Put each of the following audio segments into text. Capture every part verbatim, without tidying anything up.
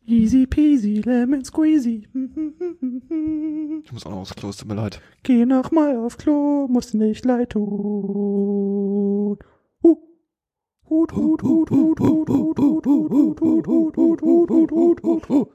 Easy peasy, lemon squeezy. Ich muss auch noch aufs Klo, es tut mir leid. Geh noch mal auf Klo, musst nicht leid tun. Huh. Hut, hut, hut, hut, hut, hut, hut, hut, hut, hut, hut, hut, hut, hut, hut, hut.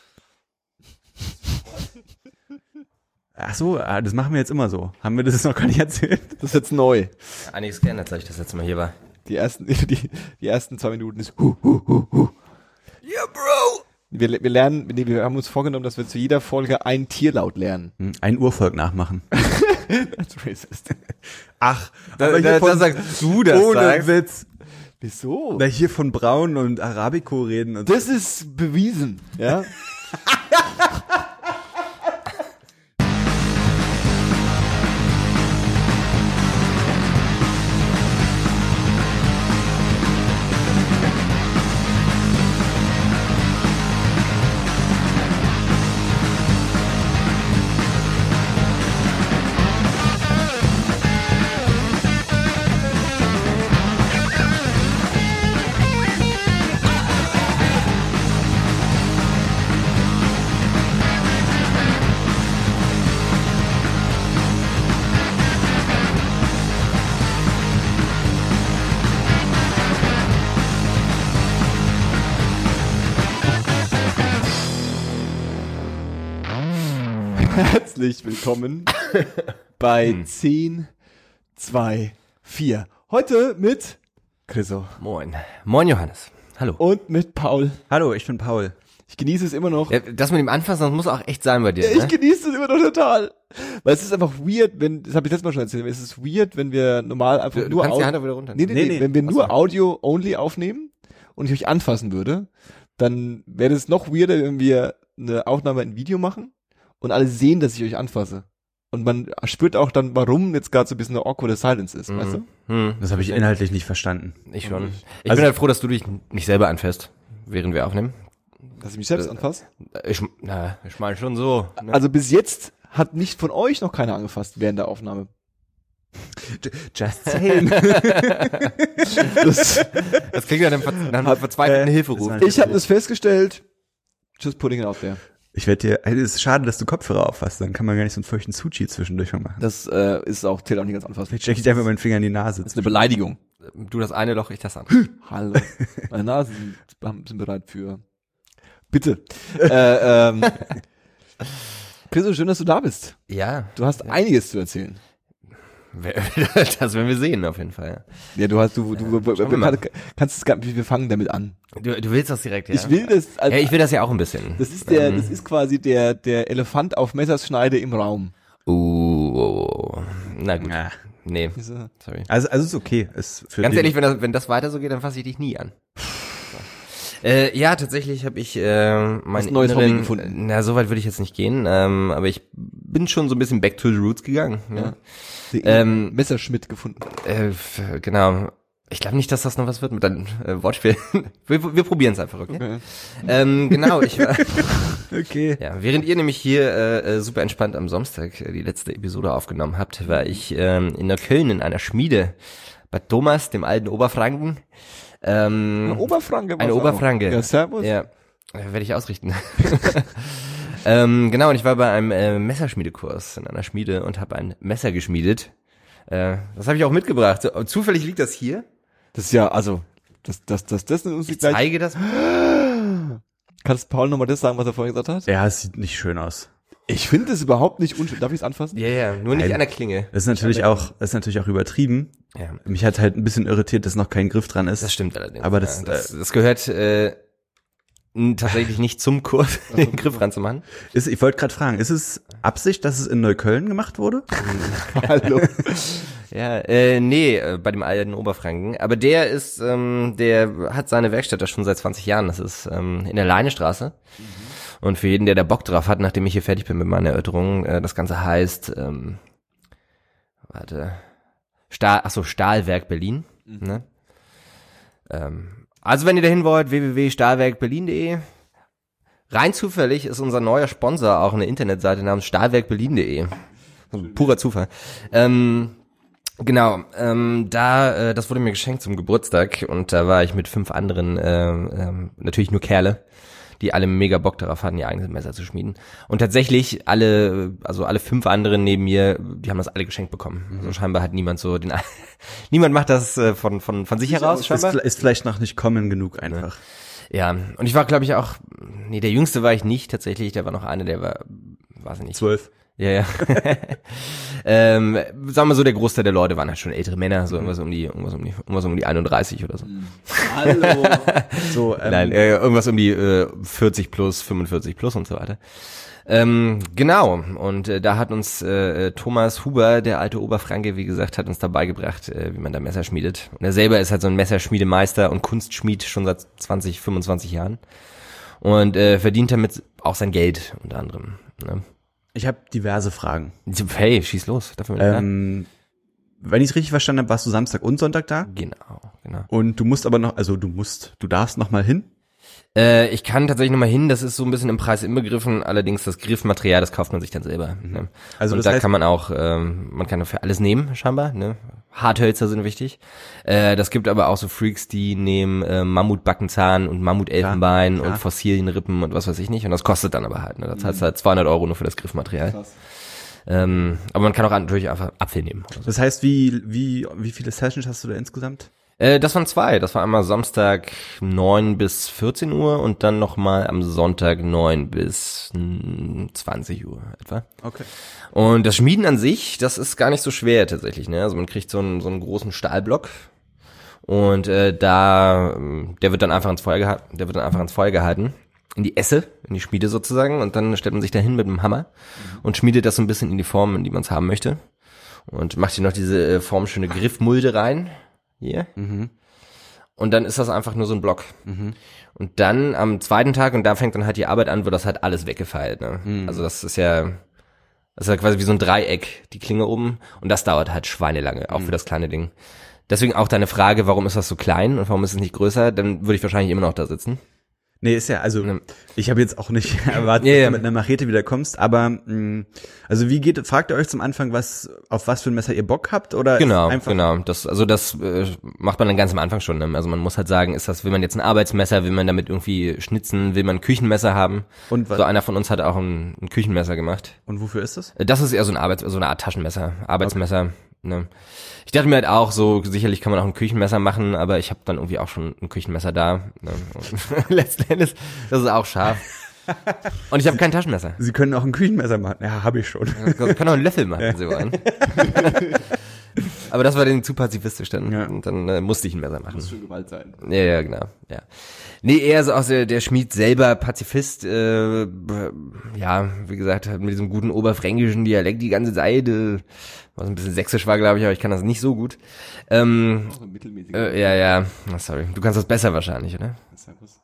Ach so, das machen wir jetzt immer so. Haben wir das noch gar nicht erzählt? Das ist jetzt neu. Einiges geändert, seit ich das letzte Mal hier war. Die ersten, die, die ersten zwei Minuten ist hu, hu, hu, hu. Ja, Bro! Wir, wir lernen, nee, wir haben uns vorgenommen, dass wir zu jeder Folge ein Tierlaut lernen. Ein Urvolk nachmachen. That's racist. Ach, Da, aber da, hier von, da sagst du das ohne sagst. Witz. Wieso? Da hier von Braun und Arabico reden. Und Das ist bewiesen, ja? Herzlich willkommen bei zehn, zwei, vier. Heute mit Chriso. Moin. Moin, Johannes. Hallo. Und mit Paul. Hallo, ich bin Paul. Ich genieße es immer noch. Ja, das mit dem Anfassen, das muss auch echt sein bei dir, Ja, ich ne? genieße es immer noch total. Weil es ist einfach weird, wenn, das habe ich letztes Mal schon erzählt, es ist weird, wenn wir normal einfach Du, du nur kannst die Audio, Hand auch wieder runter. nee, nee, nee, Nee, nee. wenn wir nur Achso. Audio-only aufnehmen und ich euch anfassen würde, dann wäre es noch weirder, wenn wir eine Aufnahme in Video machen und alle sehen, dass ich euch anfasse. Und man spürt auch dann, warum jetzt gerade so ein bisschen eine awkward Silence ist, Mhm. weißt du? Hm. Das habe ich inhaltlich nicht verstanden. Ich schon. Ich Also- bin halt froh, dass du dich nicht selber anfasst, während wir aufnehmen. Dass ich mich selbst anfasse. Ich, na, ich meine schon so. Ne? Also bis jetzt hat nicht von euch noch keiner angefasst während der Aufnahme. Just saying. Das, Das klingt ja nach einem, nach einem Hab- verzweifelten äh, Hilferuf. das war- ich habe das festgestellt. Just putting it out there. Ich werde dir, es ist schade, dass du Kopfhörer aufhast, dann kann man gar nicht so einen feuchten Sushi zwischendurch mal machen. Das äh, ist auch, zählt auch nicht ganz anfassen. Vielleicht stecke ich dir einfach meinen Finger in die Nase. Das ist eine Beleidigung. Du das eine Loch, ich das andere. Hallo. Meine Nasen sind, sind bereit für. Bitte. äh, ähm, Chriso, schön, dass du da bist. Ja, Du hast einiges zu erzählen. das werden wir sehen auf jeden Fall. Ja, du hast, du, du, du schauen wir mal. kannst es gar, wir fangen damit an. Du, du willst das direkt, ja? Ich will das, also, Ja, ich will das ja auch ein bisschen. das ist der, Ähm, das ist quasi der, der Elefant auf Messerschneide im Raum. Uh, na gut. Ja. Nee, Diese- sorry. Also, also ist okay. Ist für Ganz den- ehrlich, wenn das, wenn das weiter so geht, dann fasse ich dich nie an. So. Äh, ja, tatsächlich habe ich äh, mein Hast ein neues inneren, Hobby gefunden. Na, so weit würde ich jetzt nicht gehen, ähm, aber ich bin schon so ein bisschen back to the roots gegangen. Ja. Den Ähm, Messerschmidt gefunden. Äh, f- genau. Ich glaube nicht, dass das noch was wird mit deinem äh, Wortspiel. wir wir probieren es einfach, okay? Okay. Ähm, genau, ich war, Okay. ja, während ihr nämlich hier äh, äh, super entspannt am Samstag äh, die letzte Episode aufgenommen habt, war ich ähm, in Neukölln in einer Schmiede bei Thomas, dem alten Oberfranken. Ähm, Eine Oberfranke. eine war's auch. Oberfranke. Ja, servus. Ja, äh, werde ich ausrichten. ähm, genau, und ich war bei einem äh, Messerschmiedekurs in einer Schmiede und habe ein Messer geschmiedet. Äh, das habe ich auch mitgebracht. So, zufällig liegt das hier. Das ist ja, also, das, das, das, das ist uns Ich gleich. zeige das. Kannst Paul nochmal das sagen, was er vorhin gesagt hat? Ja, es sieht nicht schön aus. Ich finde es überhaupt nicht unschön. Darf ich es anfassen? Ja, ja, nur nicht Nein. an der Klinge. Das ist natürlich auch, das ist natürlich auch übertrieben. Ja, Mich hat halt ein bisschen irritiert, dass noch kein Griff dran ist. das stimmt allerdings. Aber das, ja, das, das gehört äh, n- tatsächlich nicht zum Kurs, den Griff ranzumachen. Ist, ich wollte gerade fragen, ist es Absicht, dass es in Neukölln gemacht wurde? Hallo. Ja, äh, nee, äh, bei dem alten Oberfranken. Aber der ist, ähm, der hat seine Werkstatt da schon seit zwanzig Jahren. Das ist ähm, in der Leinestraße. Mhm. Und für jeden, der da Bock drauf hat, nachdem ich hier fertig bin mit meiner Erörterung, äh, das Ganze heißt, ähm, warte, Stahl, ach so, Stahlwerk Berlin. Mhm. Ne? Ähm, also wenn ihr dahin wollt, w w w punkt stahlwerk berlin punkt de. Rein zufällig ist unser neuer Sponsor auch eine Internetseite namens stahlwerk berlin punkt de. Also purer Zufall. Ähm, Genau, ähm, da, äh, das wurde mir geschenkt zum Geburtstag und da war ich mit fünf anderen, äh, ähm, natürlich nur Kerle, die alle mega Bock darauf hatten, ihr eigenes Messer zu schmieden. Und tatsächlich alle, also alle fünf anderen neben mir, die haben das alle geschenkt bekommen. Mhm. Also scheinbar hat niemand so den, niemand macht das äh, von von von sich heraus. Scheinbar. Ist, ist vielleicht noch nicht kommen genug einfach. Ja, und ich war, glaube ich, auch, nee, der Jüngste war ich nicht tatsächlich, der war noch einer, der war, weiß ich nicht. Zwölf. Ja, ja. ähm, sagen wir so, der Großteil der Leute waren halt schon ältere Männer, so irgendwas um die, irgendwas um die, irgendwas um die einunddreißig oder so. Hallo. So, ähm, Nein, äh, irgendwas um die äh, vierzig plus, fünfundvierzig plus und so weiter. Ähm, genau, und äh, da hat uns äh, Thomas Huber, der alte Oberfranke, wie gesagt, hat uns dabei gebracht, äh, wie man da Messer schmiedet. Und er selber ist halt so ein Messerschmiedemeister und Kunstschmied schon seit zwanzig, fünfundzwanzig Jahren und äh, verdient damit auch sein Geld unter anderem. Ne? ich habe diverse Fragen. Hey, schieß los. Dafür Ähm, wenn ich es richtig verstanden habe, warst du Samstag und Sonntag da? Genau, genau. Und du musst aber noch, also du musst, du darfst noch mal hin? Äh, ich kann tatsächlich nochmal hin, das ist so ein bisschen im Preis inbegriffen, allerdings das Griffmaterial, das kauft man sich dann selber. Ne? Also und das da heißt, kann man auch, ähm, man kann für alles nehmen, scheinbar, ne? Harthölzer sind wichtig. Äh, das gibt aber auch so Freaks, die nehmen äh, Mammutbackenzahn und Mammutelfenbein Klar, klar. und Fossilienrippen und was weiß ich nicht. Und das kostet dann aber halt, ne? Das heißt halt zweihundert Euro nur für das Griffmaterial. Krass. Ähm, aber man kann auch natürlich einfach Apfel nehmen. Oder so. das heißt, wie, wie, wie viele Sessions hast du da insgesamt? Äh, das waren zwei. Das war einmal Samstag neun bis vierzehn Uhr und dann nochmal am Sonntag neun bis zwanzig Uhr etwa. Okay. Und das Schmieden an sich, das ist gar nicht so schwer tatsächlich. Ne? Also man kriegt so einen, so einen großen Stahlblock und äh, da, der wird dann einfach ins Feuer gehalten, der wird dann einfach ins Feuer gehalten. In die Esse, in die Schmiede sozusagen, und dann stellt man sich dahin mit dem Hammer mhm. und schmiedet das so ein bisschen in die Form, in die man es haben möchte. Und macht hier noch diese äh, formschöne Griffmulde rein. Hier. Mhm. Und dann ist das einfach nur so ein Block. Mhm. Und dann am zweiten Tag, und da fängt dann halt die Arbeit an, wird das halt alles weggefeilt. Ne? Mhm. Also das ist ja, das ist ja quasi wie so ein Dreieck, die Klinge oben. Und das dauert halt schweinelange, auch mhm. für das kleine Ding. Deswegen auch deine Frage, warum ist das so klein und warum ist es nicht größer? Dann würde ich wahrscheinlich immer noch da sitzen. Nee, ist ja, also Ne. ich habe jetzt auch nicht erwartet, Ja, dass ja. du mit einer Machete wieder kommst, aber mh, also wie geht, fragt ihr euch zum Anfang, was auf was für ein Messer ihr Bock habt oder Genau, ist einfach genau. Das, also das äh, macht man dann ganz am Anfang schon. Ne? Also man muss halt sagen, ist das, will man jetzt ein Arbeitsmesser, will man damit irgendwie schnitzen, will man ein Küchenmesser haben? und was, So einer von uns hat auch ein, ein Küchenmesser gemacht. und wofür ist das? Das ist eher so ein Arbeits, so eine Art Taschenmesser, Arbeitsmesser. Ne? Ich dachte mir halt auch, so sicherlich kann man auch ein Küchenmesser machen, aber ich habe dann irgendwie auch schon ein Küchenmesser da. Ne? Und letzten Endes, das ist auch scharf. Und ich habe kein Taschenmesser. Sie können auch ein Küchenmesser machen. Ja, habe ich schon. Ich kann auch einen Löffel machen, wenn Sie wollen. Aber das war denen zu pazifistisch dann. Ja. Und dann äh, musste ich ein Messer machen. Muss schon Gewalt sein. Ja, ja, genau. Ja. Nee, eher so auch der, der Schmied selber Pazifist, äh, b- ja, wie gesagt, mit diesem guten oberfränkischen Dialekt die ganze Zeit, äh, was ein bisschen sächsisch war, glaube ich, aber ich kann das nicht so gut. Ähm, Auch ein mittelmäßiger. äh, ja, ja, oh, sorry. Du kannst das besser wahrscheinlich, oder? Servus.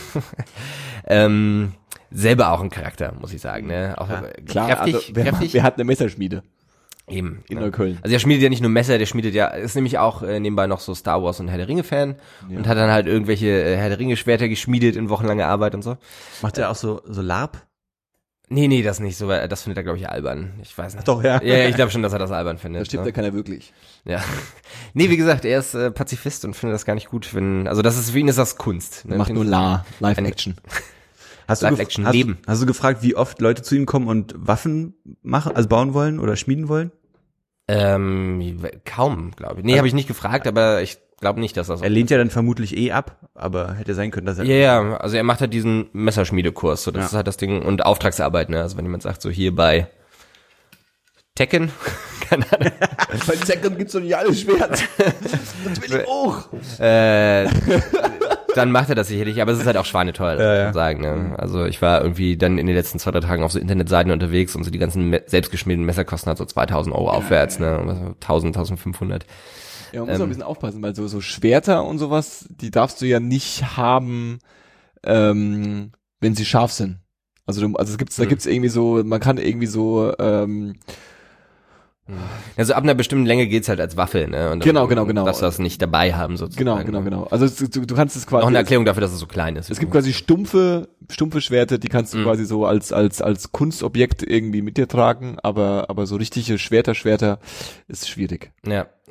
Ähm, selber auch ein Charakter, muss ich sagen, ne? Auch Ja, äh, Klar, kräftig, also, wer, kräftig. wer hat eine Messerschmiede Eben. in ne? Neukölln? Also er schmiedet ja nicht nur Messer, der schmiedet ja, ist nämlich auch äh, nebenbei noch so Star Wars und Herr der Ringe Fan Ja. und hat dann halt irgendwelche äh, Herr der Ringe Schwerter geschmiedet in wochenlanger Arbeit und so. Macht ihr auch so so LARP? Nee, nee, das nicht so, weil das findet er, glaube ich, albern. Ich weiß nicht. Doch, ja. Ja, ja, ich glaube schon, dass er das albern findet. Da stimmt ne? ja keiner wirklich. Ja. Nee, wie gesagt, er ist äh, Pazifist und findet das gar nicht gut, wenn, also das ist, für ihn ist das Kunst. Ne? Macht Für ihn nur ist- La, Live Eine- Action. Hast du, gef- Live-Action hast, leben. hast du gefragt, wie oft Leute zu ihm kommen und Waffen machen, also bauen wollen oder schmieden wollen? Ähm, kaum, glaube ich. Nee, habe ich nicht gefragt, aber ich glaube nicht, dass das Er lehnt ja dann vermutlich eh ab, aber hätte sein können, dass er Ja, ja, also er macht halt diesen Messerschmiedekurs, so das Ja. ist halt das Ding, und Auftragsarbeit, ne, also wenn jemand sagt, so hier bei Tekken, keine Ahnung, Bei Zecken gibt's doch nicht alles Schwert. Das will ich auch. äh, dann macht er das sicherlich, aber es ist halt auch schweineteuer, das Ja, muss ja. man sagen, ne, also ich war irgendwie dann in den letzten zwei, drei Tagen auf so Internetseiten unterwegs und so die ganzen me- selbstgeschmiedeten Messer kosten halt so zweitausend Euro aufwärts, ne, also tausend, tausendfünfhundert. Ja, man muss Ähm. auch ein bisschen aufpassen, weil so, so Schwerter und sowas, die darfst du ja nicht haben, ähm, wenn sie scharf sind. Also, du, also es gibt's, da Hm. gibt's irgendwie so, man kann irgendwie so, ähm, Also ab einer bestimmten Länge geht's halt als Waffe, ne, und dann Genau, genau, genau. darfst du das nicht dabei haben, sozusagen. genau, genau, genau. Also es- du, du kannst es quasi. Noch eine Erklärung dafür, dass es so klein ist. Es gibt quasi stumpfe, stumpfe Schwerter, die kannst du Mhm. quasi so als, als, als Kunstobjekt irgendwie mit dir tragen, aber, aber so richtige Schwerter, Schwerter ist schwierig. Ja,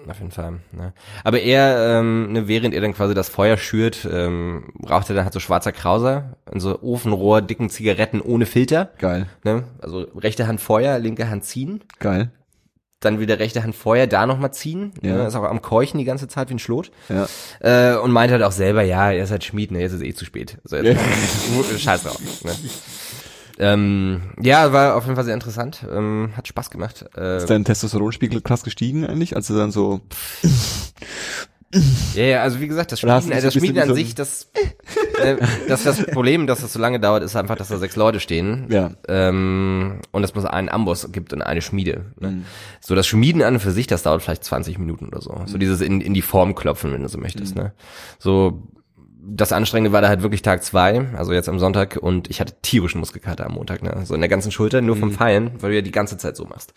Auf jeden Fall. Ne. Aber er, ähm, ne, während er dann quasi das Feuer schürt, ähm, raucht er dann halt so schwarzer Krauser in so Ofenrohr, dicken Zigaretten ohne Filter. Geil. Ne? Also rechte Hand Feuer, linke Hand ziehen. Geil. Dann wieder rechte Hand Feuer, da nochmal ziehen. Ja. Ne? Ist auch am Keuchen die ganze Zeit wie ein Schlot. Ja. Äh, und meint halt auch selber, ja, er ist halt Schmied, ne, jetzt ist eh zu spät. So, jetzt scheiß drauf. Ne? Ähm, ja, war auf jeden Fall sehr interessant. Ähm, hat Spaß gemacht. Äh, Ist dein Testosteronspiegel krass gestiegen eigentlich, als du dann so... Ja, ja, also wie gesagt, das Oder hast Schmieden, du äh, das so ein Schmieden an bisschen sich, das, äh, das das Problem, dass das so lange dauert, ist einfach, dass da sechs Leute stehen. Ja. Ähm, und es muss einen Amboss gibt und eine Schmiede. Ne? Mhm. So das Schmieden an und für sich, das dauert vielleicht zwanzig Minuten oder so. So dieses in, in die Form klopfen, wenn du so möchtest. Mhm. Ne? So das Anstrengende war da halt wirklich Tag zwei, also jetzt am Sonntag, und ich hatte tierischen Muskelkater am Montag, ne? So in der ganzen Schulter, nur vom Mhm. Feilen, weil du ja die ganze Zeit so machst.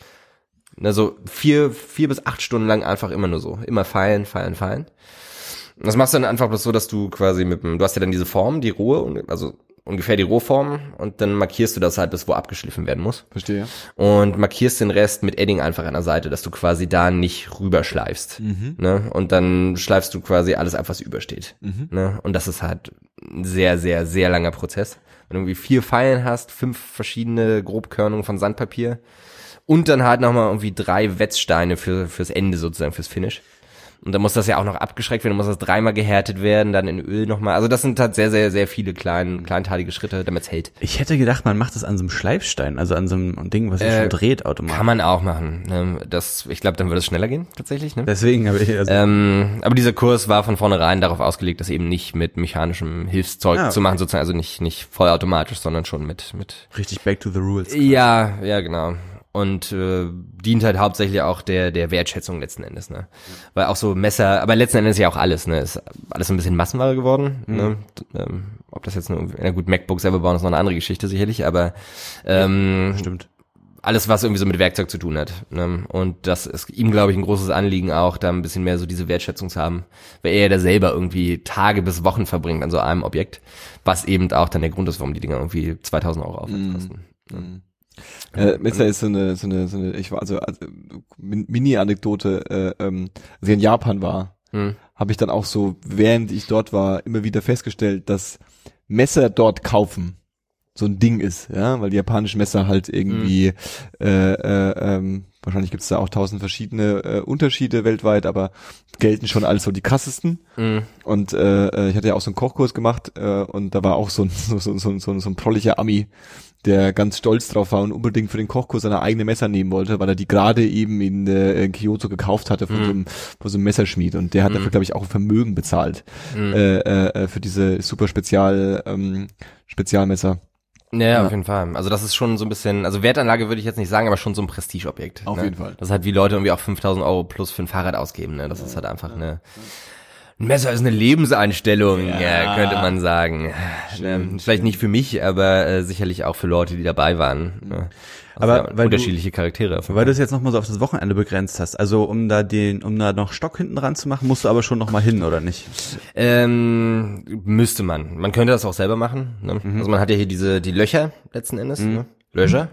Also vier, vier bis acht Stunden lang einfach immer nur so. Immer feilen, feilen, feilen. Und das machst du dann einfach bloß so, dass du quasi mit dem, du hast ja dann diese Form, die rohe, also ungefähr die Rohform, und dann markierst du das halt, bis wo abgeschliffen werden muss. Verstehe. Und markierst den Rest mit Edding einfach an der Seite, dass du quasi da nicht rüberschleifst. Mhm. Ne? Und dann schleifst du quasi alles ab, was übersteht. Mhm. Ne? Und das ist halt ein sehr, sehr, sehr langer Prozess. Wenn du irgendwie vier Feilen hast, fünf verschiedene Grobkörnungen von Sandpapier und dann halt nochmal irgendwie drei Wetzsteine für fürs Ende sozusagen, fürs Finish. Und dann muss das ja auch noch abgeschreckt werden, dann muss das dreimal gehärtet werden, dann in Öl nochmal. Also das sind halt sehr, sehr, sehr viele klein, kleinteilige Schritte, damit es hält. Ich hätte gedacht, man macht das an so einem Schleifstein, also an so einem Ding, was sich Äh, schon dreht automatisch. Kann man auch machen. Ne? Das, ich glaube, dann würde es schneller gehen, tatsächlich. Ne? Deswegen habe ich also Ähm, aber dieser Kurs war von vornherein darauf ausgelegt, das eben nicht mit mechanischem Hilfszeug Ah, zu okay. machen, sozusagen, also nicht nicht vollautomatisch, sondern schon mit mit. richtig back to the rules. Ja, ja, genau. Und äh, dient halt hauptsächlich auch der der Wertschätzung letzten Endes, ne? Weil auch so Messer, aber letzten Endes ja auch alles, ne? Ist alles ein bisschen Massenware geworden, Mhm. ne? Ähm, ob das jetzt nur, na gut, MacBook selber bauen ist noch eine andere Geschichte sicherlich, aber ähm, Stimmt. alles, was irgendwie so mit Werkzeug zu tun hat. Ne? Und das ist ihm, glaube ich, ein großes Anliegen auch, da ein bisschen mehr so diese Wertschätzung zu haben, weil er ja da selber irgendwie Tage bis Wochen verbringt an so einem Objekt, was eben auch dann der Grund ist, warum die Dinger irgendwie zweitausend Euro aufwärts kosten. Mhm. Äh, Messer ist so eine, so eine, so eine, ich war also, also Min- Mini-Anekdote, äh, ähm, als ich in Japan war, Hm. habe ich dann auch so, während ich dort war, immer wieder festgestellt, dass Messer dort kaufen so ein Ding ist, ja, weil die japanischen Messer halt irgendwie, äh, äh, ähm, wahrscheinlich gibt's da auch tausend verschiedene äh, Unterschiede weltweit, aber gelten schon als so die krassesten. Mhm. Und äh, ich hatte ja auch so einen Kochkurs gemacht äh, und da war auch so ein, so, so, so, so, so ein prolliger Ami, der ganz stolz drauf war und unbedingt für den Kochkurs seine eigene Messer nehmen wollte, weil er die gerade eben in, äh, in Kyoto gekauft hatte von, Mhm. so einem, von so einem Messerschmied. Und der hat Mhm. dafür, glaube ich, auch ein Vermögen bezahlt Mhm. äh, äh, für diese super Spezial ähm, Spezialmesser. Ja, Ja. auf jeden Fall. Also das ist schon so ein bisschen, also Wertanlage würde ich jetzt nicht sagen, aber schon so ein Prestigeobjekt. Auf ne? jeden Fall. Das ist halt wie Leute irgendwie auch fünftausend Euro plus für ein Fahrrad ausgeben, ne? Das ist halt einfach eine, ein Messer ist eine Lebenseinstellung, ja, Ja. könnte man sagen. Ähm, vielleicht nicht für mich, aber äh, sicherlich auch für Leute, die dabei waren. Ne? Also Aber ja, weil du- unterschiedliche Charaktere. Weil du es jetzt nochmal so auf das Wochenende begrenzt hast. Also um da den, um da noch Stock hinten dran zu machen, musst du aber schon nochmal hin, oder nicht? Ähm, müsste man. Man könnte das auch selber machen. Ne? Also man hat ja hier diese die Löcher letzten Endes. Mhm. Ne? Löcher.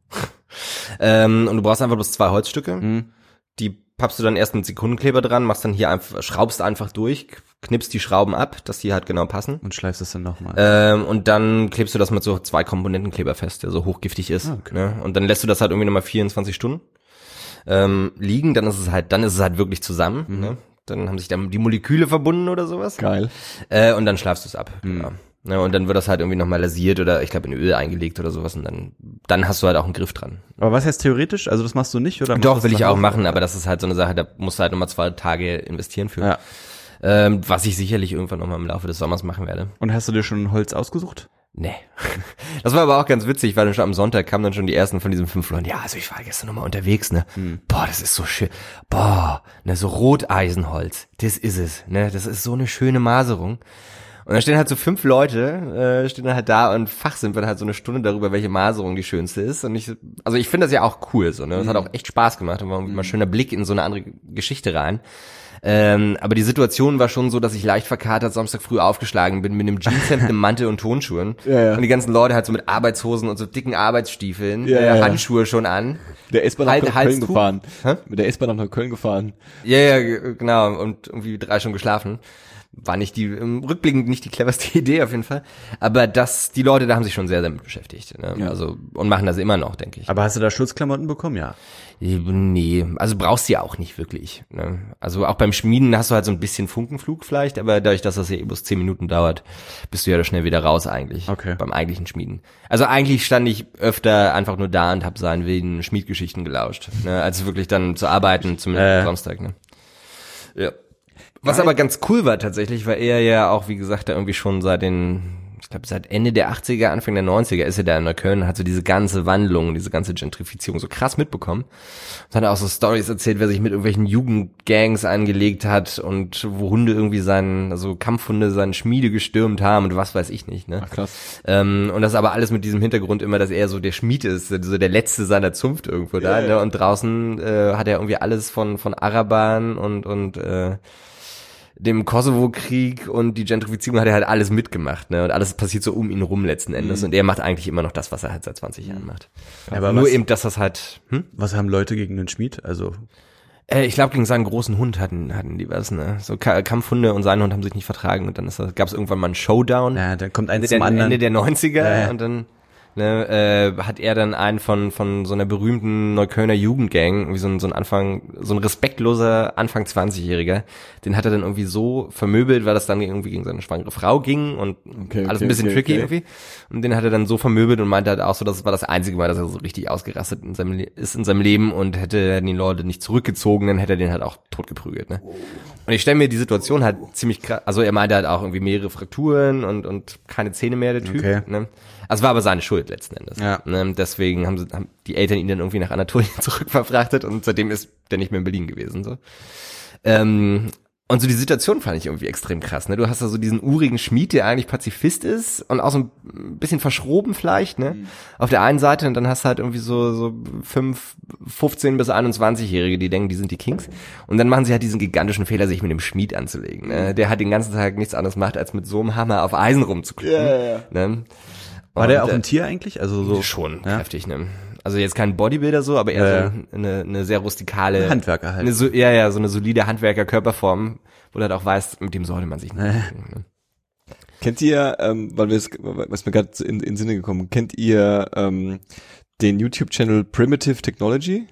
ähm, und du brauchst einfach bloß zwei Holzstücke. Mhm. Die pappst du dann erst mit Sekundenkleber dran, machst dann hier einfach, schraubst einfach durch, knippst die Schrauben ab, dass die halt genau passen. Und schleifst es dann nochmal. Ähm, und dann klebst du das mit so zwei Komponentenkleber fest, der so hochgiftig ist. Ah, okay. Ne? Und dann lässt du das halt irgendwie nochmal vierundzwanzig Stunden ähm, liegen, dann ist es halt, dann ist es halt wirklich zusammen. Mhm. Ne? Dann haben sich dann die Moleküle verbunden oder sowas. Geil. Äh, und dann schleifst du es ab. Mhm. Genau. Ne, und dann wird das halt irgendwie nochmal lasiert oder ich glaube in Öl eingelegt oder sowas und dann dann hast du halt auch einen Griff dran. Aber was heißt theoretisch? Also das machst du nicht, oder? machst du Doch, das will ich dann auch machen, aber das ist halt so eine Sache, da musst du halt nochmal zwei Tage investieren für. Ja. Ähm, was ich sicherlich irgendwann nochmal im Laufe des Sommers machen werde. Und hast du dir schon Holz ausgesucht? Nee. Das war aber auch ganz witzig, weil dann schon am Sonntag kamen dann schon die ersten von diesen fünf Leuten. Ja, also ich war gestern nochmal unterwegs, ne. Hm. Boah, das ist so schön. Boah, ne, so Roteisenholz. Das ist es, ne. Das ist so eine schöne Maserung. Und dann stehen halt so fünf Leute, äh, stehen dann halt da und fachsimpeln halt so eine Stunde darüber, welche Maserung die schönste ist. Und ich, also ich finde das ja auch cool, so, ne. Das hat auch echt Spaß gemacht und war irgendwie mal ein schöner Blick in so eine andere Geschichte rein. Ähm, aber die Situation war schon so, dass ich leicht verkatert Samstag früh aufgeschlagen bin mit einem Jeanshemd, einem Mantel und Tonschuhen. Ja, ja. Und die ganzen Leute halt so mit Arbeitshosen und so dicken Arbeitsstiefeln, Ja, äh, ja, ja. Handschuhe schon an. Der S-Bahn nach Halt- Köln Halstuch. gefahren. Hä? Mit der S-Bahn nach Köln gefahren. Ja, ja, g- genau. Und irgendwie drei Stunden geschlafen. War nicht die, im Rückblickend nicht die cleverste Idee auf jeden Fall. Aber das, die Leute da haben sich schon sehr damit beschäftigt. Ne? Ja. Also, und machen das immer noch, denke ich. Aber hast du da Schutzklamotten bekommen? Ja. Nee, also brauchst du ja auch nicht wirklich. Ne? Also auch beim Schmieden hast du halt so ein bisschen Funkenflug vielleicht, aber dadurch, dass das ja eh bloß zehn Minuten dauert, bist du ja da schnell wieder raus eigentlich. Okay. Beim eigentlichen Schmieden. Also eigentlich stand ich öfter einfach nur da und hab seinen wilden Schmiedgeschichten gelauscht, ne? als wirklich dann zu arbeiten, zumindest Äh. am Samstag. Ne? Ja. Was aber ganz cool war tatsächlich, weil er ja auch, wie gesagt, da irgendwie schon seit den, ich glaube seit Ende der achtziger, Anfang der neunziger ist er da in Neukölln, hat so diese ganze Wandlung, diese ganze Gentrifizierung so krass mitbekommen. Und hat auch so Stories erzählt, wer sich mit irgendwelchen Jugendgangs angelegt hat und wo Hunde irgendwie seinen, also Kampfhunde seine Schmiede gestürmt haben und was weiß ich nicht, ne? Ach, krass. Ähm, und das aber alles mit diesem Hintergrund immer, dass er so der Schmied ist, so der Letzte seiner Zunft irgendwo da, Ja, ne? ja. Und draußen äh, hat er irgendwie alles von von Arabern und und äh, dem Kosovo-Krieg und die Gentrifizierung hat er halt alles mitgemacht, ne? Und alles passiert so um ihn rum letzten Endes. Mhm. Und er macht eigentlich immer noch das, was er halt seit zwanzig Jahren macht. Aber Nur was, eben, dass das halt, hm? was haben Leute gegen den Schmied? Also, Äh, ich glaube, gegen seinen großen Hund hatten, hatten die was, ne? So Ka- Kampfhunde und sein Hund haben sich nicht vertragen und dann ist das, gab es irgendwann mal einen Showdown. na, dann kommt Ende eins zum der, anderen. Ende der neunziger Ja, ja. und dann ne, äh, hat er dann einen von von so einer berühmten Neuköllner Jugendgang, irgendwie so ein, so ein Anfang, so ein respektloser Anfang zwanzigjähriger, den hat er dann irgendwie so vermöbelt, weil das dann irgendwie gegen seine schwangere Frau ging und Okay, alles okay, ein bisschen okay, tricky okay. irgendwie. Und den hat er dann so vermöbelt und meinte halt auch so, das war das einzige Mal, dass er so richtig ausgerastet in seinem Le- ist in seinem Leben und hätte die Leute nicht zurückgezogen, dann hätte er den halt auch totgeprügelt, ne? Und ich stelle mir die Situation halt ziemlich krass, also er meinte halt auch irgendwie mehrere Frakturen und und keine Zähne mehr, der Typ, Okay. ne? Also es war aber seine Schuld letzten Endes. Ja. Ne? Deswegen haben, sie, haben die Eltern ihn dann irgendwie nach Anatolien zurückverfrachtet und seitdem ist der nicht mehr in Berlin gewesen. So. Ähm, und so die Situation fand ich irgendwie extrem krass. Ne? Du hast da so diesen urigen Schmied, der eigentlich Pazifist ist und auch so ein bisschen verschroben vielleicht, ne? Mhm. Auf der einen Seite und dann hast du halt irgendwie so, so fünf, fünfzehn bis einundzwanzigjährige, die denken, die sind die Kings. Und dann machen sie halt diesen gigantischen Fehler, sich mit dem Schmied anzulegen. Ne? Der hat den ganzen Tag nichts anderes macht, als mit so einem Hammer auf Eisen rumzuklicken. Ja, ja, ja. Ne? War der Und, auch äh, ein Tier eigentlich? Also so Schon ja? kräftig, ne? Also jetzt kein Bodybuilder so, aber eher Ja, so eine, eine sehr rustikale Ein Handwerker halt. Eine, so, ja, ja, so eine solide Handwerker-Körperform, wo du halt auch weißt, mit dem sollte man sich nicht. Ne? Kennt ihr, ähm, weil wir es, was mir gerade in, in den Sinne gekommen, kennt ihr ähm, den YouTube-Channel Primitive Technology?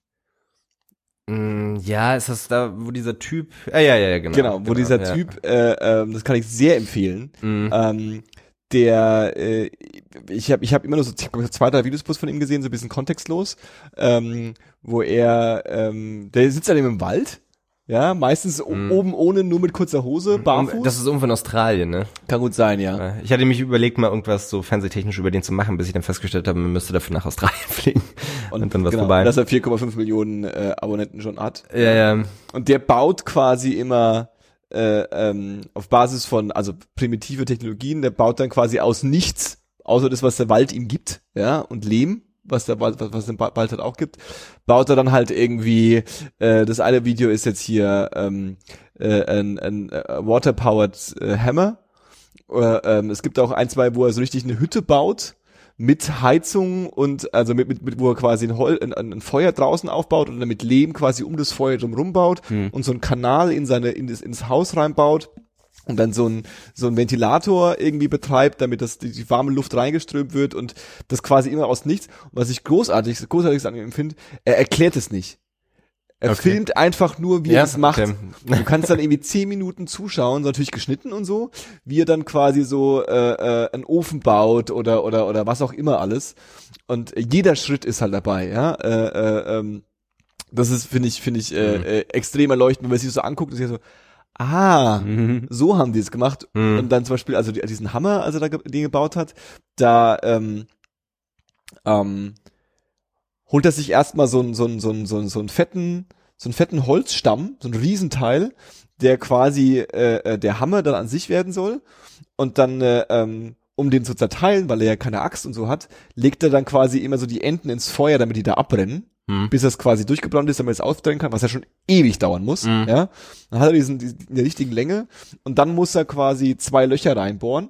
Mm, ja, ist das da, wo dieser Typ, ja, ja, ja, genau. Genau, wo dieser ja. Typ, äh, ähm, das kann ich sehr empfehlen. Mhm. Ähm, der, äh, ich habe ich hab immer nur so zwei, drei Videos bloß von ihm gesehen, so ein bisschen kontextlos, ähm, wo er, ähm, der sitzt dann eben im Wald, ja, meistens o- Mhm. oben ohne, nur mit kurzer Hose, barfuß. Das ist irgendwo in Australien, ne? kann gut sein, ja. Ich hatte mich überlegt, mal irgendwas so fernsehtechnisch über den zu machen, bis ich dann festgestellt habe, man müsste dafür nach Australien fliegen. Und, und dann was genau, vorbei. dass er vier Komma fünf Millionen äh, Abonnenten schon hat. Ja, ja. Und der baut quasi immer äh, ähm, auf Basis von, also primitive Technologien, der baut dann quasi aus nichts, außer das, was der Wald ihm gibt, ja, und Lehm, was der Wald, was, was der Wald halt auch gibt, baut er dann halt irgendwie, äh, das eine Video ist jetzt hier ähm, äh, ein, ein äh, water-powered äh, Hammer. Oder, ähm, es gibt auch ein, zwei, wo er so richtig eine Hütte baut, mit Heizung und also mit, mit, mit wo er quasi ein, Hol, ein, ein Feuer draußen aufbaut und dann mit Lehm quasi um das Feuer drumherum baut Hm. und so einen Kanal in seine in das, ins Haus reinbaut und dann so ein so ein Ventilator irgendwie betreibt, damit das die, die warme Luft reingeströmt wird und das quasi immer aus nichts. Und was ich großartig großartig an ihm finde, er erklärt es nicht. Er Okay. filmt einfach nur, wie Ja, er es macht. okay. Du kannst dann irgendwie zehn Minuten zuschauen, so natürlich geschnitten und so, wie er dann quasi so äh, äh, einen Ofen baut oder oder oder was auch immer alles. Und jeder Schritt ist halt dabei, ja. Äh, äh, ähm, das ist, finde ich, finde ich äh, Mhm. äh, extrem erleuchtend, wenn man sich so anguckt und sich so, ah, Mhm. so haben die es gemacht. Mhm. Und dann zum Beispiel, also die, diesen Hammer, als er da ge- den gebaut hat, da ähm, ähm, holt er sich erstmal so einen so einen so einen so einen so einen fetten so einen fetten Holzstamm, so einen Riesenteil, der quasi äh, äh, der Hammer dann an sich werden soll und dann äh, ähm, um den zu zerteilen, weil er ja keine Axt und so hat, legt er dann quasi immer so die Enden ins Feuer, damit die da abbrennen. hm. bis das quasi durchgebrannt ist, damit es ausbrennen kann, was ja schon ewig dauern muss, hm. ja. Dann hat er diesen, diesen, in der richtigen Länge und dann muss er quasi zwei Löcher reinbohren,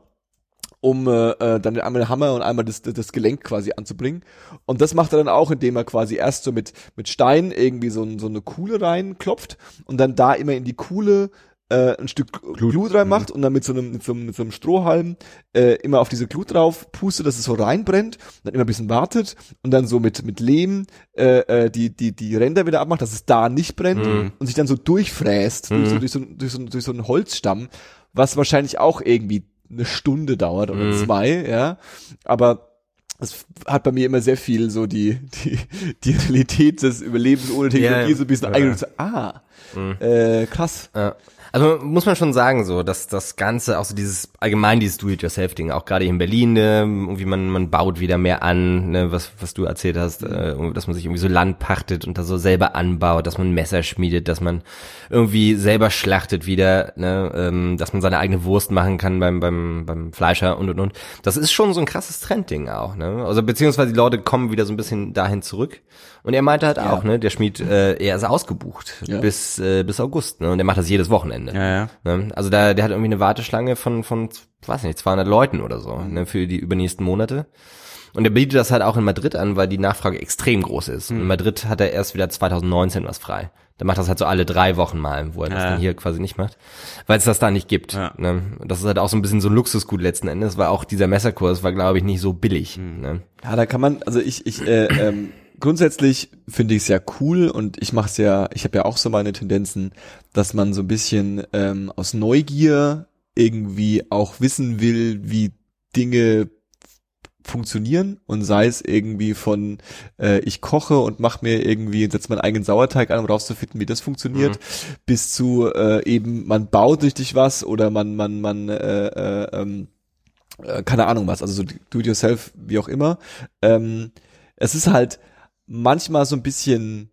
um äh, dann einmal den Hammer und einmal das, das Gelenk quasi anzubringen. Und das macht er dann auch, indem er quasi erst so mit mit Stein irgendwie so, so eine Kuhle reinklopft und dann da immer in die Kuhle äh, ein Stück Glut, Glut reinmacht mhm. und dann mit so einem mit so einem, mit so einem Strohhalm äh, immer auf diese Glut drauf pustet, dass es so reinbrennt, dann immer ein bisschen wartet und dann so mit mit Lehm äh, die die die Ränder wieder abmacht, dass es da nicht brennt mhm. und sich dann so durchfräst mhm. durch, so, durch, so, durch, so, durch so einen Holzstamm, was wahrscheinlich auch irgendwie eine Stunde dauert oder mm. zwei, ja, aber es hat bei mir immer sehr viel so die die die Realität des Überlebens ohne Technologie yeah. so ein bisschen ja. eingedacht. Ah, mm. äh, krass. Ja. Also muss man schon sagen so, dass das Ganze, auch so dieses allgemein dieses Do-it-yourself-Ding, auch gerade hier in Berlin, ne, irgendwie man man baut wieder mehr an, ne, was was du erzählt hast, äh, dass man sich irgendwie so Land pachtet und da so selber anbaut, dass man Messer schmiedet, dass man irgendwie selber schlachtet wieder, ne, ähm, dass man seine eigene Wurst machen kann beim beim beim Fleischer und und und. Das ist schon so ein krasses Trendding auch, ne? Also beziehungsweise die Leute kommen wieder so ein bisschen dahin zurück. Und er meinte halt ja. auch, ne, der Schmied, äh, er ist ausgebucht ja. bis äh, bis August, ne, und der macht das jedes Wochenende. Ja, ja. Ne? Also da, der hat irgendwie eine Warteschlange von von, weiß nicht, zweihundert Leuten oder so, ne, für die übernächsten Monate. Und er bietet das halt auch in Madrid an, weil die Nachfrage extrem groß ist. Mhm. In Madrid hat er erst wieder zwanzig neunzehn was frei. Der macht das halt so alle drei Wochen mal, wo er das ja. dann hier quasi nicht macht, weil es das da nicht gibt. Ja. Ne? Das ist halt auch so ein bisschen so ein Luxusgut letzten Endes, weil auch dieser Messerkurs war, glaube ich, nicht so billig. Mhm. Ne? Ja, da kann man, also ich, ich, äh, ähm, grundsätzlich finde ich es ja cool und ich mache es ja, ich habe ja auch so meine Tendenzen, dass man so ein bisschen ähm, aus Neugier irgendwie auch wissen will, wie Dinge funktionieren und sei es irgendwie von äh, ich koche und mache mir irgendwie, setze meinen eigenen Sauerteig an, um rauszufinden, wie das funktioniert, mhm. bis zu äh, eben man baut richtig was oder man man man äh, äh, ähm, äh, keine Ahnung was, also so do it yourself, wie auch immer. Ähm, es ist halt manchmal so ein bisschen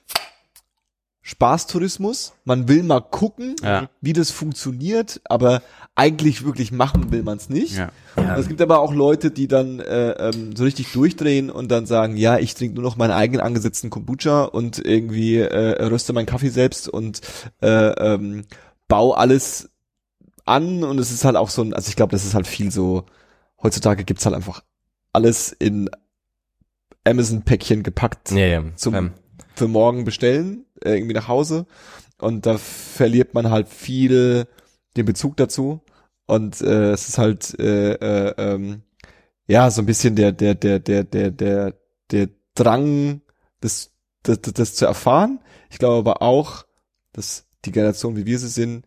Spaßtourismus. Man will mal gucken, ja. wie das funktioniert, aber eigentlich wirklich machen will man es nicht. Ja. Ja. Es gibt aber auch Leute, die dann äh, ähm, so richtig durchdrehen und dann sagen, ja, ich trinke nur noch meinen eigenen angesetzten Kombucha und irgendwie äh, röste meinen Kaffee selbst und äh, ähm, baue alles an und es ist halt auch so ein, also ich glaube, das ist halt viel so, heutzutage gibt's halt einfach alles in Amazon-Päckchen gepackt ja, ja. zum ähm. für morgen bestellen, äh, irgendwie nach Hause und da verliert man halt viel den Bezug dazu und äh, es ist halt äh, äh, ähm, ja so ein bisschen der der der der der der der Drang das das, das, das zu erfahren. Ich glaube aber auch, dass die Generation, wie wir sie sind,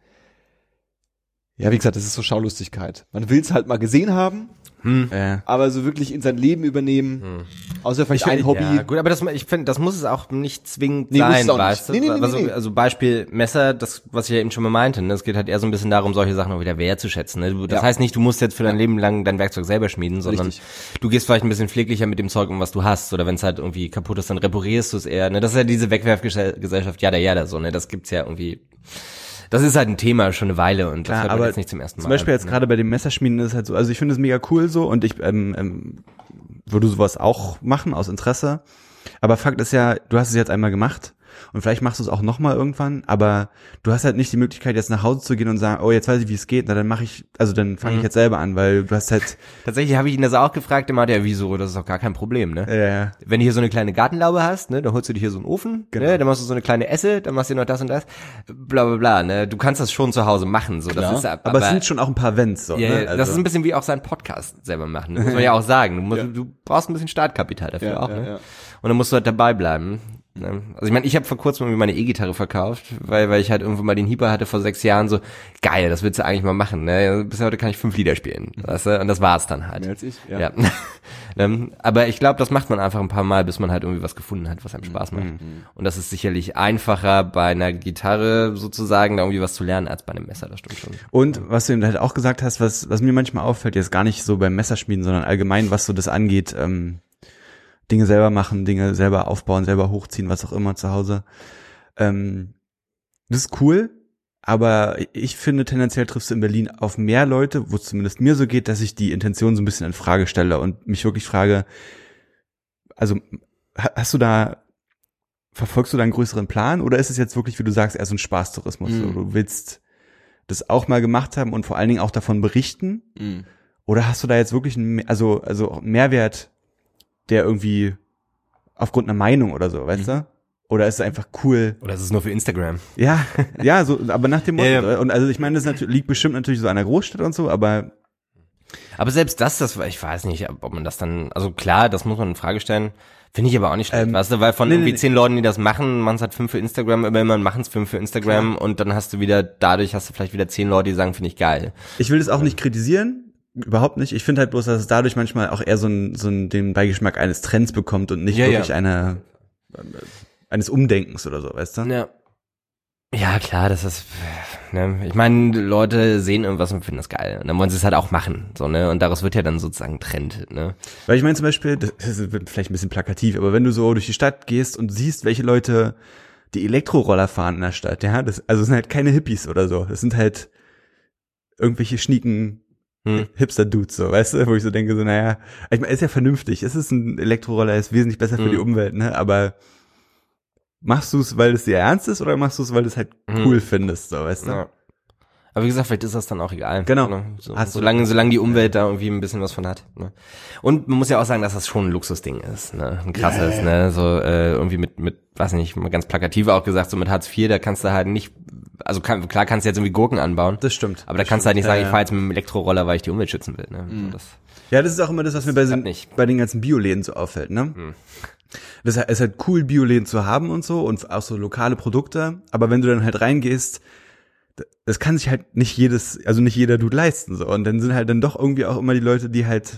ja wie gesagt, das ist so Schaulustigkeit. Man will es halt mal gesehen haben. Hm. Äh. Aber so wirklich in sein Leben übernehmen, hm. außer vielleicht ein Hobby. Ja, gut, aber das, ich finde, das muss es auch nicht zwingend nee, sein, weißt du? Nee, nee, nee, also, nee. also Beispiel Messer, das, was ich ja eben schon mal meinte, ne? Es geht halt eher so ein bisschen darum, solche Sachen auch wieder wertzuschätzen. Ne? Das ja. heißt nicht, du musst jetzt für dein Leben lang dein Werkzeug selber schmieden, sondern Richtig. Du gehst vielleicht ein bisschen pfleglicher mit dem Zeug um, was du hast. Oder wenn es halt irgendwie kaputt ist, dann reparierst du es eher. Ne? Das ist ja diese Wegwerfgesellschaft, ja, da, ja, da, so, ne? Das gibt's ja irgendwie. Das ist halt ein Thema schon eine Weile und Klar, das hört man man jetzt nicht zum ersten Mal. Zum Beispiel an, jetzt ne? gerade bei dem Messerschmieden ist es halt so, also ich finde es mega cool so und ich ähm, ähm, würde sowas auch machen aus Interesse. Aber Fakt ist ja, du hast es jetzt einmal gemacht und vielleicht machst du es auch nochmal irgendwann, aber du hast halt nicht die Möglichkeit, jetzt nach Hause zu gehen und sagen, oh, jetzt weiß ich, wie es geht, na dann mache ich, also dann fange mhm. ich jetzt selber an, weil du hast halt... Tatsächlich habe ich ihn das auch gefragt, der meinte, ja, wieso, das ist doch gar kein Problem, ne? Ja. Wenn du hier so eine kleine Gartenlaube hast, ne, dann holst du dir hier so einen Ofen, genau. ne, dann machst du so eine kleine Esse, dann machst du noch das und das, bla bla bla, ne, du kannst das schon zu Hause machen, so, Klar. das ist, aber, aber es sind schon auch ein paar Wenns, so, ja, ne? Also. Das ist ein bisschen wie auch sein Podcast selber machen, das muss man ja auch sagen, du, musst, ja. du brauchst ein bisschen Startkapital dafür ja, auch, ja, ne, ja. und dann musst du halt dabei bleiben. Also ich meine, ich habe vor kurzem irgendwie meine E-Gitarre verkauft, weil weil ich halt irgendwo mal den Hyper hatte vor sechs Jahren, so geil, das willst du eigentlich mal machen, ne? Bis heute kann ich fünf Lieder spielen, weißt du? Und das war's dann halt. Mehr als ich, ja. ja. Aber ich glaube, das macht man einfach ein paar Mal, bis man halt irgendwie was gefunden hat, was einem Spaß macht. Mhm. Und das ist sicherlich einfacher bei einer Gitarre sozusagen, da irgendwie was zu lernen, als bei einem Messer, das stimmt schon. Und was du eben halt auch gesagt hast, was was mir manchmal auffällt, jetzt gar nicht so beim Messerschmieden, sondern allgemein, was so das angeht, ähm, Dinge selber machen, Dinge selber aufbauen, selber hochziehen, was auch immer zu Hause. Ähm, das ist cool, aber ich finde, tendenziell triffst du in Berlin auf mehr Leute, wo es zumindest mir so geht, dass ich die Intention so ein bisschen in Frage stelle und mich wirklich frage, also hast du da verfolgst du da einen größeren Plan oder ist es jetzt wirklich, wie du sagst, eher so ein Spaßtourismus? Mhm. So, du willst das auch mal gemacht haben und vor allen Dingen auch davon berichten? Mhm. Oder hast du da jetzt wirklich einen, also, also Mehrwert, der irgendwie aufgrund einer Meinung oder so, weißt Mhm. du? Oder ist es einfach cool? Oder ist es nur für Instagram? Ja, ja, so, aber nach dem Motto, Ja, ja. und also ich meine, das natürlich, liegt bestimmt natürlich so an der Großstadt und so, aber Aber selbst das, das, ich weiß nicht, ob man das dann, also klar, das muss man in Frage stellen. Finde ich aber auch nicht schlecht, Ähm, weißt du, weil von nee, irgendwie nee, zehn Leuten, die das machen, man hat fünf für Instagram, aber man machen es fünf für Instagram und dann hast du wieder, dadurch hast du vielleicht wieder zehn Leute, die sagen, finde ich geil. ich will das auch nicht kritisieren, überhaupt nicht. Ich finde halt bloß, dass es dadurch manchmal auch eher so, ein, so ein, den Beigeschmack eines Trends bekommt und nicht Ja, wirklich ja. einer eines Umdenkens oder so, weißt du? Ja. Ja, klar, das ist, ne, ich meine, Leute sehen irgendwas und finden das geil. Und dann wollen sie es halt auch machen, so, ne, und daraus wird ja dann sozusagen ein Trend, ne. Weil ich meine zum Beispiel, das ist vielleicht ein bisschen plakativ, aber wenn du so durch die Stadt gehst und siehst, welche Leute die Elektroroller fahren in der Stadt, ja, das, also es sind halt keine Hippies oder so, das sind halt irgendwelche schnieken Hm. Hipster-Dudes, so, weißt du, wo ich so denke, so, naja, ich meine, ist ja vernünftig, es ist ein Elektroroller, ist wesentlich besser für Hm. die Umwelt, ne, aber machst du es, weil es dir ernst ist oder machst du es, weil du es halt Hm. cool findest, so, weißt du? Ja. Aber wie gesagt, vielleicht ist das dann auch egal. Genau. Ne? So, Hast du- solange, solange die Umwelt da irgendwie ein bisschen was von hat. Ne? Und man muss ja auch sagen, dass das schon ein Luxusding ist, ne? Ein krasses, ne? So äh, irgendwie mit, mit, weiß nicht, mal ganz plakativ auch gesagt, so mit Hartz vier, da kannst du halt nicht, also kann, klar kannst du jetzt irgendwie Gurken anbauen. Das stimmt. Aber da Das kannst du halt nicht stimmt. sagen, Ja, ich fahre jetzt mit dem Elektroroller, weil ich die Umwelt schützen will. Ne? So, das, Ja, das ist auch immer das, was mir bei, klappt den, nicht. bei den ganzen Bioläden so auffällt, ne? Hm. Das ist halt cool, Bioläden zu haben und so und auch so lokale Produkte, aber wenn du dann halt reingehst, das kann sich halt nicht jedes, also nicht jeder Dude leisten, so. Und dann sind halt dann doch irgendwie auch immer die Leute, die halt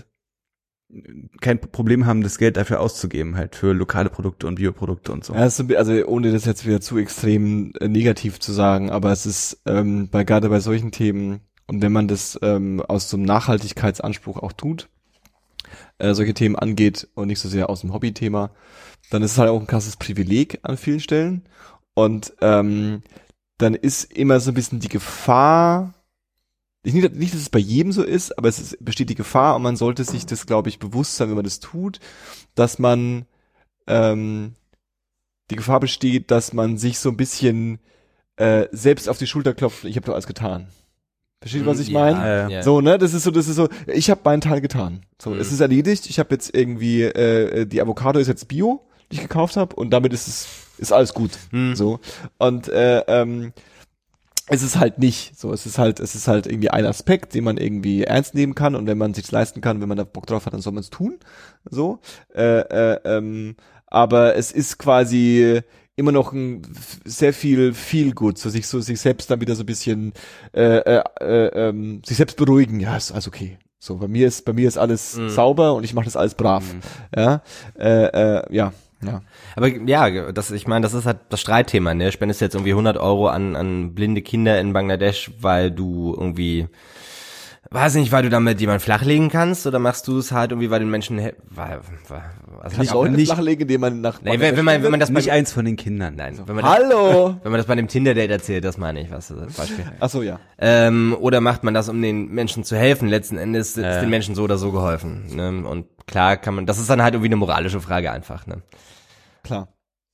kein Problem haben, das Geld dafür auszugeben, halt für lokale Produkte und Bioprodukte und so. Ja, es ist, also ohne das jetzt wieder zu extrem äh, negativ zu sagen, aber es ist ähm, bei gerade bei solchen Themen und wenn man das ähm, aus so einem Nachhaltigkeitsanspruch auch tut, äh, solche Themen angeht und nicht so sehr aus dem Hobbythema, dann ist es halt auch ein krasses Privileg an vielen Stellen und ähm, dann ist immer so ein bisschen die Gefahr, ich nicht, nicht, dass es bei jedem so ist, aber es ist, besteht die Gefahr und man sollte sich das, glaube ich, bewusst sein, wenn man das tut, dass man ähm, die Gefahr besteht, dass man sich so ein bisschen äh, selbst auf die Schulter klopft, ich habe doch alles getan. Versteht ihr, was ich Ja, meine? ja. So, ne, das ist so, das ist so, ich habe meinen Teil getan. So, Mhm. es ist erledigt, ich habe jetzt irgendwie, äh, die Avocado ist jetzt Bio, die ich gekauft habe und damit ist es, ist alles gut. Hm. So. Und äh, ähm, es ist halt nicht so, es ist halt, es ist halt irgendwie ein Aspekt, den man irgendwie ernst nehmen kann und wenn man sich's leisten kann, wenn man da Bock drauf hat, dann soll man es tun. So. Äh, äh, ähm, aber es ist quasi immer noch ein f- sehr viel viel gut, so sich so sich selbst dann wieder so ein bisschen äh, äh, äh, ähm, sich selbst beruhigen. Ja, ist alles okay. So, bei mir ist bei mir ist alles Mhm. sauber und ich mache das alles brav. Mhm. Ja, äh, äh, ja, ja. Aber ja, das, ich meine, das ist halt das Streitthema, ne? Spendest du jetzt irgendwie hundert Euro an, an blinde Kinder in Bangladesch, weil du irgendwie, weiß nicht, weil du damit jemanden flachlegen kannst, oder machst du es halt irgendwie, weil den Menschen, he- weil, weil, also Nicht auch Leute nicht- flachlegen, indem man nach Nee, wenn, wenn man, wenn man das Nicht bei, eins von den Kindern. nein, wenn man das, Hallo. wenn man das bei einem Tinder-Date erzählt, das meine ich, was das Beispiel. Ach so, ja. Ähm, oder macht man das, um den Menschen zu helfen? Letzten Endes ist Ja. den Menschen so oder so geholfen. Ne? Und klar kann man, das ist dann halt irgendwie eine moralische Frage einfach. Ne? Klar.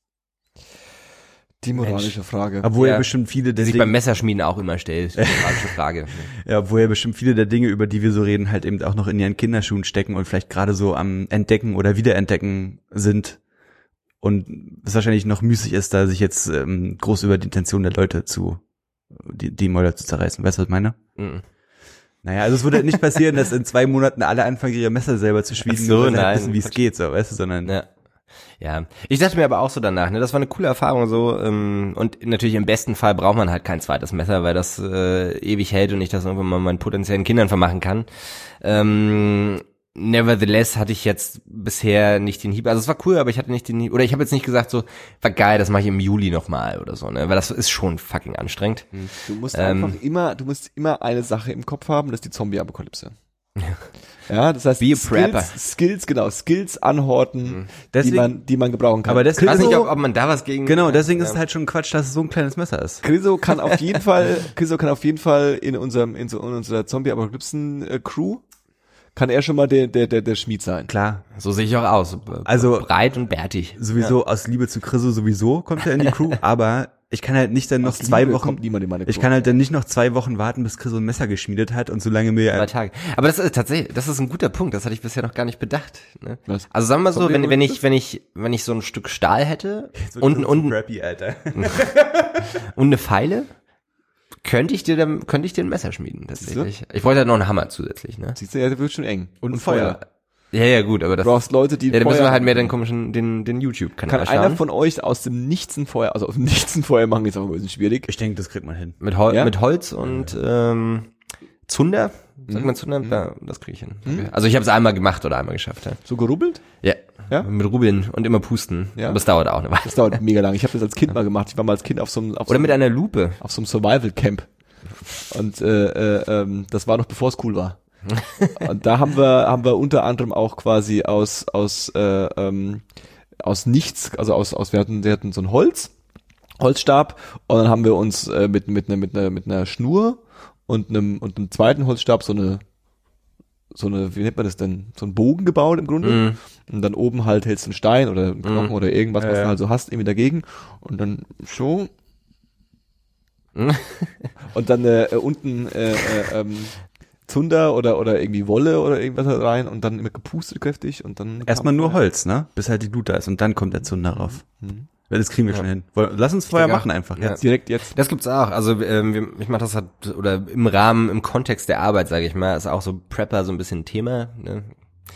Die moralische Frage. Obwohl ja Ja. bestimmt viele Die der sich beim Dinge, Messerschmieden auch immer stellt. Die moralische Frage. ja, obwohl ja bestimmt viele der Dinge, über die wir so reden, halt eben auch noch in ihren Kinderschuhen stecken und vielleicht gerade so am Entdecken oder Wiederentdecken sind. Und es wahrscheinlich noch müßig ist, da sich jetzt ähm, groß über die Intention der Leute zu, die, die Mäuler zu zerreißen. Weißt du, was ich meine? Mhm. Naja, also es würde halt nicht passieren, dass in zwei Monaten alle anfangen, ihre Messer selber zu schmieden, Ach so, nur weil sie halt nein. wissen, wie es geht, so, weißt du, sondern Ja. Ja, ich dachte mir aber auch so danach, ne, das war eine coole Erfahrung so, ähm, und natürlich im besten Fall braucht man halt kein zweites Messer, weil das äh, ewig hält und ich das irgendwann mal meinen potenziellen Kindern vermachen kann. Ähm, nevertheless hatte ich jetzt bisher nicht den Hieb, also es war cool, aber ich hatte nicht den Hieb, oder ich habe jetzt nicht gesagt so, war geil, das mache ich im Juli nochmal oder so, ne, weil das ist schon fucking anstrengend. Du musst Ähm. einfach immer, du musst immer eine Sache im Kopf haben, das ist die Zombie-Apokalypse. Ja, das heißt, Be a Skills, Prepper. Skills, genau, Skills anhorten, Deswegen- die man, die man gebrauchen kann. aber Ich deswegen weiß nicht, ist ob, ob man da was gegen... genau, deswegen ja. ist es halt schon Quatsch, dass es so ein kleines Messer ist. Chriso kann auf jeden Fall, Chriso kann auf jeden Fall in unserem, in, so, in unserer Zombie-Apokalypsen-Crew, kann er schon mal der, der, der, der Schmied sein. Klar. So sehe ich auch aus. Also- breit und bärtig. Sowieso aus Liebe zu Chriso sowieso kommt er in die Crew, aber ich kann halt nicht dann noch Aus zwei Liebe Wochen, kommt niemand in meine ich Crew. kann halt dann nicht noch zwei Wochen warten, bis Chriso ein Messer geschmiedet hat und solange mir Drei Tage. Aber das ist tatsächlich, das ist ein guter Punkt. Das hatte ich bisher noch gar nicht bedacht. Ne? Was? Also sagen wir mal so, Kommt wenn, ihr wenn mit? ich, wenn ich, wenn ich so ein Stück Stahl hätte so und, und, Rappy, Alter. und eine Feile, könnte ich dir dann, könnte ich dir ein Messer schmieden, tatsächlich. Ich wollte halt noch einen Hammer zusätzlich, ne? Siehst du, ja, der wird schon eng. Und Feuer. Ja, ja, gut, aber das, Du brauchst Leute, die ja, da müssen Feuer wir halt mehr den machen. komischen, den, den YouTube-Kanal Kann schauen. einer von euch aus dem Nichts ein Feuer, also aus dem Nichts ein Feuer machen, ist auch ein bisschen schwierig. Ich denke, das kriegt man hin. Mit, Hol Ja? mit Holz und ähm, Zunder, sagt Mhm. man Zunder? Ja, das kriege ich hin. Okay. Also ich habe es einmal gemacht oder einmal geschafft. Ja, So gerubbelt? ja. Ja? Mit Rubbeln und immer pusten. Ja. Aber es dauert auch eine Weile. Das dauert mega lang. Ich habe das als Kind mal gemacht. Ich war mal als Kind auf so einem, auf so Oder einem, mit einer Lupe. auf so einem Survival Camp. Und äh, äh, ähm, das war noch bevor es cool war. Und da haben wir haben wir unter anderem auch quasi aus aus äh, ähm, aus nichts, also aus aus wir hatten wir hatten so ein Holz Holzstab und dann haben wir uns äh, mit mit einer mit einer mit einer Schnur und einem und einem zweiten Holzstab so eine so eine, wie nennt man das denn, so einen Bogen gebaut im Grunde. Mhm. Und dann oben halt hältst du einen Stein oder einen Knochen Mhm. oder irgendwas, was Ja, du ja. halt so hast, irgendwie dagegen. Und dann so. Und dann äh, äh, unten äh, äh, ähm, Zunder oder oder irgendwie Wolle oder irgendwas da rein und dann immer gepustet kräftig und dann Erstmal kam- nur Holz, ne? Bis halt die Glut da ist und dann kommt der Zunder rauf. Mhm. Weil das kriegen wir schon hin. Woll- Lass uns vorher Digga. machen einfach. Ja. Jetzt. direkt jetzt. Das gibt's auch. Also ähm, wir- ich mache das halt, oder im Rahmen, im Kontext der Arbeit, sage ich mal, ist auch so Prepper so ein bisschen ein Thema. Ne?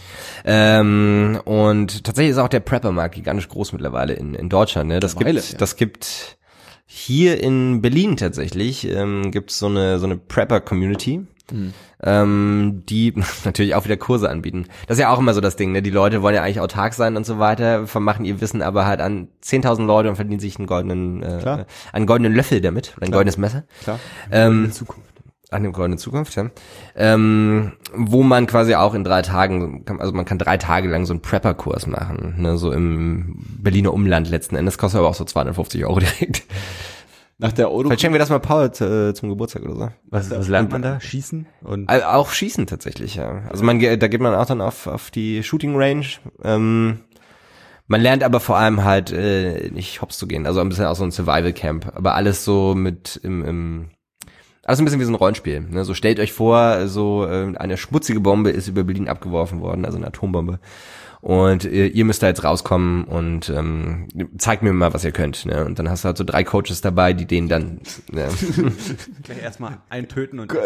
Ähm, und tatsächlich ist auch der Prepper-Markt gigantisch groß mittlerweile in, in Deutschland. Ne? Das Mittlerweile, gibt, ja. das gibt hier in Berlin tatsächlich ähm, gibt's so eine so eine Prepper-Community. Mhm. Ähm, die natürlich auch wieder Kurse anbieten. Das ist ja auch immer so das Ding, ne? Die Leute wollen ja eigentlich autark sein und so weiter, vermachen ihr Wissen aber halt an zehntausend Leute und verdienen sich einen goldenen, äh, Klar. einen goldenen Löffel damit, oder ein Klar. goldenes Messer. Klar. Ähm, In Zukunft. an dem goldenen Zukunft, ja. Ähm, wo man quasi auch in drei Tagen, kann- also man kann drei Tage lang so einen Prepper-Kurs machen, ne? So im Berliner Umland letzten Endes, kostet aber auch so zweihundertfünfzig Euro direkt. Nach der Euro. Vielleicht schenken wir das mal Paul äh, zum Geburtstag oder so. Was, was lernt man da? Schießen? Und Also auch Schießen tatsächlich, ja. Also man ge- da geht man auch dann auf auf die Shooting Range. Ähm, man lernt aber vor allem halt äh, nicht hops zu gehen, also ein bisschen auch so ein Survival Camp, aber alles so mit im, im alles ein bisschen wie so ein Rollenspiel. Ne? So stellt euch vor, so äh, eine schmutzige Bombe ist über Berlin abgeworfen worden, also eine Atombombe. Und äh, ihr müsst da jetzt rauskommen und ähm, zeigt mir mal, was ihr könnt. Ne? Und dann hast du halt so drei Coaches dabei, die denen dann ne? gleich erstmal eintöten und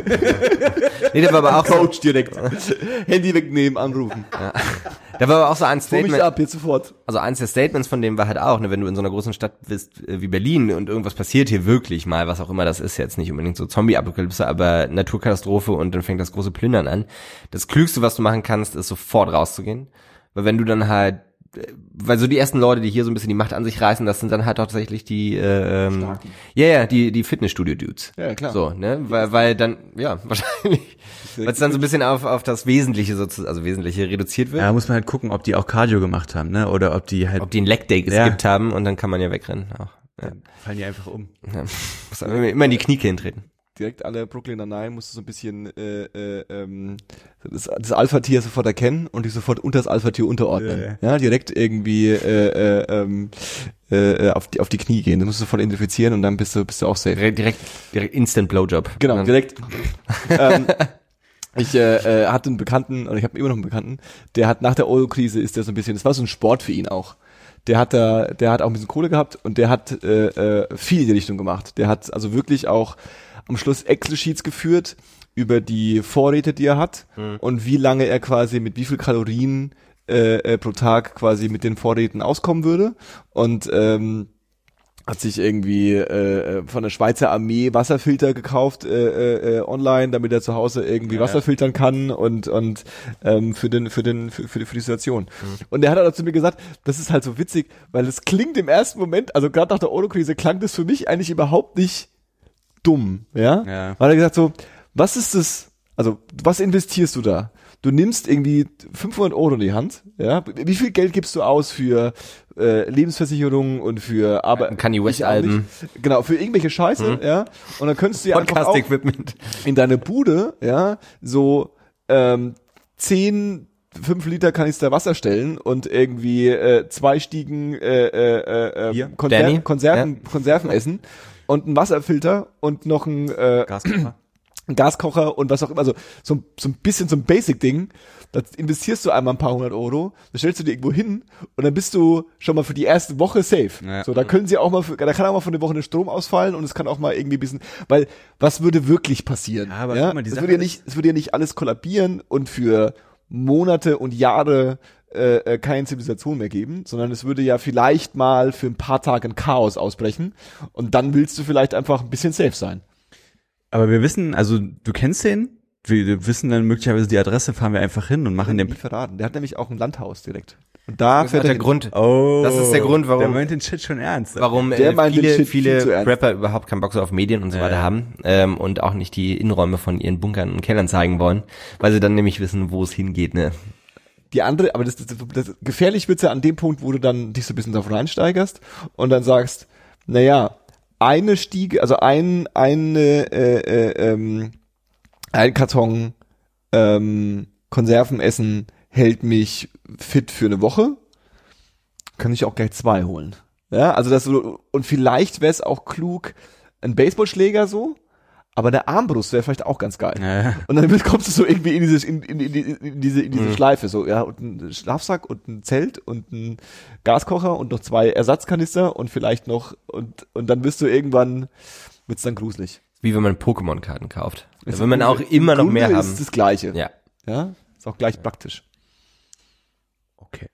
Nee, da war aber auch so, Coach direkt. Handy wegnehmen, anrufen. da war aber auch so ein Hol mich Statement. ab, jetzt sofort. Also eins der Statements von dem war halt auch, ne, wenn du in so einer großen Stadt bist äh, wie Berlin und irgendwas passiert hier wirklich mal, was auch immer das ist, jetzt nicht unbedingt so Zombie-Apokalypse, aber Naturkatastrophe und dann fängt das große Plündern an. Das Klügste, was du machen kannst, ist sofort rauszugehen. Weil wenn du dann halt, äh, weil so die ersten Leute, die hier so ein bisschen die Macht an sich reißen, das sind dann halt tatsächlich die, äh, ähm, Starken. ja, ja, die, die Fitnessstudio-Dudes. Ja, klar. So, ne, weil, weil dann, ja, wahrscheinlich, weil es dann so ein bisschen auf, auf das Wesentliche sozusagen, also Wesentliche reduziert wird. ja, muss man halt gucken, ob die auch Cardio gemacht haben, ne? Oder ob die halt Ob die einen Leg Day Ja. geskippt haben und dann kann man ja wegrennen auch. Ja. fallen die einfach um. Ja. Muss immer immer in die Knie hintreten. Direkt alle Brooklyn Nine-Nine musst du so ein bisschen äh, äh, ähm, das, das Alpha-Tier sofort erkennen und dich sofort unter das Alpha-Tier unterordnen. Ja, Ja, direkt irgendwie äh, äh, ähm, äh, auf die auf die Knie gehen. Du musst sofort identifizieren und dann bist du bist du auch safe. Direkt, direkt, direkt Instant Blowjob. Genau, Ja. direkt. ähm, ich äh, äh, hatte einen Bekannten, oder ich habe immer noch einen Bekannten, der hat nach der Euro-Krise ist der so ein bisschen, das war so ein Sport für ihn auch. Der hat da, der hat auch ein bisschen Kohle gehabt und der hat äh, äh, viel in die Richtung gemacht. Der hat also wirklich auch am Schluss Excel-Sheets geführt über die Vorräte, die er hat Mhm. und wie lange er quasi mit wie viel Kalorien äh, äh, pro Tag quasi mit den Vorräten auskommen würde und ähm, hat sich irgendwie äh, von der Schweizer Armee Wasserfilter gekauft äh, äh, online, damit er zu Hause irgendwie Ja, Wasser ja. filtern kann und und ähm, für den für den für, für die für die Situation. Und er hat auch zu mir gesagt, das ist halt so witzig, weil es klingt im ersten Moment, also gerade nach der Euro-Krise klang das für mich eigentlich überhaupt nicht dumm, ja? Ja. Weil er gesagt so, was ist das? Also was investierst du da? Du nimmst irgendwie fünfhundert Euro in die Hand, ja? Wie viel Geld gibst du aus für äh, Lebensversicherungen und für Arbeit? Kanye West Alben, Genau, für irgendwelche Scheiße, ja. Und dann könntest du ja einfach Podcast auch Equipment. in deine Bude, ja, so ähm, zehn fünf Liter Kanister Wasser stellen und irgendwie äh, zwei Stiegen äh, äh, äh, Bier? Konser Danny? Konserven, Konserven essen und einen Wasserfilter und noch ein äh, Gaskocher. ein Gaskocher und was auch immer, also so, so ein bisschen so ein Basic-Ding, da investierst du einmal ein paar hundert Euro, das stellst du dir irgendwo hin und dann bist du schon mal für die erste Woche safe. Ja. So, da können sie auch mal, für, da kann auch mal für eine Woche der Strom ausfallen und es kann auch mal irgendwie ein bisschen, weil was würde wirklich passieren? Ja, aber ja? guck mal, die es Sache würde ja ist- nicht, es würde ja nicht alles kollabieren und für Monate und Jahre äh, äh, keine Zivilisation mehr geben, sondern es würde ja vielleicht mal für ein paar Tage ein Chaos ausbrechen und dann willst du vielleicht einfach ein bisschen safe sein. Aber wir wissen, also du kennst den, wir wissen dann möglicherweise die Adresse, fahren wir einfach hin und machen Den den. nie verraten. Der hat nämlich auch ein Landhaus direkt. Und da Das ist fährt der er hin. Grund, Oh, Das ist der Grund, warum- Der meint den Shit schon ernst. warum Der äh, meint den viele, Shit viel zu viele ernst. Rapper überhaupt keinen Bock so auf Medien und so Ja, weiter ja. haben ähm, und auch nicht die Innenräume von ihren Bunkern und Kellern zeigen wollen, weil sie dann nämlich wissen, wo es hingeht. Ne? Die andere, aber das, das, das gefährlich wird's ja an dem Punkt, wo du dann dich so ein bisschen drauf reinsteigerst und dann sagst, naja, eine Stiege, also ein, eine, äh, äh, ähm, ein Karton ähm, Konservenessen hält mich fit für eine Woche, kann ich auch gleich zwei holen. Ja, also das so, und vielleicht wäre es auch klug, ein Baseballschläger so, aber der Armbrust wäre vielleicht auch ganz geil. Ja. Und dann kommst du so irgendwie in diese, in, in, in, in diese, in diese Schleife, so, ja, und ein Schlafsack und ein Zelt und ein Gaskocher und noch zwei Ersatzkanister und vielleicht noch, und, und dann wirst du irgendwann, wird's dann gruselig. Wie wenn man Pokémon-Karten kauft. Da Also will man im auch immer noch Grunde mehr ist haben. es das Gleiche. Ja. Ja, ist auch gleich praktisch. Okay.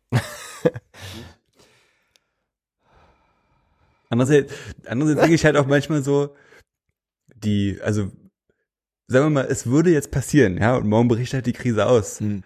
Andererseits, andererseits denke ich halt auch manchmal so, die, also, sagen wir mal, es würde jetzt passieren, ja, und morgen bricht halt die Krise aus. Hm.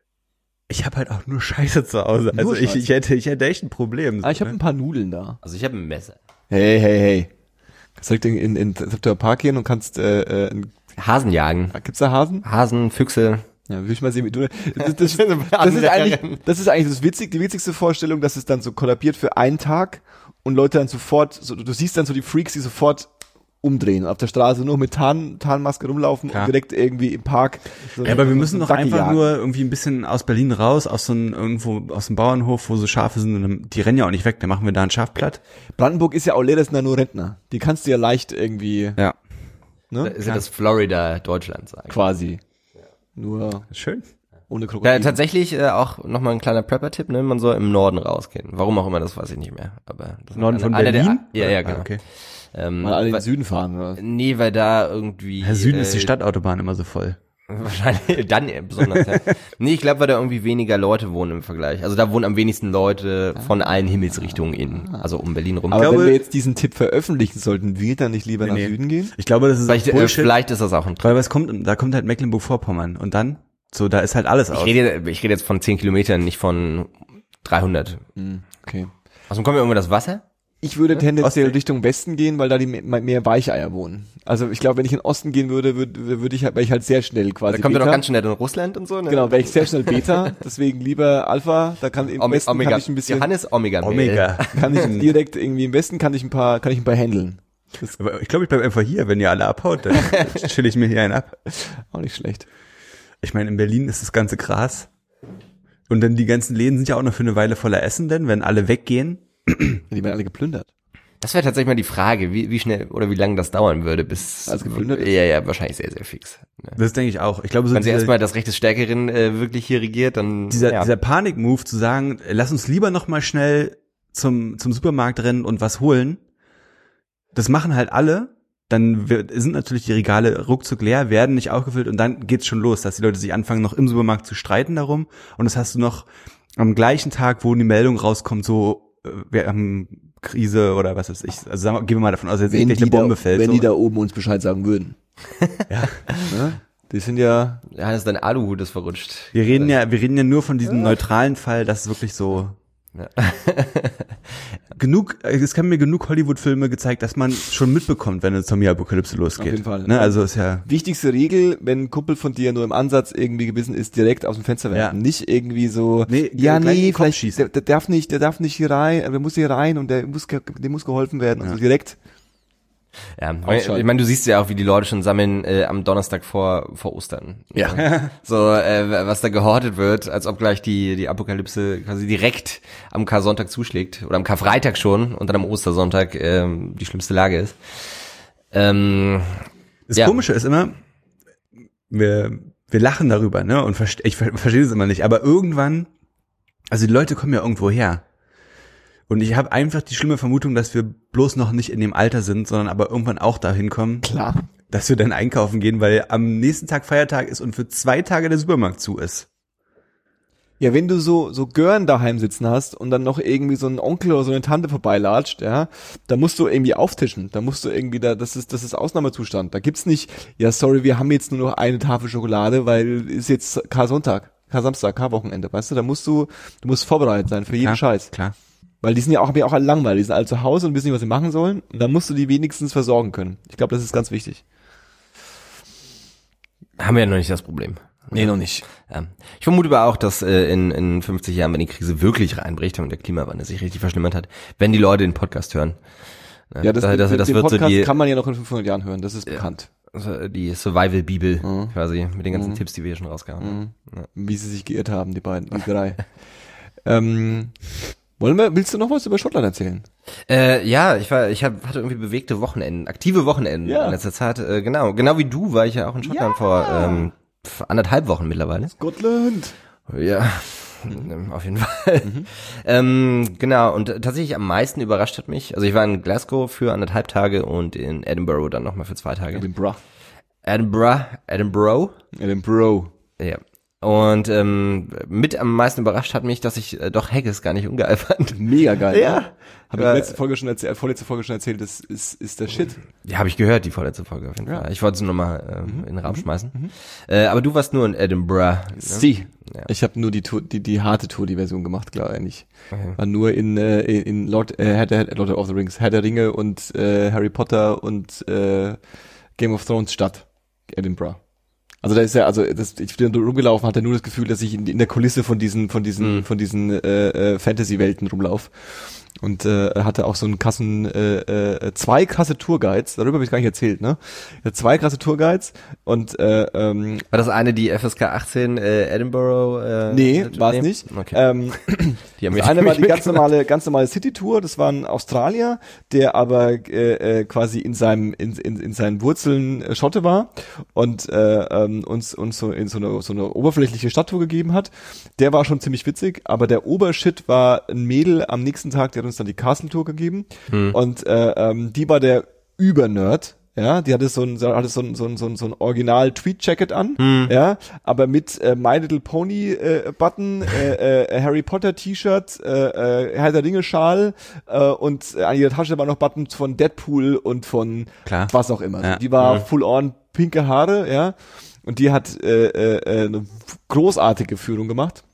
Ich habe halt auch nur Scheiße zu Hause. Nur Also ich, Scheiße. ich hätte, ich hätte echt ein Problem. So, Ah, ich habe ne? ein paar Nudeln da. Also ich habe ein Messer. Hey, hey, hey. Kannst direkt in, in, in September Park gehen und kannst, äh, äh, Hasen jagen. gibt's da Hasen? Hasen, Füchse. Ja, will ich mal sehen, wie du, das, das, das, das ist eigentlich, das ist eigentlich das witzig, die witzigste Vorstellung, dass es dann so kollabiert für einen Tag und Leute dann sofort, so, du siehst dann so die Freaks, die sofort umdrehen und auf der Straße nur mit Tarn, Tarnmaske rumlaufen Klar. und direkt irgendwie im Park. So Ja, aber wir so müssen doch Dackel einfach jagen. nur irgendwie ein bisschen aus Berlin raus, aus so einem, irgendwo, aus dem Bauernhof, wo so Schafe sind, und dann- die rennen ja auch nicht weg, dann machen wir da ein Schaf platt. Brandenburg ist ja auch leer, das sind ja nur Rentner. Die kannst du ja leicht irgendwie, Ja. Da ne, ist ja das Florida Deutschland sagen. quasi. Nur Schön. ohne Ja, Krokodil. tatsächlich äh, auch nochmal ein kleiner Prepper-Tipp, ne? Man soll im Norden rausgehen. Warum auch immer, das weiß ich nicht mehr. Aber das Norden ist von einer Berlin? Der, ja, ja, Ah, genau. okay. Ähm, Mal alle in weil- den Süden fahren, oder? Nee, weil da irgendwie. Herr Süden äh, ist die Stadtautobahn immer so voll. Wahrscheinlich, dann besonders, ja. Nee, ich glaube, weil da irgendwie weniger Leute wohnen im Vergleich. Also da wohnen am wenigsten Leute von allen Himmelsrichtungen in, also um Berlin rum. Aber glaube- wenn wir jetzt diesen Tipp veröffentlichen, sollten wir dann nicht lieber nach nee. Süden gehen? Ich glaube, das ist vielleicht, auch äh, Bullshit, vielleicht ist das auch ein Trick. weil was kommt, da kommt halt Mecklenburg-Vorpommern und dann, so, da ist halt alles Ich aus. rede, ich rede jetzt von zehn Kilometern, nicht von dreihundert. Okay. Also kommen wir irgendwo das Wasser? Ich würde tendenziell Ostsee. Richtung Westen gehen, weil da die mehr, mehr Weicheier wohnen. Also ich glaube, wenn ich in den Osten gehen würde, würde, würde ich halt, wäre ich halt sehr schnell quasi Da kommt ja Beta. noch ganz schnell in Russland und so, ne? Genau, wäre ich sehr schnell Beta, deswegen lieber Alpha, da kann im Ome- Westen Omega. kann ich ein bisschen, Johannes Omega. Omega. kann ich direkt irgendwie im Westen kann ich ein paar, kann ich ein paar handeln. Das ist Aber ich glaube, ich bleib einfach hier, wenn ihr alle abhaut, dann chill ich mir hier einen ab. auch nicht schlecht. Ich meine, in Berlin ist das ganze Gras. Und dann die ganzen Läden sind ja auch noch für eine Weile voller Essen, denn wenn alle weggehen. Die werden alle geplündert. Das wäre tatsächlich mal die Frage, wie, wie schnell oder wie lange das dauern würde, bis Als geplündert ist? Ja, ja, wahrscheinlich sehr, sehr fix. Ja. Das denke ich auch. Ich glaube, so Wenn sie diese, erstmal das Recht des Stärkeren äh, wirklich hier regiert, dann dieser, ja. dieser Panik-Move zu sagen, lass uns lieber noch mal schnell zum, zum Supermarkt rennen und was holen. Das machen halt alle. Dann wird, sind natürlich die Regale ruckzuck leer, werden nicht aufgefüllt und dann geht's schon los, dass die Leute sich anfangen, noch im Supermarkt zu streiten darum. Und das hast du noch am gleichen Tag, wo die Meldung rauskommt, so, äh, wir haben Krise oder was weiß ich. Also sagen wir, gehen wir mal davon aus, dass jetzt Wenn, irgendwelche die da, Bombe fällt. wenn so. die da oben uns Bescheid sagen würden. Ja. Ne? Die sind ja, Ja, das ist dein Aluhut ist verrutscht. Wir reden ja, wir reden ja nur von diesem neutralen Fall, dass es wirklich so Ja. genug, es haben mir genug Hollywood-Filme gezeigt, dass man schon mitbekommt, wenn eine Zombie-Apokalypse losgeht. Auf jeden Fall. Ne? Also ist ja, wichtigste Regel, wenn ein Kumpel von dir nur im Ansatz irgendwie gebissen ist, direkt aus dem Fenster werfen. Ja. Nicht irgendwie so, Nee, ja, gleich in nee, den Kopf vielleicht, schießen. der, der darf nicht, der darf nicht hier rein, der muss hier rein und der muss, ge- dem muss geholfen werden. Also direkt, Ja, ich meine, du siehst ja auch, wie die Leute schon sammeln äh, am Donnerstag vor vor Ostern. Ja. So, äh, was da gehortet wird, als ob gleich die die Apokalypse quasi direkt am Karsonntag zuschlägt oder am Karfreitag schon und dann am Ostersonntag ähm, die schlimmste Lage ist. Ähm, Das ja. Komische ist immer, wir wir lachen darüber, ne? Und verste- ich ver- verstehe es immer nicht, aber irgendwann, also die Leute kommen ja irgendwo her. Und ich habe einfach die schlimme Vermutung, dass wir bloß noch nicht in dem Alter sind, sondern aber irgendwann auch dahin kommen, Klar. dass wir dann einkaufen gehen, weil am nächsten Tag Feiertag ist und für zwei Tage der Supermarkt zu ist. Ja, wenn du so so Gören daheim sitzen hast und dann noch irgendwie so ein Onkel oder so eine Tante vorbeilatscht, ja, da musst du irgendwie auftischen. Da musst du irgendwie da, das ist das ist Ausnahmezustand. Da gibt's nicht, ja sorry, wir haben jetzt nur noch eine Tafel Schokolade, weil ist jetzt Kar-Sonntag, Kar-Samstag, Kar-Wochenende, weißt du? Da musst du du musst vorbereitet sein für jeden Klar, Scheiß. Klar. Weil die sind ja auch, haben ja auch alle langweilig, die sind alle zu Hause und wissen nicht, was sie machen sollen. Und dann musst du die wenigstens versorgen können. Ich glaube, das ist ganz wichtig. haben wir ja noch nicht das Problem. Nee, noch nicht. Ja. Ich vermute aber auch, dass äh, in, in fünfzig Jahren, wenn die Krise wirklich reinbricht und der Klimawandel sich richtig verschlimmert hat, wenn die Leute den Podcast hören. Ja, das, das, das, den, das den wird Podcast so die, kann man ja noch in fünfhundert Jahren hören, das ist bekannt. also die Survival-Bibel Mhm. quasi, mit den ganzen Mhm. Tipps, die wir hier schon rausgehauen haben. Mhm. Ja. Wie sie sich geirrt haben, die beiden, die drei. ähm, wollen wir, willst du noch was über Schottland erzählen? Äh, ja, ich war, ich hab, hatte irgendwie bewegte Wochenenden, aktive Wochenenden Ja. in letzter Zeit. Äh, genau, genau wie du war ich ja auch in Schottland Ja. vor ähm, f- anderthalb Wochen mittlerweile. Scotland. Ja, ähm, auf jeden Fall. ähm, genau, und tatsächlich am meisten überrascht hat mich, also ich war in Glasgow für anderthalb Tage und in Edinburgh dann nochmal für zwei Tage. Edinburgh. Edinburgh, Edinburgh, Edinburgh. ja. Und ähm, mit am meisten überrascht hat mich, dass ich äh, doch Haggis gar nicht ungeil fand. Mega geil. Ja. Ne? Habe ich Ja. letzte Folge schon erzählt, vorletzte Folge schon erzählt, das ist, ist der Shit. Die habe ich gehört, die vorletzte Folge auf jeden Ja. Fall. Ich wollte es nur mal ähm, in den Raum schmeißen. Äh, aber du warst nur in Edinburgh. Ne? Sie. Ja. Ich habe nur die, Tour- die die harte Tour, die Version gemacht, glaube ich. Okay. War nur in äh, in Lord äh, Herr der, Lord of the Rings, Herr der Ringe und äh, Harry Potter und äh, Game of Thrones Stadt, Edinburgh. Also da ist ja, also das, ich bin da rumgelaufen, hatte nur das Gefühl, dass ich in, in der Kulisse von diesen, von diesen, Mhm. von diesen äh, äh, Fantasy-Welten rumlaufe. Und äh, hatte auch so einen krassen, äh, äh, zwei krasse Tourguides, darüber habe ich gar nicht erzählt, ne? Ja, zwei krasse Tourguides und äh, ähm, War das eine die F S K achtzehn äh, Edinburgh? Äh, nee, war es nee? nicht. Okay. Ähm, Die haben das mich- eine war mich die ganz mitgenommen. normale, ganz normale City-Tour, das war ein Australier, der aber äh, äh, quasi in seinem, in, in, in seinen Wurzeln äh, Schotte war und äh, ähm, uns uns so in so eine so eine oberflächliche Stadttour gegeben hat. Der war schon ziemlich witzig, aber der Obershit war ein Mädel am nächsten Tag, der hat uns dann die Castle-Tour gegeben und äh, ähm, die war der Über-Nerd. Ja, die hatte so ein, so- hatte so ein, so ein, so ein, so ein Original-Tweet-Jacket an, ja, aber mit äh, My Little Pony äh, Button, äh, äh, Harry Potter T-Shirt, äh, äh, Herr der Ringe Schal äh, und äh, an ihrer Tasche war noch Buttons von Deadpool und von Klar. was auch immer. Ja. Die war full on pinke Haare, ja, und die hat äh, äh, eine großartige Führung gemacht.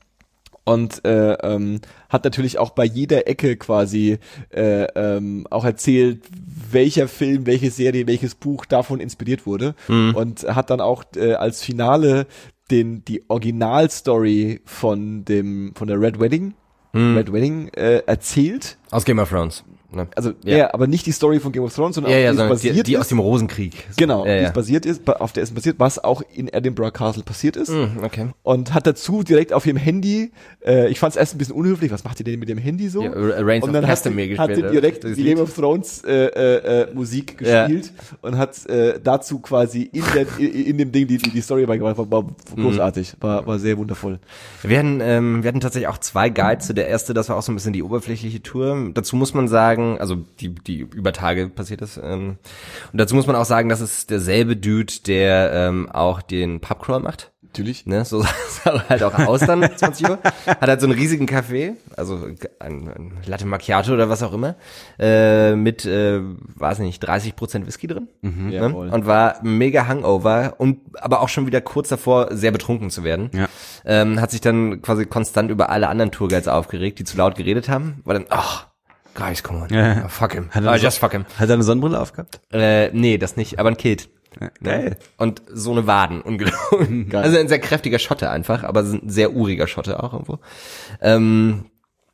Und äh, ähm, hat natürlich auch bei jeder Ecke quasi äh, ähm, auch erzählt, welcher Film, welche Serie, welches Buch davon inspiriert wurde. Und hat dann auch äh, als Finale den die Originalstory von dem von der Red Wedding, Red Wedding äh, erzählt. Aus Game of Thrones. Ne? Also ja. Ja. aber nicht die Story von Game of Thrones, sondern Ja, auf ja, die es sondern basiert die, die ist. aus dem Rosenkrieg. So. Genau, ja, die ja. es basiert ist, auf der es basiert, was auch in Edinburgh Castle passiert ist. Hm, okay. Und hat dazu direkt auf ihrem Handy, äh, ich fand es erst ein bisschen unhöflich, was macht ihr denn mit dem Handy so? Ja, Reigns und of dann hat, Castamere hat gespielt, sie direkt das die Lied. Game of Thrones äh, äh, äh, Musik Ja. gespielt und hat äh, dazu quasi in, der, in, in dem Ding die, die, die Story beigebracht, war, war großartig, war, war sehr wundervoll. Wir hatten, ähm, wir hatten tatsächlich auch zwei Guides. Der erste, das war auch so ein bisschen die oberflächliche Tour. Dazu muss man sagen, also die, die über Tage passiert ist. Ähm, und dazu muss man auch sagen, das ist derselbe Dude, der ähm, auch den Pubcrawl macht. Natürlich. Ne, so sah er halt auch aus dann, zwanzig Uhr. Hat halt so einen riesigen Café, also ein, ein Latte Macchiato oder was auch immer, äh, mit, äh, weiß nicht, dreißig Prozent Whisky drin. Ne? Jawohl. Und war mega Hangover und aber auch schon wieder kurz davor, sehr betrunken zu werden. Ja. Ähm, hat sich dann quasi konstant über alle anderen Tourguides aufgeregt, die zu laut geredet haben. War dann, ach, guys, come on. Ja. Oh, fuck him. Hat er Oh, so- just fuck him. Hat er eine Sonnenbrille aufgehabt? Äh, nee, das nicht, aber ein Kilt. Geil. Und so eine Waden, ungelogen. Geil. Also ein sehr kräftiger Schotte einfach, aber ein sehr uriger Schotte auch irgendwo. Ähm,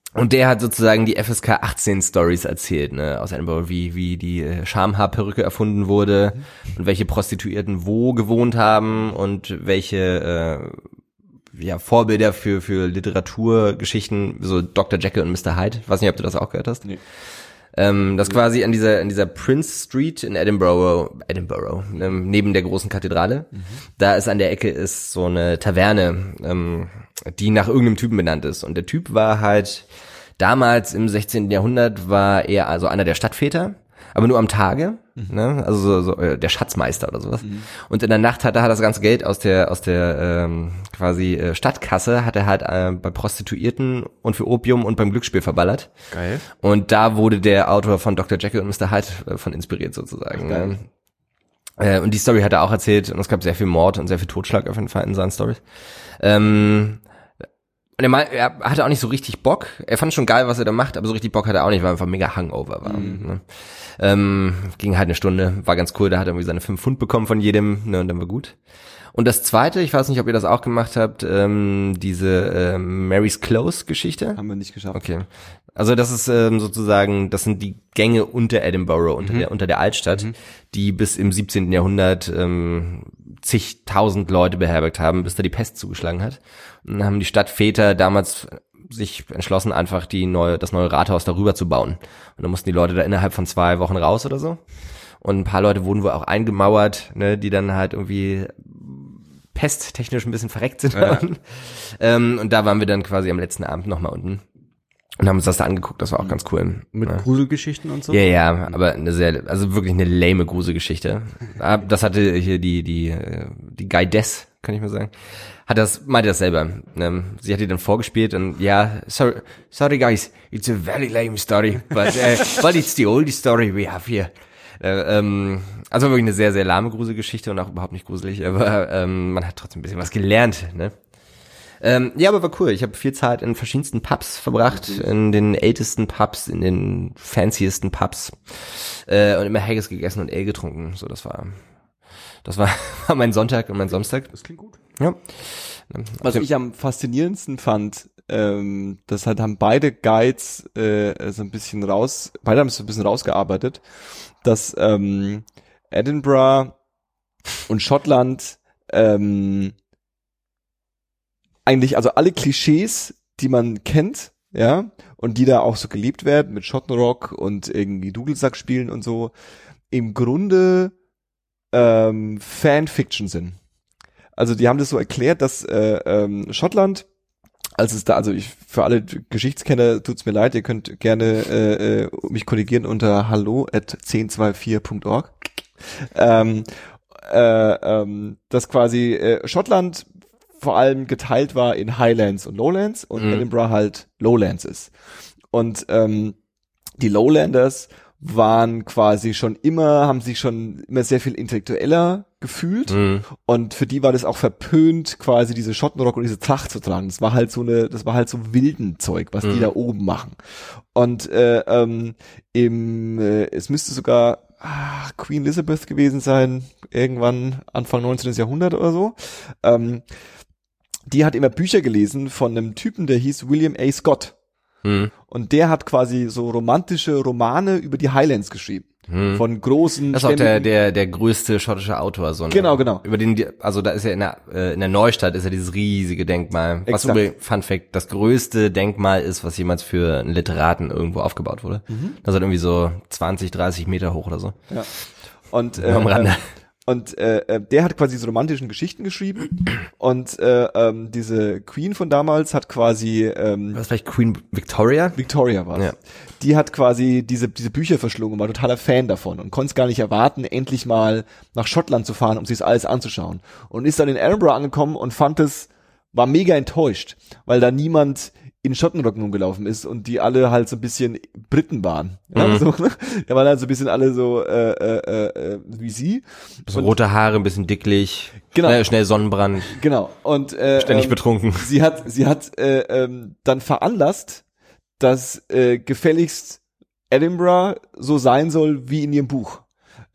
Und der hat sozusagen die F S K achtzehn Stories erzählt, ne, aus Edinburgh, wie, wie die äh, Schamhaarperücke erfunden wurde mhm. und welche Prostituierten wo gewohnt haben und welche, äh, ja, Vorbilder für, für Literaturgeschichten, so Doktor Jekyll und Mister Hyde. Ich weiß nicht, ob du das auch gehört hast. Nee. Ähm, das quasi an dieser, an dieser Prince Street in Edinburgh, Edinburgh, ähm, neben der großen Kathedrale. Mhm. Da ist an der Ecke ist so eine Taverne, ähm, die nach irgendeinem Typen benannt ist. Und der Typ war halt, damals im sechzehnten Jahrhundert war er also einer der Stadtväter, aber nur am Tage, mhm. ne? Also so, so äh, der Schatzmeister oder sowas. Mhm. Und in der Nacht hat er halt das ganze Geld aus der aus der ähm, quasi äh, Stadtkasse hat er halt äh, bei Prostituierten und für Opium und beim Glücksspiel verballert. Geil. Und da wurde der Autor von Doktor Jekyll und Mister Hyde äh, von inspiriert sozusagen. Ach, ne? äh, und die Story hat er auch erzählt und es gab sehr viel Mord und sehr viel Totschlag auf jeden Fall in seinen Stories. Ähm, Und er, meint, er hatte auch nicht so richtig Bock. Er fand schon geil, was er da macht, aber so richtig Bock hatte er auch nicht, weil er einfach mega Hangover war. Mhm. Ne? Ähm, ging halt eine Stunde, war ganz cool. Da hat er irgendwie seine fünf Pfund bekommen von jedem, ne, und dann war gut. Und das Zweite, ich weiß nicht, ob ihr das auch gemacht habt, ähm, diese ähm, Mary's Close-Geschichte. Haben wir nicht geschafft. Okay. Also das ist ähm, sozusagen, das sind die Gänge unter Edinburgh, unter mhm. der unter der Altstadt, mhm. die bis im siebzehnten Jahrhundert ähm, zigtausend Leute beherbergt haben, bis da die Pest zugeschlagen hat. Und dann haben die Stadtväter damals sich entschlossen, einfach die neue, das neue Rathaus darüber zu bauen. Und dann mussten die Leute da innerhalb von zwei Wochen raus oder so. Und ein paar Leute wurden wohl auch eingemauert, ne, die dann halt irgendwie pesttechnisch ein bisschen verreckt sind. Ja. ähm, und da waren wir dann quasi am letzten Abend nochmal unten. Und haben uns das da angeguckt, das war auch ganz cool. Mit ja. Gruselgeschichten und so? Ja, ja, aber eine sehr, also wirklich eine lame Gruselgeschichte. Das hatte hier die, die, die Guidess, kann ich mal sagen, hat das, meinte das selber. Sie hat die dann vorgespielt und ja, sorry, sorry guys, it's a very lame story, but, uh, but it's the oldest story we have here. Äh, ähm, also wirklich eine sehr, sehr lahme Gruselgeschichte und auch überhaupt nicht gruselig, aber ähm, man hat trotzdem ein bisschen was gelernt, ne? Ähm, ja, aber war cool. Ich habe viel Zeit in verschiedensten Pubs verbracht, in den ältesten Pubs, in den fanciesten Pubs äh, und immer Haggis gegessen und Ale getrunken. So, das war, das war, war mein Sonntag und mein Samstag. Das klingt gut. Ja. Was ich am faszinierendsten fand, ähm, das halt haben beide Guides äh, so ein bisschen raus, beide haben es so ein bisschen rausgearbeitet, dass ähm, Edinburgh und Schottland ähm, eigentlich, also alle Klischees, die man kennt, ja, und die da auch so geliebt werden, mit Schottenrock und irgendwie Dudelsack spielen und so, im Grunde ähm, Fanfiction sind. Also die haben das so erklärt, dass äh, ähm, Schottland, als es da, also ich für alle Geschichtskenner tut's mir leid, ihr könnt gerne äh, mich korrigieren unter hallo at zehn zwei vier punkt org. Ähm, äh, ähm, dass quasi äh, Schottland vor allem geteilt war in Highlands und Lowlands und mhm. Edinburgh halt Lowlands ist. Und ähm, die Lowlanders waren quasi schon immer, haben sich schon immer sehr viel intellektueller gefühlt mhm. und für die war das auch verpönt, quasi diese Schottenrock und diese Tracht zu tragen. Das war halt so eine, das war halt so wilden Zeug, was mhm. die da oben machen. Und äh, ähm, im, äh, es müsste sogar ah, Queen Elizabeth gewesen sein, irgendwann Anfang neunzehnten Jahrhundert oder so. Ähm, die hat immer Bücher gelesen von einem Typen, der hieß William A. Scott. Hm. Und der hat quasi so romantische Romane über die Highlands geschrieben. Hm. Von großen. Das ist auch der, der, der größte schottische Autor, so. Ne? Genau, genau. Über den, also da ist ja in der, äh, in der Neustadt ist ja dieses riesige Denkmal. Was übrigens, Fun Fact, das größte Denkmal ist, was jemals für einen Literaten irgendwo aufgebaut wurde. Mhm. Das ist irgendwie so zwanzig, dreißig Meter hoch oder so. Ja. Und, äh, am Rande. Und äh, der hat quasi so romantischen Geschichten geschrieben und äh, ähm, diese Queen von damals hat quasi ähm, was vielleicht Queen Victoria? Victoria war es. Ja. Die hat quasi diese diese Bücher verschlungen und war totaler Fan davon und konnte es gar nicht erwarten, endlich mal nach Schottland zu fahren, um sich das alles anzuschauen. Und ist dann in Edinburgh angekommen und fand es, war mega enttäuscht, weil da niemand in Schottenrock rumgelaufen ist und die alle halt so ein bisschen Briten waren. Ja, mhm. so, ne? Da waren halt so ein bisschen alle so äh, äh, äh, wie sie. So rote Haare, ein bisschen dicklich, genau. schnell, schnell Sonnenbrand. Genau. Und äh, ständig ähm, betrunken. Sie hat sie hat äh, ähm, dann veranlasst, dass äh, gefälligst Edinburgh so sein soll wie in ihrem Buch.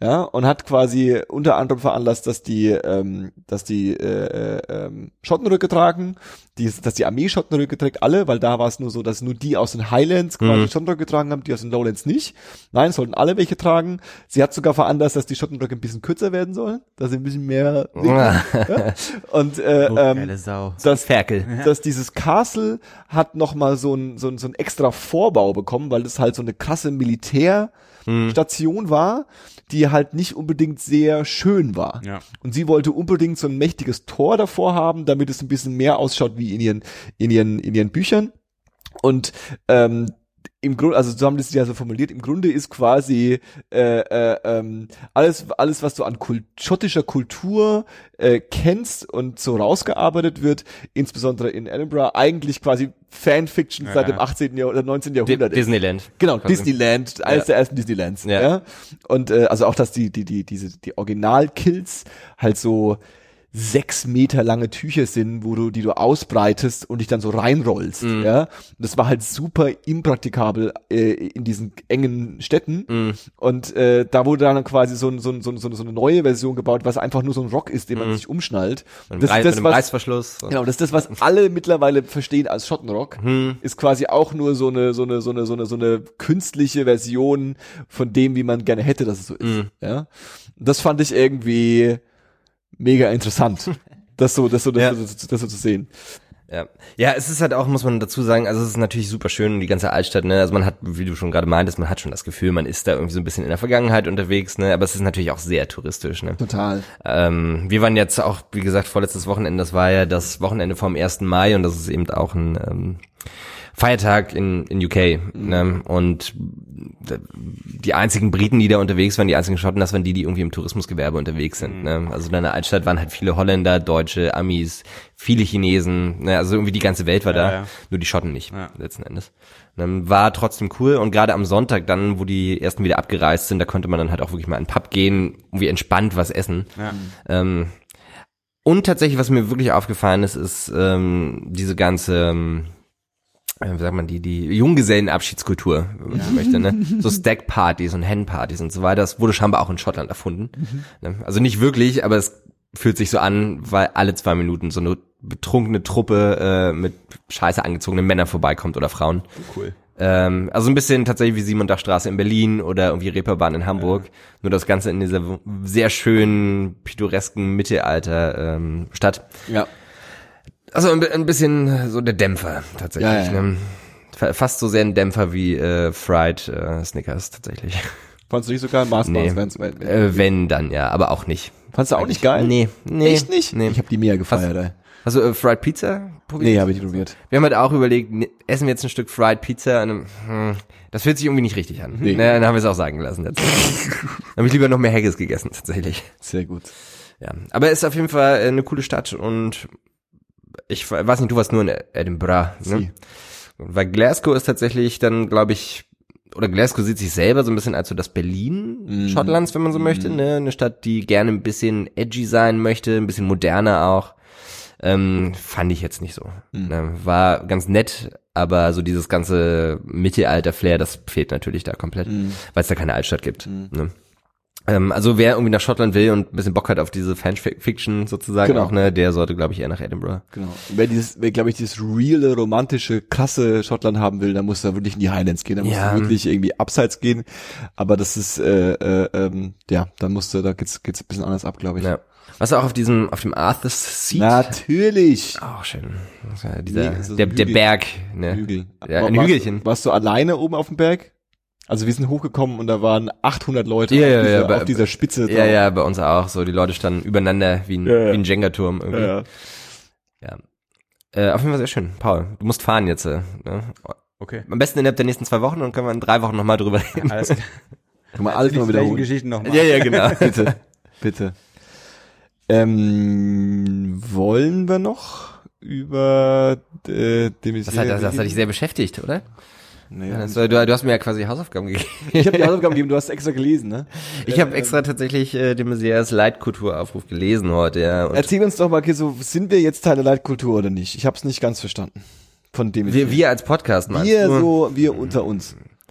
ja, und hat quasi unter anderem veranlasst, dass die, ähm, dass die äh, äh, Schottenröcke tragen, die, dass die Armee Schottenröcke trägt, alle, weil da war es nur so, dass nur die aus den Highlands quasi Mhm. Schottenröcke getragen haben, die aus den Lowlands nicht. Nein, es sollten alle welche tragen. Sie hat sogar veranlasst, dass die Schottenröcke ein bisschen kürzer werden sollen, dass sie ein bisschen mehr Ah. ja? Und äh, Oh, ähm, geile Sau. dass Ferkel. dass dieses Castle hat noch mal so ein so ein so ein extra Vorbau bekommen, weil das halt so eine krasse Militärstation war, die halt nicht unbedingt sehr schön war. Ja. Und sie wollte unbedingt so ein mächtiges Tor davor haben, damit es ein bisschen mehr ausschaut wie in ihren in ihren in ihren Büchern. Und ähm, im Grunde, also so haben das ja so formuliert, im Grunde ist quasi äh, äh, ähm, alles, alles, was du an Kult, schottischer Kultur äh, kennst und so rausgearbeitet wird, insbesondere in Edinburgh, eigentlich quasi Fanfiction Ja, seit ja. dem achtzehnten Jahrhundert oder neunzehnten Di- Jahrhundert ist. Disneyland. Genau, Quasi. Disneyland, eines Ja. der ersten Disneylands. Ja. Ja. Und äh, also auch, dass die die die diese die Original-Kills halt so sechs Meter lange Tücher sind, wo du, die du ausbreitest und dich dann so reinrollst, Mhm. ja. Und das war halt super impraktikabel äh, in diesen engen Städten. Mhm. Und äh, da wurde dann quasi so, ein, so, ein, so, ein, so eine neue Version gebaut, was einfach nur so ein Rock ist, den man Mhm. sich umschnallt. Mit Das einem, ist Rei- das, mit einem was- Reißverschluss. Genau, das ist das, was alle mittlerweile verstehen als Schottenrock. Hm. Ist quasi auch nur so eine, so eine, so eine, so eine, so eine künstliche Version von dem, wie man gerne hätte, dass es so ist. Mhm. Ja. Und das fand ich irgendwie mega interessant. Das so, das so, das, Ja. so, das, das so zu sehen. Ja. Ja, es ist halt auch, muss man dazu sagen, also es ist natürlich super schön, die ganze Altstadt, ne, also man hat, wie du schon gerade meintest, man hat schon das Gefühl, man ist da irgendwie so ein bisschen in der Vergangenheit unterwegs, ne, aber es ist natürlich auch sehr touristisch, ne. Total. Ähm, wir waren jetzt auch, wie gesagt, vorletztes Wochenende, das war ja das Wochenende vom ersten Mai und das ist eben auch ein ähm, Feiertag in, in U K, ne? Und die einzigen Briten, die da unterwegs waren, die einzigen Schotten, das waren die, die irgendwie im Tourismusgewerbe unterwegs sind, ne? Also in der Altstadt waren halt viele Holländer, Deutsche, Amis, viele Chinesen, ne? Also irgendwie die ganze Welt war Ja, da, ja. nur die Schotten nicht, Ja. letzten Endes. Ne? War trotzdem cool und gerade am Sonntag dann, wo die ersten wieder abgereist sind, da konnte man dann halt auch wirklich mal in den Pub gehen, irgendwie entspannt was essen. Ja. Ähm, und tatsächlich, was mir wirklich aufgefallen ist, ist ähm, diese ganze, ähm, äh, wie sagt man, die die Junggesellenabschiedskultur, wenn man so möchte, ne? So Stack-Partys und Hen-Partys und so weiter. Das wurde scheinbar auch in Schottland erfunden. Ne? Also nicht wirklich, aber es fühlt sich so an, weil alle zwei Minuten so eine betrunkene Truppe äh, mit scheiße angezogenen Männern vorbeikommt oder Frauen. Cool. Ähm, also ein bisschen tatsächlich wie Simondachstraße in Berlin oder irgendwie Reeperbahn in Hamburg. Nur das Ganze in dieser w- sehr schönen, pittoresken Mittelalter ähm, Stadt. Ja. Also ein, bi- ein bisschen so der Dämpfer tatsächlich. Ja, ja, ja. Ne? Fa- Fast so sehr ein Dämpfer wie äh, Fried äh, Snickers tatsächlich. Fandst du nicht sogar Maßmaß? Nee. wenn's- wenn- Äh, wenn, dann ja, aber auch nicht. Fandst du auch nicht geil? Nee, nee. Echt nicht? Nee. Ich habe die mega gefeiert, ey. Hast du äh, Fried Pizza probiert? Nee, habe ich nicht probiert. Wir haben halt auch überlegt, ne, essen wir jetzt ein Stück Fried Pizza? Und, dann, hm, das fühlt sich irgendwie nicht richtig an. Nee. Ne, dann haben wir es auch sagen lassen. Jetzt. Dann habe ich lieber noch mehr Haggis gegessen, tatsächlich. Sehr gut. Ja, aber es ist auf jeden Fall äh, eine coole Stadt und ich weiß nicht, du warst nur in Edinburgh, ne? Sie. Weil Glasgow ist tatsächlich dann, glaube ich, oder Glasgow sieht sich selber so ein bisschen als so das Berlin Mhm. Schottlands, wenn man so möchte, ne? Eine Stadt, die gerne ein bisschen edgy sein möchte, ein bisschen moderner auch. Ähm, fand ich jetzt nicht so. Mhm. Ne? War ganz nett, aber so dieses ganze Mittelalter-Flair, das fehlt natürlich da komplett, Mhm. weil es da keine Altstadt gibt. Ne? Ähm, also wer irgendwie nach Schottland will und ein bisschen Bock hat auf diese Fanfiction sozusagen Genau. auch, ne, der sollte, glaube ich, eher nach Edinburgh. Genau. Und wer dieses, wer, glaube ich, dieses reale, romantische, krasse Schottland haben will, dann muss er wirklich in die Highlands gehen. Da muss Ja. er wirklich irgendwie abseits gehen. Aber das ist, äh, äh, ähm, ja, dann musst du, da geht's, geht's ein bisschen anders ab, glaube ich. Ja. Was auch auf diesem, auf dem Arthur's Seat? Natürlich. Auch schön. Das ist ja dieser, Nee, so ein der, der Hügel. Berg, ne? Hügel. Ja, ein warst, Hügelchen. Warst du alleine oben auf dem Berg? Also wir sind hochgekommen und da waren achthundert Leute Ja, auf, ja, dieser, ja, bei- auf dieser Spitze. Ja, ja, bei uns auch so. Die Leute standen übereinander wie ein, Ja, ja. wie ein Jenga-Turm irgendwie. Ja, ja. Ja. Äh, auf jeden Fall sehr schön. Paul, du musst fahren jetzt. Äh, ne? Okay. Am besten innerhalb der nächsten zwei Wochen und können wir in drei Wochen nochmal drüber reden. Alles klar. Kann man alles Die mal gleichen wiederholen. Geschichten nochmal. Ja, ja, genau. Bitte, bitte. Ähm, wollen wir noch über äh, dem Das hat, das, das hat dich sehr beschäftigt, oder? Nee, Ja, das, war- du, du hast mir ja quasi Hausaufgaben gegeben. ich habe die Hausaufgaben gegeben, du hast extra gelesen, ne? Ich habe extra tatsächlich äh, den Messias Leitkulturaufruf gelesen heute, ja. Und Erzähl uns doch mal, okay, so sind wir jetzt Teil der Leitkultur oder nicht? Ich habe es nicht ganz verstanden. Von dem wir, wir als Podcast meinst wir du? so, wir unter uns.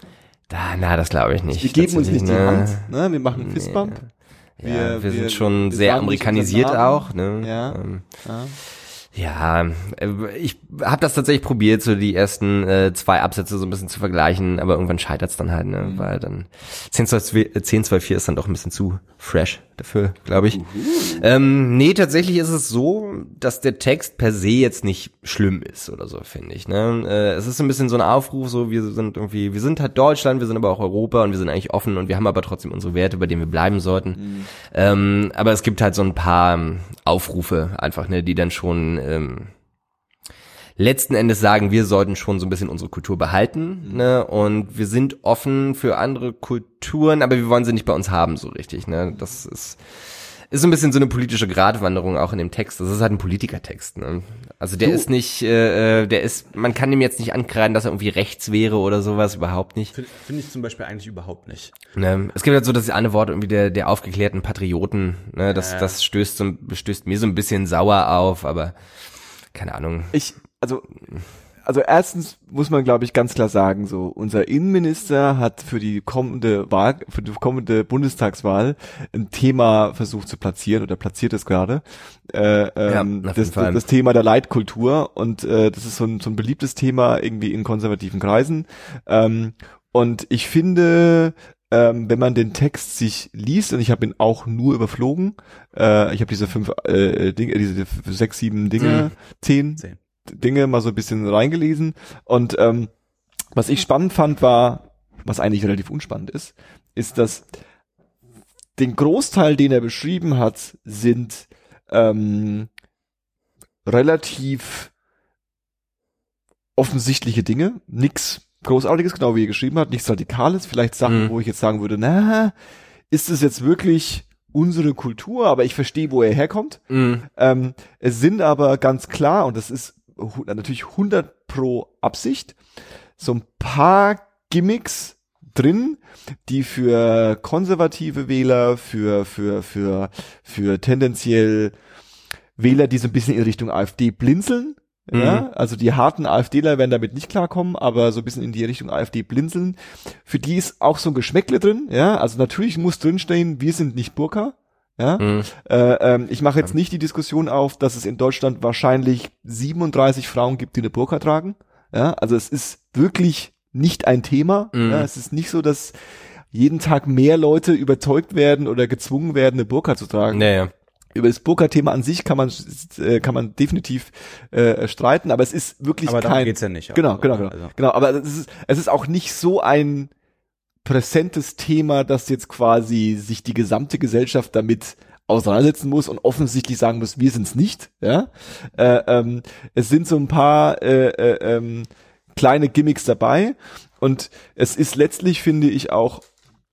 Da, na, das glaube ich nicht. Wir geben uns nicht die ne? Hand, ne? Wir machen einen Fistbump. Ja, Wir- wir, wir- sind schon wir sehr sagen nicht amerikanisiert unseren Namen. auch. Ne? Ja. Ähm, Ja. Ja, äh, ich habe das tatsächlich probiert, so die ersten äh, zwei Absätze so ein bisschen zu vergleichen, aber irgendwann scheitert's dann halt, ne, Mhm. weil dann zehn zwei vier ist dann doch ein bisschen zu fresh dafür, glaube ich. Uhu. Ähm, nee, tatsächlich ist es so, dass der Text per se jetzt nicht schlimm ist oder so, finde ich. Ne? Äh, es ist so ein bisschen so ein Aufruf, so wir sind irgendwie, wir sind halt Deutschland, wir sind aber auch Europa und wir sind eigentlich offen und wir haben aber trotzdem unsere Werte, bei denen wir bleiben sollten. Mhm. Ähm, aber es gibt halt so ein paar ähm, Aufrufe einfach, ne, die dann schon ähm, letzten Endes sagen, wir sollten schon so ein bisschen unsere Kultur behalten, Mhm. ne, und wir sind offen für andere Kulturen, aber wir wollen sie nicht bei uns haben so richtig, ne. Das ist ist so ein bisschen so eine politische Gratwanderung auch in dem Text. Das ist halt ein Politikertext, ne? Also der Du- ist nicht, äh, der ist, man kann ihm jetzt nicht ankreiden, dass er irgendwie rechts wäre oder sowas, überhaupt nicht. Finde find ich zum Beispiel eigentlich überhaupt nicht. Ne? Es gibt halt so das eine Wort irgendwie der der aufgeklärten Patrioten, ne? Das Ja. das stößt so, stößt mir so ein bisschen sauer auf, aber keine Ahnung. Ich, also, also erstens muss man, glaube ich, ganz klar sagen, so, unser Innenminister hat für die kommende Wahl, für die kommende Bundestagswahl ein Thema versucht zu platzieren oder platziert es gerade. Äh, ähm, Ja, auf jeden das, Fall. das Thema der Leitkultur und äh, das ist so ein, so ein beliebtes Thema irgendwie in konservativen Kreisen. Ähm, und ich finde, ähm, wenn man den Text sich liest, und ich habe ihn auch nur überflogen, äh, ich habe diese fünf äh, Dinge, diese sechs, sieben Dinge, Mhm. zehn, Zehn. Dinge mal so ein bisschen reingelesen. Und ähm, was ich spannend fand, war, was eigentlich relativ unspannend ist, ist, dass den Großteil, den er beschrieben hat, sind ähm, relativ offensichtliche Dinge, nix Großartiges, genau wie er geschrieben hat, nichts Radikales, vielleicht Sachen, Mhm. wo ich jetzt sagen würde, na, ist es jetzt wirklich unsere Kultur, aber ich verstehe, wo er herkommt. Mhm. Ähm, es sind aber ganz klar, und das ist hu- natürlich hundert pro Absicht, so ein paar Gimmicks drin, die für konservative Wähler, für, für, für, für tendenziell Wähler, die so ein bisschen in Richtung AfD blinzeln, ja, also die harten AfDler werden damit nicht klarkommen, aber so ein bisschen in die Richtung AfD blinzeln. Für die ist auch so ein Geschmäckle drin, ja, also natürlich muss drinstehen, wir sind nicht Burka, ja. Mhm. Äh, ähm, ich mache jetzt nicht die Diskussion auf, dass es in Deutschland wahrscheinlich siebenunddreißig Frauen gibt, die eine Burka tragen, ja, also es ist wirklich nicht ein Thema, Mhm. ja, es ist nicht so, dass jeden Tag mehr Leute überzeugt werden oder gezwungen werden, eine Burka zu tragen. Naja. Über das Burka-Thema an sich kann man äh, kann man definitiv äh, streiten, aber es ist wirklich Aber darum kein geht's ja nicht. genau genau genau Also. genau. Aber es ist es ist auch nicht so ein präsentes Thema, dass jetzt quasi sich die gesamte Gesellschaft damit auseinandersetzen muss und offensichtlich sagen muss, wir sind's nicht. Ja, äh, ähm, es sind so ein paar äh, äh, ähm, kleine Gimmicks dabei und es ist letztlich, finde ich, auch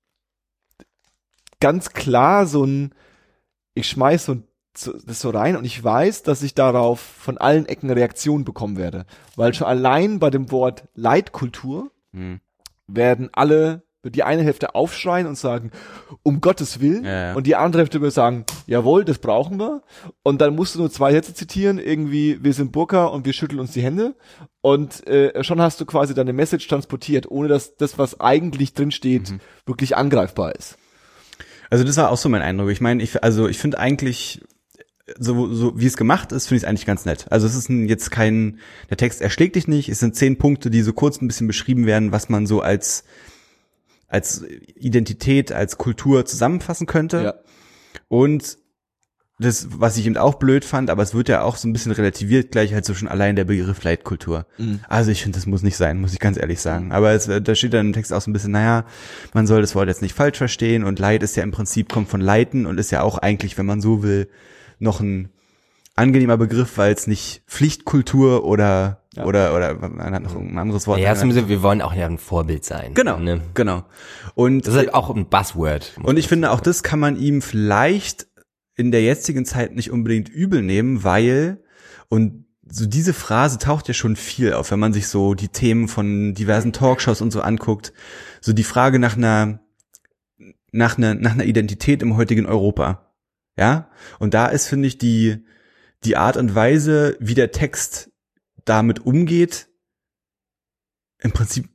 ganz klar so ein ich schmeiß so, so das so rein und ich weiß, dass ich darauf von allen Ecken Reaktionen bekommen werde. Weil schon allein bei dem Wort Leitkultur Hm. werden alle, die eine Hälfte aufschreien und sagen, um Gottes Willen. Ja, ja. Und die andere Hälfte wird sagen, jawohl, das brauchen wir. Und dann musst du nur zwei Sätze zitieren, irgendwie, wir sind Burka und wir schütteln uns die Hände. Und äh, schon hast du quasi deine Message transportiert, ohne dass das, was eigentlich drinsteht, Mhm. wirklich angreifbar ist. Also das war auch so mein Eindruck. Ich meine, ich also ich finde eigentlich so so wie es gemacht ist, finde ich es eigentlich ganz nett. Also es ist ein, jetzt kein der Text erschlägt dich nicht. Es sind zehn Punkte, die so kurz ein bisschen beschrieben werden, was man so als als Identität, als Kultur zusammenfassen könnte. Ja. Und das, was ich eben auch blöd fand, aber es wird ja auch so ein bisschen relativiert, gleich halt so schon allein der Begriff Leitkultur. Mhm. Also ich finde, das muss nicht sein, muss ich ganz ehrlich sagen. Aber es, da steht dann im Text auch so ein bisschen, naja, man soll das Wort jetzt nicht falsch verstehen und Leit ist ja im Prinzip, kommt von Leiten und ist ja auch eigentlich, wenn man so will, noch ein angenehmer Begriff, weil es nicht Pflichtkultur oder Ja. oder oder man hat noch ein anderes Wort. Ja, zumindest, wir wollen auch ja ein Vorbild sein. Genau, Ne? genau. Und Das ist halt auch ein Buzzword. muss Und ich man finde, auch sagen. das kann man ihm vielleicht in der jetzigen Zeit nicht unbedingt übel nehmen, weil, und so diese Phrase taucht ja schon viel auf, wenn man sich so die Themen von diversen Talkshows und so anguckt, so die Frage nach einer, nach einer, nach einer Identität im heutigen Europa. Ja? Und da ist, finde ich, die, die Art und Weise, wie der Text damit umgeht, im Prinzip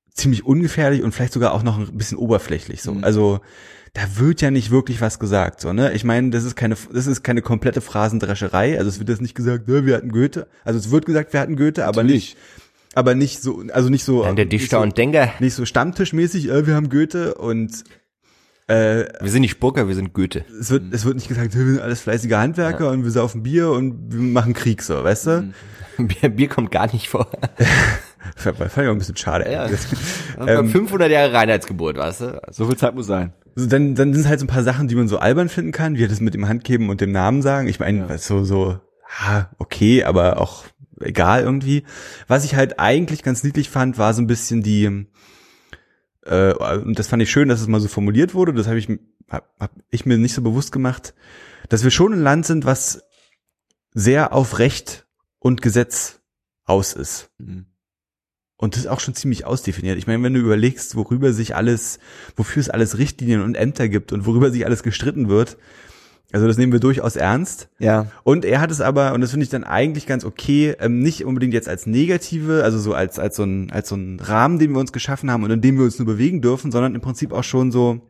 ziemlich ungefährlich und vielleicht sogar auch noch ein bisschen oberflächlich so. Mhm. Also da wird ja nicht wirklich was gesagt, so, ne? Ich meine, das ist keine, das ist keine komplette Phrasendrescherei. Also es wird jetzt nicht gesagt, ne, wir hatten Goethe. Also es wird gesagt, wir hatten Goethe, aber Natürlich. nicht, aber nicht so, also nicht so, Nein, der nicht Dichter so, und Denker. nicht so stammtischmäßig, äh, wir haben Goethe und äh, Wir sind nicht Spucker, wir sind Goethe. es wird, es wird nicht gesagt, wir sind alles fleißige Handwerker Ja. und wir saufen Bier und wir machen Krieg, so, weißt du? Mhm. Bier, Bier kommt gar nicht vor. Fand ich auch ein bisschen schade. Ja. eigentlich. Ähm, fünfhundert Jahre Reinheitsgeburt, weißt du? Also, So viel Zeit muss sein. Also dann, dann sind es halt so ein paar Sachen, die man so albern finden kann, wie das mit dem Handgeben und dem Namen sagen. Ich meine, Ja. so, so, ha, okay, aber auch egal irgendwie. Was ich halt eigentlich ganz niedlich fand, war so ein bisschen die, äh, und das fand ich schön, dass es mal so formuliert wurde, das habe ich, hab, hab ich mir nicht so bewusst gemacht, dass wir schon ein Land sind, was sehr auf Recht und Gesetz aus ist. Mhm. Und das ist auch schon ziemlich ausdefiniert. Ich meine, wenn du überlegst, worüber sich alles, wofür es alles Richtlinien und Ämter gibt und worüber sich alles gestritten wird, also das nehmen wir durchaus ernst. Ja. Und er hat es aber, und das finde ich dann eigentlich ganz okay, ähm, nicht unbedingt jetzt als negative, also so als als so ein als so ein Rahmen, den wir uns geschaffen haben und in dem wir uns nur bewegen dürfen, sondern im Prinzip auch schon so,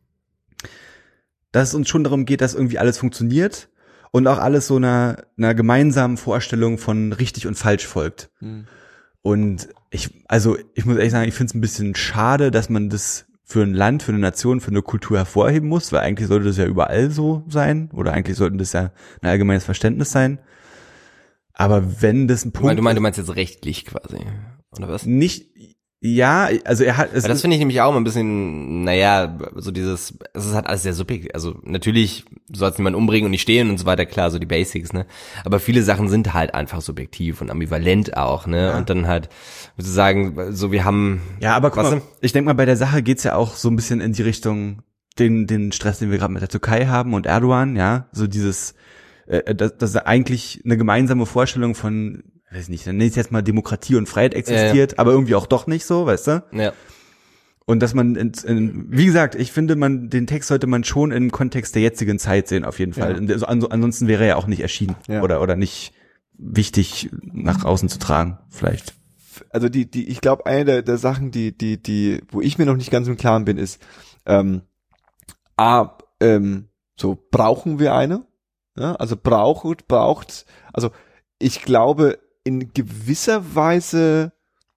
dass es uns schon darum geht, dass irgendwie alles funktioniert und auch alles so einer einer gemeinsamen Vorstellung von richtig und falsch folgt. Mhm. Und ich, also ich muss ehrlich sagen, ich finde es ein bisschen schade, dass man das für ein Land, für eine Nation, für eine Kultur hervorheben muss, weil eigentlich sollte das ja überall so sein oder eigentlich sollten das ja ein allgemeines Verständnis sein. Aber wenn das ein du, meinst, Punkt du meinst, du meinst jetzt rechtlich quasi, oder was? nicht, ja, also er hat, es Weil das ist, finde ich nämlich auch mal ein bisschen, naja, so dieses, es ist halt alles sehr subjektiv, also natürlich soll es niemand umbringen und nicht stehlen und so weiter, klar, so die Basics, ne, aber viele Sachen sind halt einfach subjektiv und ambivalent auch, ne, Ja. und dann halt, sozusagen, so wir haben, ja, aber guck was mal, denn? ich denke mal, bei der Sache geht's ja auch so ein bisschen in die Richtung, den, den Stress, den wir gerade mit der Türkei haben und Erdogan, ja, so dieses, äh, dass, dass eigentlich eine gemeinsame Vorstellung von, weiß nicht, dann nenne ich es jetzt mal Demokratie und Freiheit existiert, aber irgendwie auch doch nicht so, weißt du? ja, Und dass man, in, in, wie gesagt, ich finde, man den Text sollte man schon im Kontext der jetzigen Zeit sehen, auf jeden Fall. Ja. Und also, ans- ansonsten wäre er ja auch nicht erschienen Ja. oder oder nicht wichtig nach außen zu tragen, vielleicht. Also die, die, ich glaube, eine der, der Sachen, die, die, die, wo ich mir noch nicht ganz im Klaren bin, ist, ähm, A, ähm, so brauchen wir eine? Ja, also braucht, braucht, also ich glaube, in gewisser Weise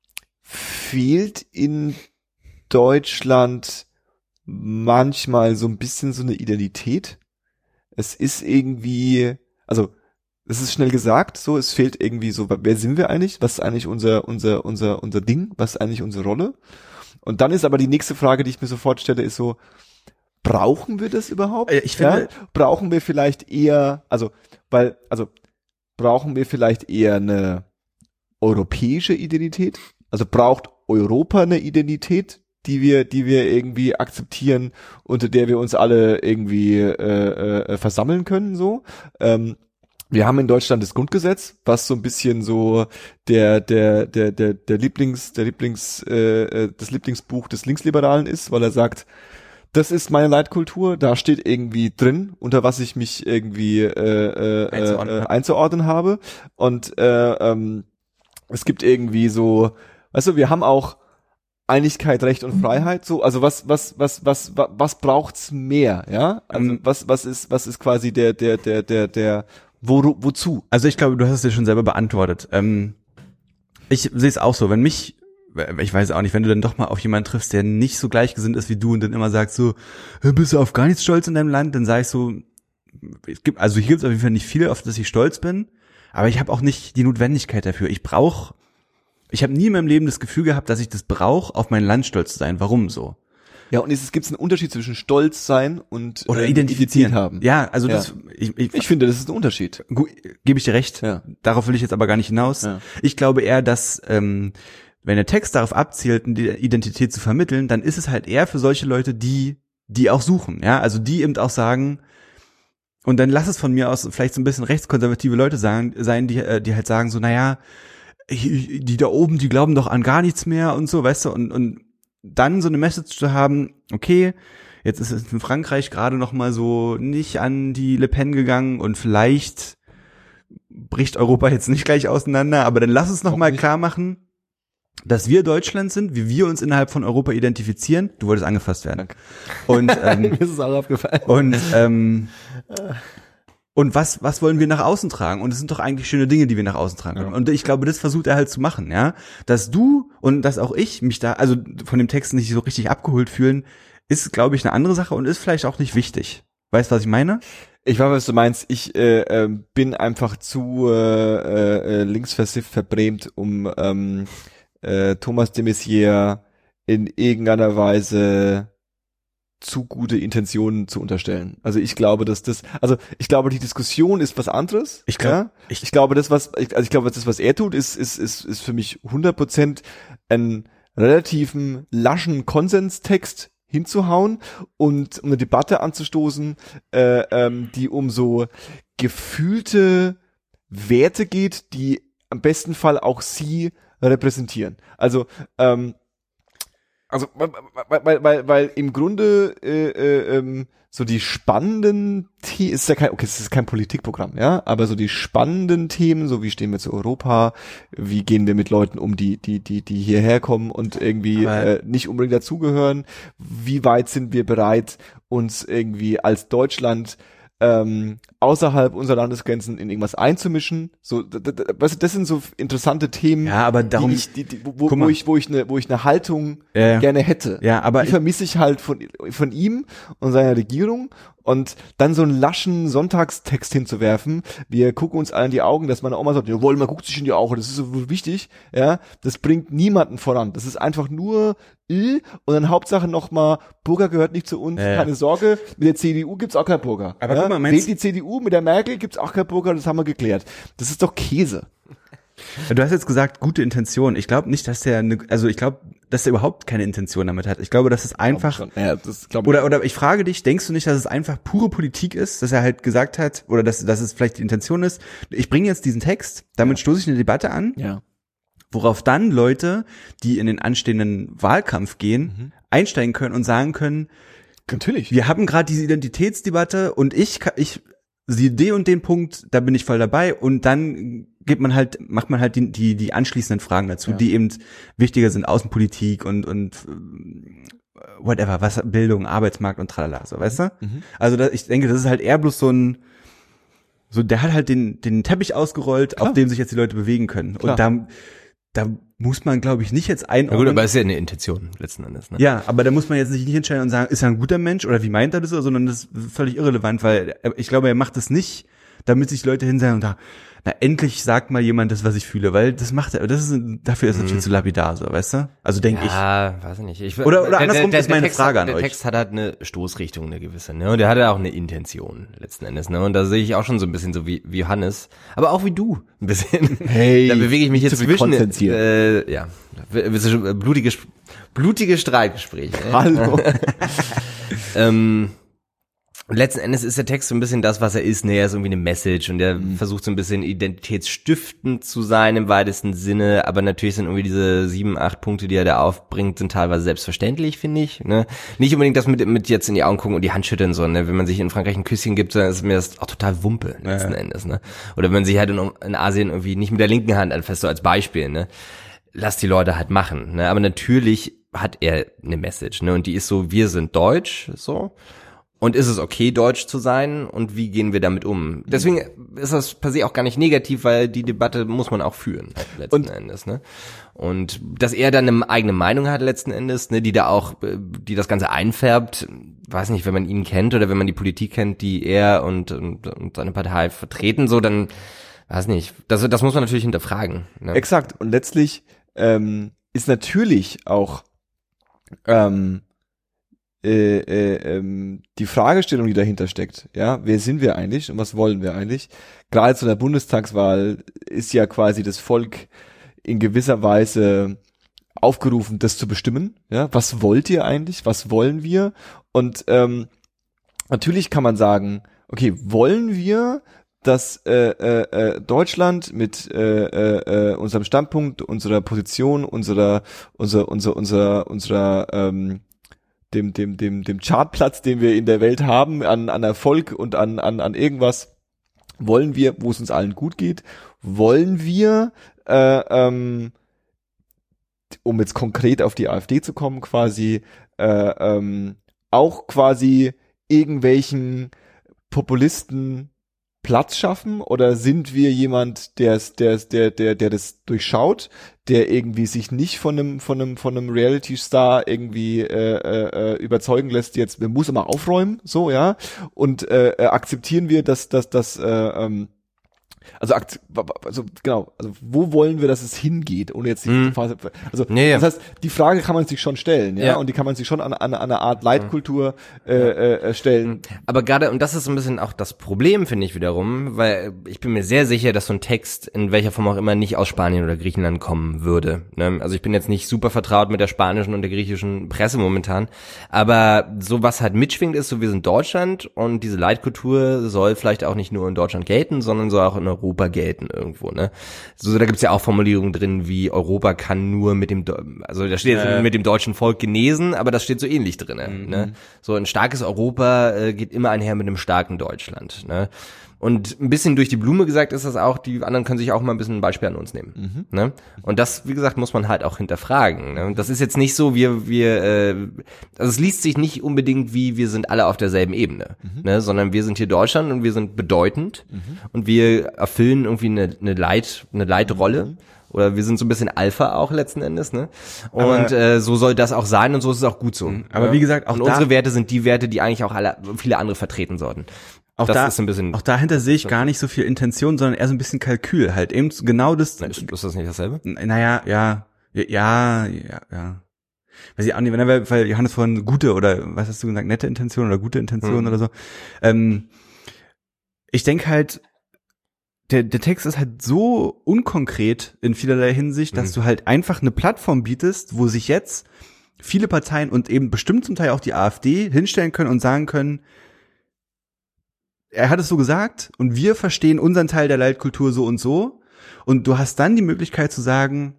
fehlt in Deutschland manchmal so ein bisschen so eine Identität. Es ist irgendwie, also es ist schnell gesagt, so, es fehlt irgendwie so, wer sind wir eigentlich? Was ist eigentlich unser, unser, unser, unser Ding? Was ist eigentlich unsere Rolle? Und dann ist aber die nächste Frage, die ich mir sofort stelle, ist so, brauchen wir das überhaupt? Äh, ich finde- ja? Brauchen wir vielleicht eher, also, weil, also, brauchen wir vielleicht eher eine europäische Identität? Also braucht Europa eine Identität, die wir, die wir irgendwie akzeptieren, unter der wir uns alle irgendwie äh, äh, versammeln können, so? Ähm, wir haben in Deutschland das Grundgesetz, was so ein bisschen so der der der der der Lieblings der Lieblings äh, äh, das Lieblingsbuch des Linksliberalen ist, weil er sagt, das ist meine Leitkultur, da steht irgendwie drin, unter was ich mich irgendwie äh, äh, Einzuordnen. äh, einzuordnen habe. Und äh, ähm, es gibt irgendwie so, weißt du, wir haben auch Einigkeit, Recht und Freiheit, so, also was, was, was, was, was, was braucht's mehr, ja? Also Ähm, was, was ist, was ist quasi der, der, der, der, der, wo, wozu? Also ich glaube, du hast es dir schon selber beantwortet. Ähm, ich sehe es auch so, wenn mich, ich weiß auch nicht, wenn du dann doch mal auf jemanden triffst, der nicht so gleichgesinnt ist wie du und dann immer sagst so, bist du auf gar nichts stolz in deinem Land, dann sage ich so, es gibt, also hier gibt es auf jeden Fall nicht viele, auf das ich stolz bin, aber ich habe auch nicht die Notwendigkeit dafür. Ich brauche, ich habe nie in meinem Leben das Gefühl gehabt, dass ich das brauche, auf mein Land stolz zu sein. Warum so? Ja, und es gibt einen Unterschied zwischen Stolz sein und Oder äh, identifizieren Identität haben. Ja, also Ja. das, ich, ich, Ich finde, das ist ein Unterschied. Gut, gebe ich dir recht. Ja. Darauf will ich jetzt aber gar nicht hinaus. Ja. Ich glaube eher, dass ähm, wenn der Text darauf abzielt, eine Identität zu vermitteln, dann ist es halt eher für solche Leute, die die auch suchen. Ja, also die eben auch sagen, und dann lass es von mir aus vielleicht so ein bisschen rechtskonservative Leute sagen, sein, die äh, die halt sagen so, naja, die da oben, die glauben doch an gar nichts mehr und so, weißt du, und und dann so eine Message zu haben, okay, jetzt ist es in Frankreich gerade noch mal so nicht an die Le Pen gegangen und vielleicht bricht Europa jetzt nicht gleich auseinander, aber dann lass uns noch Auch mal nicht. klar machen, dass wir Deutschland sind, wie wir uns innerhalb von Europa identifizieren. Du wolltest angefasst werden. Danke. Und ähm, Mir ist es auch aufgefallen. und ähm, und was was wollen wir nach außen tragen? Und es sind doch eigentlich schöne Dinge, die wir nach außen tragen können. Ja. Und ich glaube, das versucht er halt zu machen, ja, dass du und dass auch ich mich da, also von dem Text nicht so richtig abgeholt fühlen, ist, glaube ich, eine andere Sache und ist vielleicht auch nicht wichtig. Weißt du, was ich meine? Ich weiß, was du meinst. Ich äh, äh, bin einfach zu äh, äh, linksversifft verbrämt, um ähm, äh, Thomas de Maizière in irgendeiner Weise zu gute Intentionen zu unterstellen. Also ich glaube, dass das, also ich glaube, die Diskussion ist was anderes. Ich glaub- ja? ich- ich glaube, das was, ich, also ich glaube, das was er tut, ist ist ist ist für mich hundert Prozent einen relativen laschen Konsenstext hinzuhauen und um eine Debatte anzustoßen, äh, ähm, die um so gefühlte Werte geht, die am besten Fall auch sie repräsentieren. Also ähm, also weil, weil, weil, weil im Grunde äh, äh, ähm, so die spannenden Themen, ist ja kein, okay, es ist kein Politikprogramm, ja, aber so die spannenden Themen, so wie stehen wir zu Europa, wie gehen wir mit Leuten um, die die die die hierher kommen und irgendwie Aber- äh, nicht unbedingt dazugehören, wie weit sind wir bereit, uns irgendwie als Deutschland ähm, außerhalb unserer Landesgrenzen in irgendwas einzumischen, so, d- d- d- weißt du, das sind so interessante Themen, Ja, aber darum- die ich, die, die, wo, wo, Guck wo mal. ich, wo ich eine, wo ich eine Haltung Ja, ja. gerne hätte. Ja, aber die ich- vermisse ich halt von, von ihm und seiner Regierung und dann so einen laschen Sonntagstext hinzuwerfen. Wir gucken uns alle in die Augen, dass meine Oma sagt, jawohl, man guckt sich in die Augen, das ist so wichtig, ja, das bringt niemanden voran. Das ist einfach nur I und dann Hauptsache nochmal, Burger gehört nicht zu uns, Ja, ja. keine Sorge, mit der C D U gibt's auch kein Burger. Aber ja? guck mal, meinst- Wählt die C D U, mit der Merkel gibt's auch kein Burger, das haben wir geklärt. Das ist doch Käse. Du hast jetzt gesagt, gute Intention. Ich glaube nicht, dass der, eine, also ich glaube, dass er überhaupt keine Intention damit hat. Ich glaube, dass es einfach, Ja, das glaub ich. oder, oder ich frage dich, denkst du nicht, dass es einfach pure Politik ist, dass er halt gesagt hat, oder dass, dass es vielleicht die Intention ist, ich bringe jetzt diesen Text, damit stoße ich eine Debatte an, Ja. worauf dann Leute, die in den anstehenden Wahlkampf gehen, Mhm. einsteigen können und sagen können, Natürlich. wir haben gerade diese Identitätsdebatte und ich, ka- ich sehe den und den Punkt, da bin ich voll dabei und dann gibt man halt, macht man halt die, die, die anschließenden Fragen dazu, Ja. die eben wichtiger sind, Außenpolitik und, und äh, whatever, was, Bildung, Arbeitsmarkt und tralala, so, weißt du? Mhm. Also da, ich denke, das ist halt eher bloß so ein, so, der hat halt den, den Teppich ausgerollt, Klar. auf dem sich jetzt die Leute bewegen können. Klar. Und da, da muss man, glaube ich, nicht jetzt Na gut, einordnen. aber es ist ja eine Intention letzten Endes. Ne? Ja, aber da muss man jetzt nicht, nicht hinstellen und sagen, ist er ein guter Mensch oder wie meint er das, sondern das ist völlig irrelevant, weil er- ich glaube, er macht das nicht, damit sich Leute hinsetzen und sagen, na endlich sagt mal jemand das, was ich fühle, weil das macht er, das ist, dafür ist er viel zu lapidar, so, weißt du? Also denke ich. Ja, weiß ich nicht. Ich, Oder- oder andersrum ist meine Text Frage hat, an der euch. Text hat halt eine Stoßrichtung, eine gewisse, ne? Und der hat ja auch eine Intention, letzten Endes, ne? Und da sehe ich auch schon so ein bisschen so wie, wie Johannes, aber auch wie du, ein bisschen. Hey, da bewege ich mich nicht jetzt zu viel zwischen, Konsens hier. äh, ja, blutige, blutige Streitgespräche. ey. Hallo. ähm, letzten Endes ist der Text so ein bisschen das, was er ist, ne, er ist irgendwie eine Message und er Mhm. versucht so ein bisschen identitätsstiftend zu sein im weitesten Sinne, aber natürlich sind irgendwie diese sieben, acht Punkte, die er da aufbringt, sind teilweise selbstverständlich, finde ich, ne. Nicht unbedingt das mit, mit jetzt in die Augen gucken und die Hand schütteln, so, ne, wenn man sich in Frankreich ein Küsschen gibt, dann ist mir das auch total Wumpe, letzten Ja. Endes, ne. Oder wenn man sich halt in, in Asien irgendwie nicht mit der linken Hand anfasst, so als Beispiel, ne. Lass die Leute halt machen, ne, aber natürlich hat er eine Message, ne, und die ist so, wir sind deutsch, so. Und ist es okay, deutsch zu sein? Und wie gehen wir damit um? Deswegen ist das per se auch gar nicht negativ, weil die Debatte muss man auch führen, halt letzten Und- Endes, ne? Und dass er dann eine eigene Meinung hat letzten Endes, ne, die da auch, äh, die das Ganze einfärbt, weiß nicht, wenn man ihn kennt oder wenn man die Politik kennt, die er und, und, und seine Partei vertreten, so, dann, weiß nicht, das, das muss man natürlich hinterfragen, ne? Exakt. Und letztlich ähm, ist natürlich auch ähm, äh, äh, ähm, die Fragestellung, die dahinter steckt, ja, wer sind wir eigentlich und was wollen wir eigentlich? Gerade zu der Bundestagswahl ist ja quasi das Volk in gewisser Weise aufgerufen, das zu bestimmen, ja, was wollt ihr eigentlich, was wollen wir? Und ähm, natürlich kann man sagen, okay, wollen wir, dass äh, äh, äh, Deutschland mit äh, äh, äh, unserem Standpunkt, unserer Position, unserer unser unser unser unserer ähm, dem dem dem dem Chartplatz, den wir in der Welt haben, an an Erfolg und an an an irgendwas, wollen wir, wo es uns allen gut geht, wollen wir äh, ähm, um jetzt konkret auf die AfD zu kommen, quasi äh, ähm, auch quasi irgendwelchen Populisten Platz schaffen, oder sind wir jemand, der der der der der das durchschaut, der irgendwie sich nicht von einem von einem von einem Reality Star irgendwie äh, äh, überzeugen lässt, jetzt wir muss immer aufräumen, so, ja, und äh, akzeptieren wir, dass dass dass äh, ähm, Also, also genau, also wo wollen wir, dass es hingeht, ohne jetzt die hm. Phase, also nee, das heißt, die Frage kann man sich schon stellen, ja, ja. und die kann man sich schon an, an, an eine Art Leitkultur äh, äh, stellen. Aber gerade, und das ist so ein bisschen auch das Problem, finde ich wiederum, weil ich bin mir sehr sicher, dass so ein Text in welcher Form auch immer nicht aus Spanien oder Griechenland kommen würde. Ne? Also ich bin jetzt nicht super vertraut mit der spanischen und der griechischen Presse momentan, aber so was halt mitschwingt ist, so wir sind Deutschland und diese Leitkultur soll vielleicht auch nicht nur in Deutschland gelten, sondern soll auch in Europa gelten irgendwo, ne? So, da gibt's ja auch Formulierungen drin, wie Europa kann nur mit dem, also da steht ja. mit dem deutschen Volk genesen, aber das steht so ähnlich drin, mhm. ne? So ein starkes Europa äh, geht immer einher mit einem starken Deutschland, ne? Und ein bisschen durch die Blume gesagt ist das auch, die anderen können sich auch mal ein bisschen ein Beispiel an uns nehmen. Mhm. Ne? Und das, wie gesagt, muss man halt auch hinterfragen. Ne? Und das ist jetzt nicht so, wir, wir, äh, also es liest sich nicht unbedingt wie, wir sind alle auf derselben Ebene, mhm. ne? Sondern wir sind hier Deutschland und wir sind bedeutend mhm. und wir erfüllen irgendwie eine, eine Leit, eine Leitrolle. Mhm. Oder wir sind so ein bisschen Alpha auch letzten Endes, ne? Und aber, äh, so soll das auch sein und so ist es auch gut so. Aber ja? wie gesagt, auch und da, unsere Werte sind die Werte, die eigentlich auch alle, viele andere vertreten sollten. Auch das da, ist ein bisschen, auch dahinter sehe ich gar nicht so viel Intention, sondern eher so ein bisschen Kalkül halt. Eben genau das. Na, ist, ist das nicht dasselbe? Naja, ja, ja, ja, ja. Weiß ich auch nicht, weil, weil Johannes vorhin gute oder was hast du gesagt, nette Intention oder gute Intention mhm. oder so. Ähm, ich denke halt, der, der Text ist halt so unkonkret in vielerlei Hinsicht, dass mhm. du halt einfach eine Plattform bietest, wo sich jetzt viele Parteien und eben bestimmt zum Teil auch die AfD hinstellen können und sagen können, er hat es so gesagt und wir verstehen unseren Teil der Leitkultur so und so, und du hast dann die Möglichkeit zu sagen,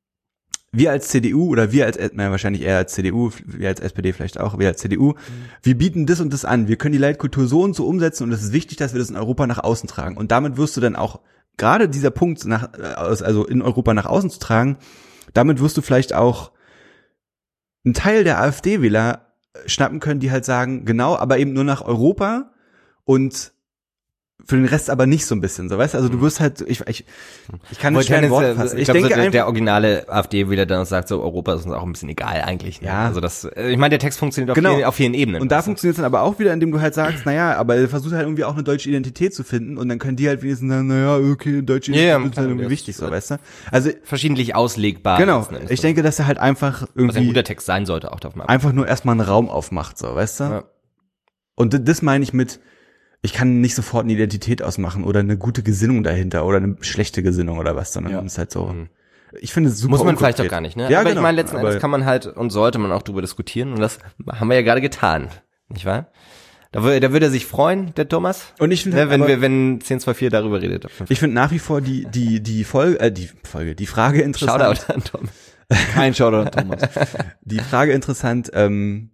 wir als C D U oder wir als, naja, wahrscheinlich eher als C D U, wir als S P D vielleicht auch, wir als C D U, mhm. wir bieten das und das an, wir können die Leitkultur so und so umsetzen und es ist wichtig, dass wir das in Europa nach außen tragen, und damit wirst du dann auch, gerade dieser Punkt, nach, also in Europa nach außen zu tragen, damit wirst du vielleicht auch einen Teil der AfD-Wähler schnappen können, die halt sagen, genau, aber eben nur nach Europa und für den Rest aber nicht so ein bisschen, so, weißt du? Also du wirst halt, ich, ich, ich kann nicht schwer in Worte fassen. Ich, ich glaub, denke so der, der originale AfD-Wähler dann sagt so, Europa ist uns auch ein bisschen egal eigentlich. Ne? Ja. Also das, ich meine, der Text funktioniert auf, genau. vielen, auf vielen Ebenen. Und da funktioniert es dann aber auch wieder, indem du halt sagst, naja, aber er versucht halt irgendwie auch eine deutsche Identität zu finden, und dann können die halt wenigstens sagen, naja, okay, deutsche Identität ja, ist halt irgendwie wichtig, so, weißt du? Also verschiedentlich auslegbar. Genau. Ich denke, dass er halt einfach irgendwie was ein guter Text sein sollte, auch davon ab. Einfach nur erstmal einen Raum aufmacht, so, weißt du? Ja. Und das meine ich mit, ich kann nicht sofort eine Identität ausmachen oder eine gute Gesinnung dahinter oder eine schlechte Gesinnung oder was, sondern es ja. ist halt so. Mhm. Ich finde es super. Muss man unkonkret. vielleicht auch gar nicht, ne? Ja, aber genau, ich meine, letzten aber Endes kann man halt und sollte man auch drüber diskutieren, und das haben wir ja gerade getan, nicht wahr? Da würde, da würde er sich freuen, der Thomas. Und ich finde, ne, wenn wir, wenn zehn zwei vier darüber redet. Ich finde nach wie vor die, die, die Folge, äh, die Folge, die Frage interessant. Shoutout an Thomas. Kein Shoutout an Thomas. Die Frage interessant, ähm,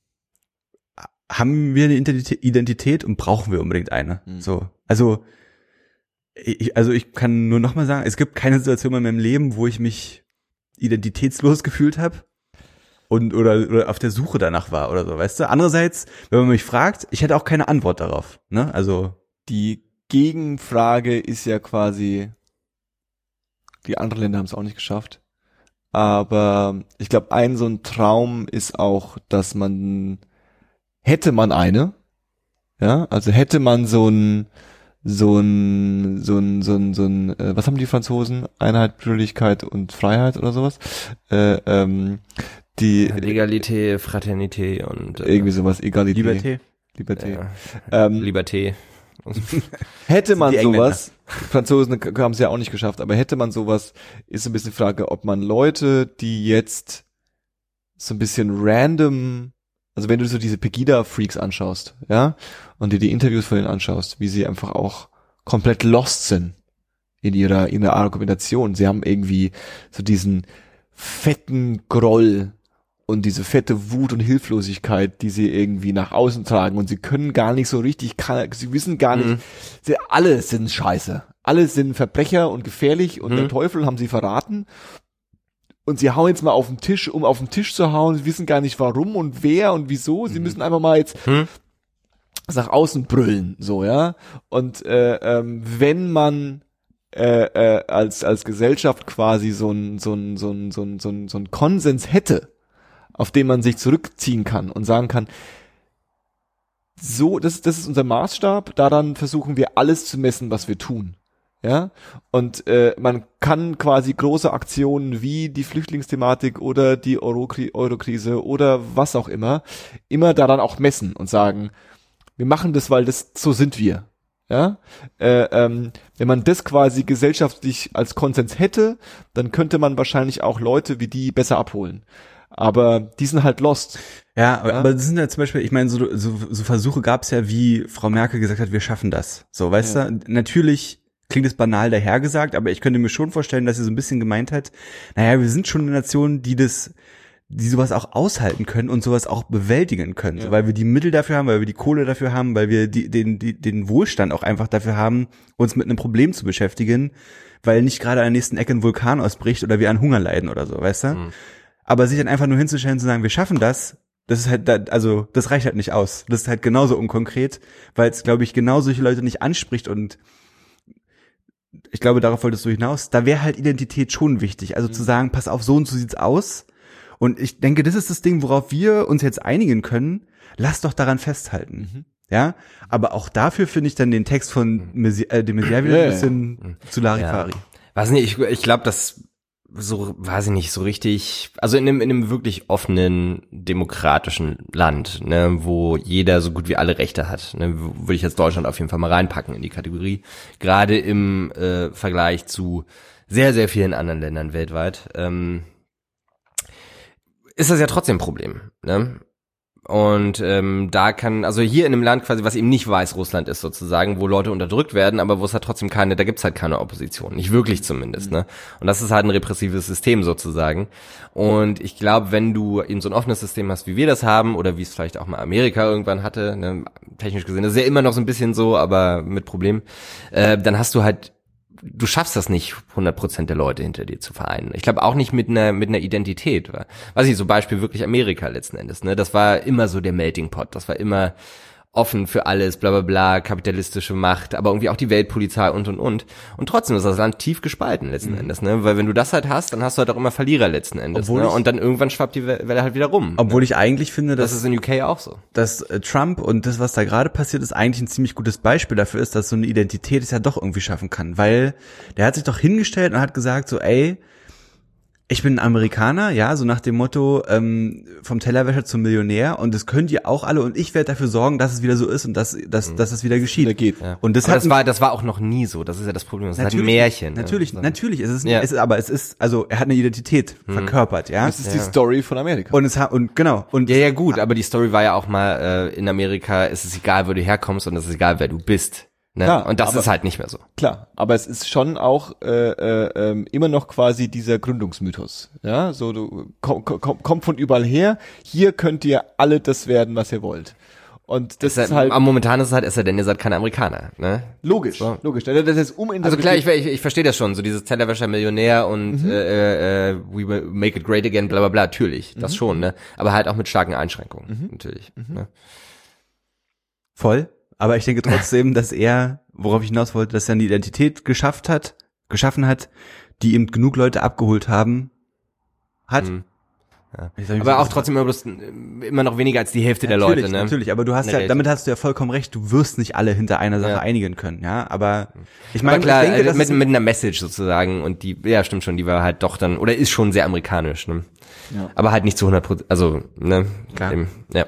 haben wir eine Identität und brauchen wir unbedingt eine? Mhm. So, also ich, also ich kann nur noch mal sagen, es gibt keine Situation in meinem Leben, wo ich mich identitätslos gefühlt habe und oder, oder auf der Suche danach war oder so, weißt du? Andererseits, wenn man mich fragt, ich hätte auch keine Antwort darauf, ne? Also die Gegenfrage ist ja quasi, die anderen Länder haben es auch nicht geschafft, aber ich glaube, ein so ein Traum ist auch, dass man hätte man eine, ja, also hätte man so ein, so ein, so ein, so ein, so ein, äh, was haben die Franzosen? Einheit, Brüderlichkeit und Freiheit oder sowas? Äh, ähm, die Legalité, Fraternité und äh, irgendwie sowas, Egalité. Liberté. Liberté. Ja. Ähm, Liberté. Hätte man die sowas, die Franzosen haben es ja auch nicht geschafft, aber hätte man sowas, ist so ein bisschen die Frage, ob man Leute, die jetzt so ein bisschen random, also wenn du so diese Pegida-Freaks anschaust, ja, und dir die Interviews von denen anschaust, wie sie einfach auch komplett lost sind in ihrer, in ihrer Argumentation. Sie haben irgendwie so diesen fetten Groll und diese fette Wut und Hilflosigkeit, die sie irgendwie nach außen tragen, und sie können gar nicht so richtig, sie wissen gar nicht, mhm. sie, alle sind scheiße. Alle sind Verbrecher und gefährlich und mhm. der Teufel haben sie verraten. und sie hauen jetzt mal auf den Tisch, um auf den Tisch zu hauen, sie wissen gar nicht warum und wer und wieso, sie müssen einfach mal jetzt Hm? nach außen brüllen, so, ja. Und äh, ähm, wenn man äh, äh, als als Gesellschaft quasi so ein so ein so ein so ein so ein so ein Konsens hätte, auf den man sich zurückziehen kann und sagen kann, so, das das ist unser Maßstab, daran versuchen wir alles zu messen, was wir tun. Ja, und äh, man kann quasi große Aktionen wie die Flüchtlingsthematik oder die Euro-Kri- Euro-Krise oder was auch immer, immer daran auch messen und sagen, wir machen das, weil das so sind wir. Ja, äh, ähm, wenn man das quasi gesellschaftlich als Konsens hätte, dann könnte man wahrscheinlich auch Leute wie die besser abholen. Aber die sind halt lost. Ja, aber, Ja. aber das sind ja zum Beispiel, ich meine, so, so, so Versuche gab es ja, wie Frau Merkel gesagt hat, wir schaffen das. So, weißt Ja. du, natürlich klingt es banal dahergesagt, aber ich könnte mir schon vorstellen, dass sie so ein bisschen gemeint hat, naja, wir sind schon eine Nation, die das, die sowas auch aushalten können und sowas auch bewältigen können, Ja. so, weil wir die Mittel dafür haben, weil wir die Kohle dafür haben, weil wir die, den, die, den Wohlstand auch einfach dafür haben, uns mit einem Problem zu beschäftigen, weil nicht gerade an der nächsten Ecke ein Vulkan ausbricht oder wir an Hunger leiden oder so, weißt du? Mhm. Aber sich dann einfach nur hinzustellen und zu sagen, wir schaffen das, das ist halt, da, also das reicht halt nicht aus. Das ist halt genauso unkonkret, weil es, glaube ich, genau solche Leute nicht anspricht und ich glaube, darauf wolltest du hinaus. Da wäre halt Identität schon wichtig. Also mhm. zu sagen, pass auf, so und so sieht's aus. Und ich denke, das ist das Ding, worauf wir uns jetzt einigen können. Lass doch daran festhalten. Mhm. Ja, aber auch dafür finde ich dann den Text von Mesi- äh, de Maizière wieder ein bisschen ja. zu Larifari. Ja. Weiß nicht, ich, ich glaube, das so, weiß ich nicht, so richtig, also in einem, in einem wirklich offenen, demokratischen Land, ne, wo jeder so gut wie alle Rechte hat, ne, würde ich jetzt Deutschland auf jeden Fall mal reinpacken in die Kategorie, gerade im äh, Vergleich zu sehr, sehr vielen anderen Ländern weltweit, ähm, ist das ja trotzdem ein Problem, ne? Und ähm, da kann, also hier in einem Land quasi, was eben nicht Weißrussland ist sozusagen, wo Leute unterdrückt werden, aber wo es halt trotzdem keine, da gibt's halt keine Opposition, nicht wirklich zumindest, ne? Und das ist halt ein repressives System sozusagen. Und ich glaube, wenn du eben so ein offenes System hast, wie wir das haben, oder wie es vielleicht auch mal Amerika irgendwann hatte, ne, technisch gesehen, das ist ja immer noch so ein bisschen so, aber mit Problemen, äh, dann hast du halt, du schaffst das nicht, hundert Prozent der Leute hinter dir zu vereinen. Ich glaube auch nicht mit einer mit einer Identität. Weiß ich, so Beispiel wirklich Amerika letzten Endes. Ne, das war immer so der Melting Pot. Das war immer offen für alles, bla bla bla, kapitalistische Macht, aber irgendwie auch die Weltpolizei und und und. Und trotzdem ist das Land tief gespalten letzten mhm. Endes. Ne, weil wenn du das halt hast, dann hast du halt auch immer Verlierer letzten Endes. Ne? Und dann irgendwann schwappt die Welle halt wieder rum. Obwohl ne? ich eigentlich finde, dass das ist in U K auch so. Dass äh, Trump und das, was da gerade passiert ist, eigentlich ein ziemlich gutes Beispiel dafür ist, dass so eine Identität es ja doch irgendwie schaffen kann. Weil der hat sich doch hingestellt und hat gesagt so, ey, ich bin ein Amerikaner, ja, so nach dem Motto ähm, vom Tellerwäscher zum Millionär und das könnt ihr auch alle und ich werde dafür sorgen, dass es wieder so ist und dass, dass, dass es wieder geschieht. Wieder geht. Ja. Und das, aber hat das war das war auch noch nie so, das ist ja das Problem, das ist halt ein Märchen. Natürlich, ne? natürlich, es ist, Ja. es ist, aber es ist, also er hat eine Identität hm. verkörpert, ja. Das ist ja. die Story von Amerika. Und es hat, und genau. Und Ja, ja, gut, aber die Story war ja auch mal, äh, in Amerika ist es egal, wo du herkommst und es ist egal, wer du bist. Ne? Klar, und das aber- ist halt nicht mehr so. Klar, aber es ist schon auch äh, äh, ähm, immer noch quasi dieser Gründungsmythos. Ja, so du komm, komm, kommt von überall her. Hier könnt ihr alle das werden, was ihr wollt. Und das Das ist halt aber momentan ist es halt, es sei denn, ihr seid keine Amerikaner, ne? logisch, So. logisch. Das ist Also uminterpretiert. klar, ich, ich, ich verstehe das schon, so dieses Tellerwäscher Millionär und Mhm. äh, äh, we will make it great again, bla bla bla, natürlich, Mhm. das schon, ne? Aber halt auch mit starken Einschränkungen, natürlich. Mhm. Ne? voll. Aber ich denke trotzdem, dass er, worauf ich hinaus wollte, dass er eine Identität geschafft hat, geschaffen hat, die eben genug Leute abgeholt haben, hat. Mhm. Ja. Ich sag nicht, Aber so- auch trotzdem immer, bloß, äh, immer noch weniger als die Hälfte der natürlich, Leute, ne? Natürlich, aber du hast In ja, der damit hast du ja vollkommen recht, du wirst nicht alle hinter einer Sache Ja. einigen können, ja, aber ich Aber meine, klar, ich denke, äh, dass mit, es- mit einer Message sozusagen und die, ja stimmt schon, die war halt doch dann, oder ist schon sehr amerikanisch, ne? Ja. Aber halt nicht zu hundert Prozent, also, ne? Klar. Eben, ja.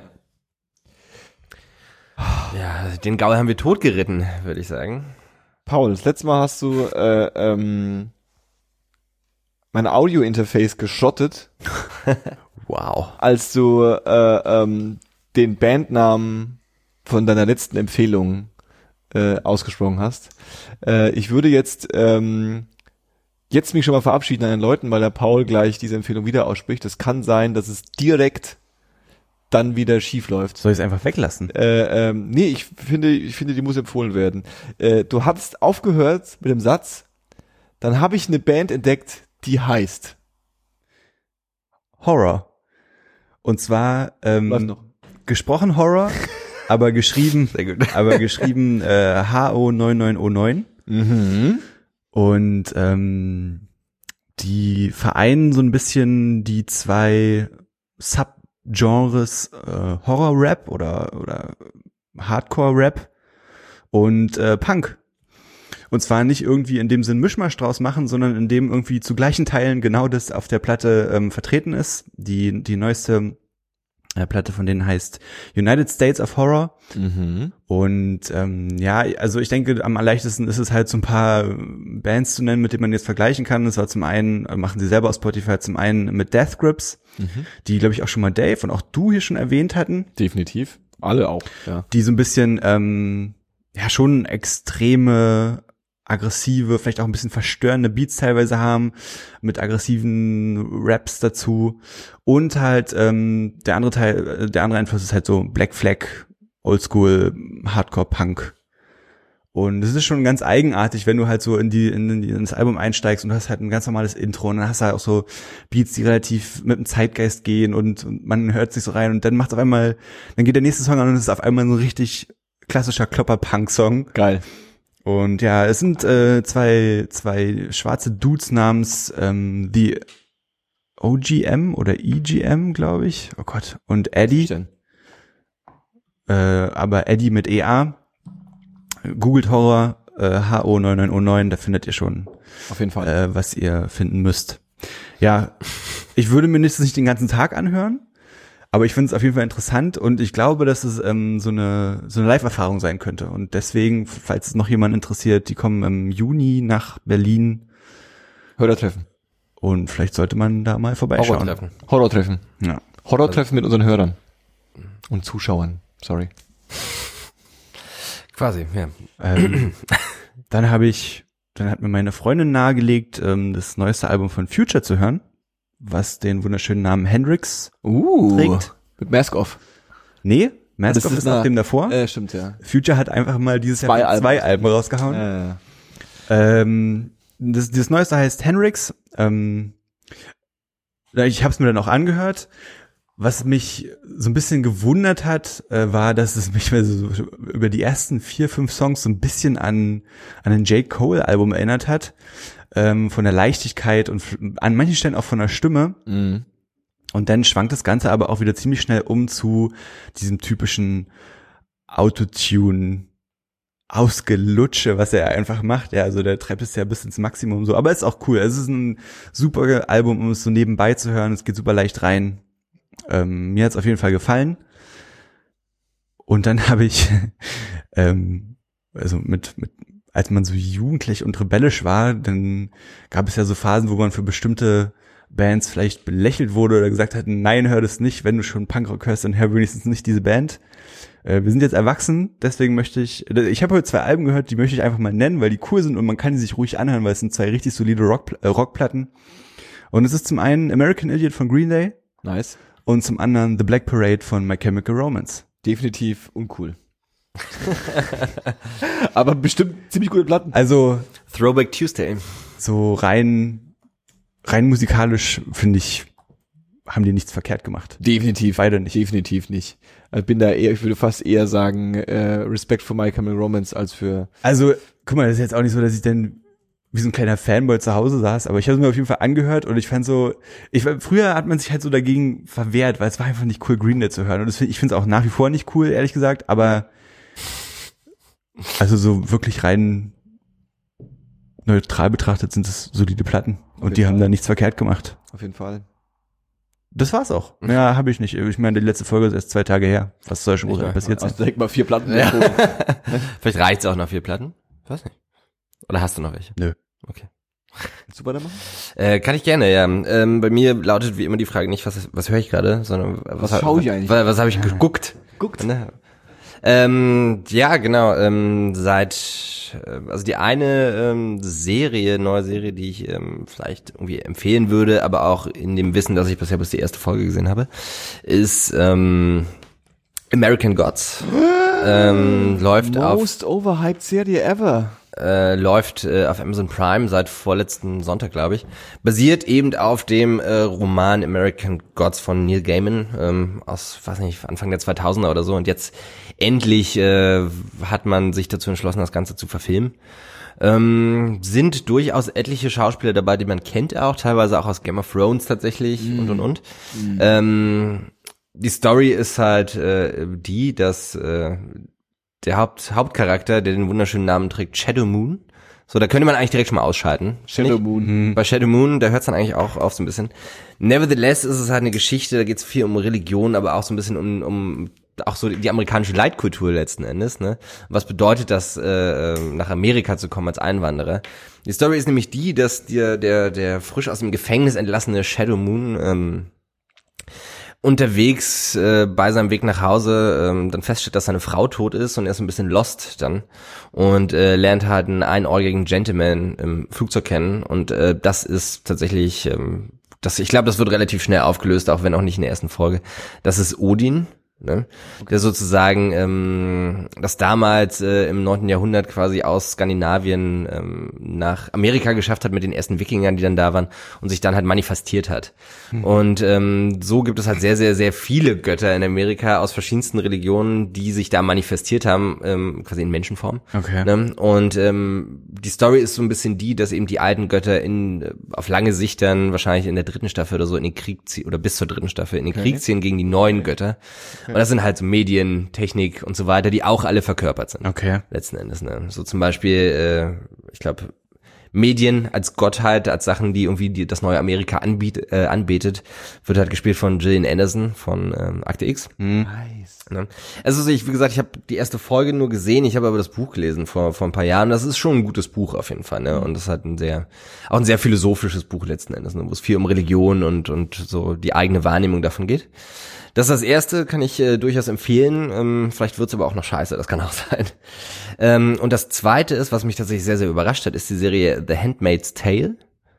Ja, den Gaul haben wir totgeritten, würde ich sagen. Paul, das letzte Mal hast du äh, ähm, mein Audio-Interface geschrottet, Wow. als du äh, ähm, den Bandnamen von deiner letzten Empfehlung äh, ausgesprochen hast. Äh, ich würde jetzt ähm, jetzt mich schon mal verabschieden an den Leuten, weil der Paul gleich diese Empfehlung wieder ausspricht. Es kann sein, dass es direkt dann wieder schief läuft. soll ich es einfach weglassen? Äh, ähm, nee, ich finde, ich finde, die muss empfohlen werden. Äh, du hast aufgehört mit dem Satz, dann habe ich eine Band entdeckt, die heißt. Horror. Und zwar ähm, Läuft noch. gesprochen Horror, aber geschrieben, Sehr gut. aber geschrieben äh, H O neun neun null neun. Mhm. Und ähm, die vereinen so ein bisschen die zwei Subgenres äh, Horror-Rap oder oder Hardcore-Rap und äh, Punk. Und zwar nicht irgendwie in dem Sinn Mischmasch draus machen, sondern in dem irgendwie zu gleichen Teilen genau das auf der Platte ähm, vertreten ist. Die die neueste äh, Platte von denen heißt United States of Horror. Mhm. Und ähm, ja, also ich denke, am leichtesten ist es halt so ein paar Bands zu nennen, mit denen man jetzt vergleichen kann. Das war zum einen, äh, machen sie selber aus Spotify, zum einen mit Death Grips, Mhm. die, glaube ich, auch schon mal Dave und auch du hier schon erwähnt hatten, Definitiv. Alle auch, ja. die so ein bisschen, ähm, ja, schon extreme, aggressive, vielleicht auch ein bisschen verstörende Beats teilweise haben, mit aggressiven Raps dazu. Und halt ähm, der andere Teil, der andere Einfluss ist halt so Black Flag, Oldschool, Hardcore Punk. Und es ist schon ganz eigenartig, wenn du halt so in die in, die, in das Album einsteigst und du hast halt ein ganz normales Intro und dann hast du halt auch so Beats, die relativ mit dem Zeitgeist gehen und, und man hört sich so rein und dann macht auf einmal, dann geht der nächste Song an und es ist auf einmal so ein richtig klassischer Klopper-Punk-Song. Geil. Und ja, es sind äh, zwei zwei schwarze Dudes namens ähm, The O G M oder E G M, glaube ich. Oh Gott. Und Eddie. Denn? Äh, aber Eddie mit E A. Googelt Horror, äh, H O neun neun null neun, da findet ihr schon, Auf jeden Fall. äh, was ihr finden müsst. Ja, ich würde mir nicht, nicht den ganzen Tag anhören, aber ich finde es auf jeden Fall interessant und ich glaube, dass es ähm, so eine so eine Live-Erfahrung sein könnte. Und deswegen, falls es noch jemand interessiert, die kommen im Juni nach Berlin Hörertreffen. und vielleicht sollte man da mal vorbeischauen. Horrortreffen. Horrortreffen. Ja. Horrortreffen mit unseren Hörern. Und Zuschauern. Sorry. Quasi, ja. Ähm, dann habe ich, dann hat mir meine Freundin nahegelegt, ähm, das neueste Album von Future zu hören, was den wunderschönen Namen Hendrix Uh. trägt. Mit Mask Off. Nee, Mask Das Off ist ist nach eine- dem davor. Äh, stimmt, ja. Future hat einfach mal dieses Zwei Jahr Alben. zwei Alben rausgehauen. Äh, Ähm, das, das neueste heißt Hendrix. Ähm, ich habe es mir dann auch angehört. Was mich so ein bisschen gewundert hat, äh, war, dass es mich so über die ersten vier, fünf Songs so ein bisschen an an ein J. Cole-Album erinnert hat. Ähm, von der Leichtigkeit und f- an manchen Stellen auch von der Stimme. mh. Und dann schwankt das Ganze aber auch wieder ziemlich schnell um zu diesem typischen Autotune Ausgelutsche, was er einfach macht. Ja, also der treibt es ja bis ins Maximum so. Aber ist auch cool. Es ist ein super Album, um es so nebenbei zu hören. Es geht super leicht rein. Ähm, mir hat's auf jeden Fall gefallen. Und dann habe ich, ähm, also mit, mit, als man so jugendlich und rebellisch war, dann gab es ja so Phasen, wo man für bestimmte Bands vielleicht belächelt wurde oder gesagt hat, nein, hör das nicht, wenn du schon Punkrock hörst, dann hör wenigstens nicht diese Band. Äh, wir sind jetzt erwachsen, deswegen möchte ich, ich habe heute zwei Alben gehört, die möchte ich einfach mal nennen, weil die cool sind und man kann die sich ruhig anhören, weil es sind zwei richtig solide Rock, äh, Rockplatten. Und es ist zum einen American Idiot von Green Day Nice. und zum anderen The Black Parade von My Chemical Romance. Definitiv uncool. Aber bestimmt ziemlich gute Platten. Also Throwback Tuesday. so rein rein musikalisch finde ich, haben die nichts verkehrt gemacht. Definitiv. Beide nicht. Definitiv nicht. Ich bin da eher, ich würde fast eher sagen, äh, Respekt für My Chemical Romance als für, Also, guck mal, das ist jetzt auch nicht so, dass ich denn wie so ein kleiner Fanboy zu Hause saß, aber ich habe es mir auf jeden Fall angehört und ich fand so, ich früher hat man sich halt so dagegen verwehrt, weil es war einfach nicht cool, Green Day zu hören und das find, ich finde es auch nach wie vor nicht cool, ehrlich gesagt, aber also so wirklich rein neutral betrachtet sind es solide Platten und jeden die haben Fall. da nichts verkehrt gemacht. auf jeden Fall. Das war's auch. Ja, habe ich nicht. Ich meine, die letzte Folge ist erst zwei Tage her. Was soll schon großartig passiert sein? Also direkt mal vier Platten. Ja. Vielleicht reicht's auch noch vier Platten? Weiß nicht. Oder hast du noch welche? Nö. Okay. Willst du weitermachen? Äh, kann ich gerne, ja. Ähm, bei mir lautet wie immer die Frage nicht, was, was höre ich gerade, sondern was, Was schaue ich eigentlich? Was, was habe ich geguckt? Guckt. Ne? Ähm, ja, genau. Ähm, seit, äh, also die eine ähm, Serie, neue Serie, die ich ähm, vielleicht irgendwie empfehlen würde, aber auch in dem Wissen, dass ich bisher bis die erste Folge gesehen habe, ist ähm, American Gods. ähm, läuft auf Most overhyped Serie ever. äh, läuft äh, auf Amazon Prime seit vorletzten Sonntag, glaube ich. Basiert eben auf dem äh, Roman American Gods von Neil Gaiman ähm, aus, weiß nicht, Anfang der zweitausender oder so. Und jetzt endlich äh, hat man sich dazu entschlossen, das Ganze zu verfilmen. Ähm, sind durchaus etliche Schauspieler dabei, die man kennt auch, teilweise auch aus Game of Thrones tatsächlich mm. und und und. Mm. Ähm, die Story ist halt äh, die, dass äh, der Haupt, Hauptcharakter, der den wunderschönen Namen trägt, Shadow Moon. So, da könnte man eigentlich direkt schon mal ausschalten. Shadow Moon. Mhm. Bei Shadow Moon, da hört es dann eigentlich auch auf so ein bisschen. Nevertheless ist es halt eine Geschichte, da geht es viel um Religion, aber auch so ein bisschen um, um auch so die amerikanische Leitkultur letzten Endes, ne? Was bedeutet das, äh, nach Amerika zu kommen als Einwanderer? Die Story ist nämlich die, dass der, der, der frisch aus dem Gefängnis entlassene Shadow Moon, ähm, unterwegs äh, bei seinem Weg nach Hause ähm, dann feststellt, dass seine Frau tot ist und er ist ein bisschen lost dann und äh, lernt halt einen einäugigen Gentleman im Flugzeug kennen und äh, das ist tatsächlich, ähm, das ich glaube, das wird relativ schnell aufgelöst, auch wenn auch nicht in der ersten Folge. Das ist Odin. Ne? Okay. Der sozusagen ähm, das damals äh, im neunten Jahrhundert quasi aus Skandinavien ähm, nach Amerika geschafft hat mit den ersten Wikingern, die dann da waren und sich dann halt manifestiert hat. Mhm. Und ähm, so gibt es halt sehr, sehr, sehr viele Götter in Amerika aus verschiedensten Religionen, die sich da manifestiert haben, ähm, quasi in Menschenform. Okay. Ne? Und ähm, die Story ist so ein bisschen die, dass eben die alten Götter in auf lange Sicht dann wahrscheinlich in der dritten Staffel oder so in den Krieg ziehen, oder bis zur dritten Staffel in den okay. Krieg ziehen gegen die neuen okay. Götter. Okay. Und das sind halt so Medien, Technik und so weiter, die auch alle verkörpert sind. Okay. Letzten Endes, ne? So zum Beispiel, äh, ich glaube, Medien als Gottheit, als Sachen, die irgendwie die, das neue Amerika anbiet, äh, anbetet, wird halt gespielt von Gillian Anderson von ähm, Akte X. Mhm. Nice. Ne? Also ich, wie gesagt, ich habe die erste Folge nur gesehen, ich habe aber das Buch gelesen vor vor ein paar Jahren. Das ist schon ein gutes Buch auf jeden Fall, ne? Und das ist halt ein sehr, auch ein sehr philosophisches Buch letzten Endes, ne? Wo es viel um Religion und und so die eigene Wahrnehmung davon geht. Das ist das erste, kann ich äh, durchaus empfehlen. Ähm, vielleicht wird's aber auch noch scheiße, das kann auch sein. Ähm, und das zweite ist, was mich tatsächlich sehr, sehr überrascht hat, ist die Serie The Handmaid's Tale.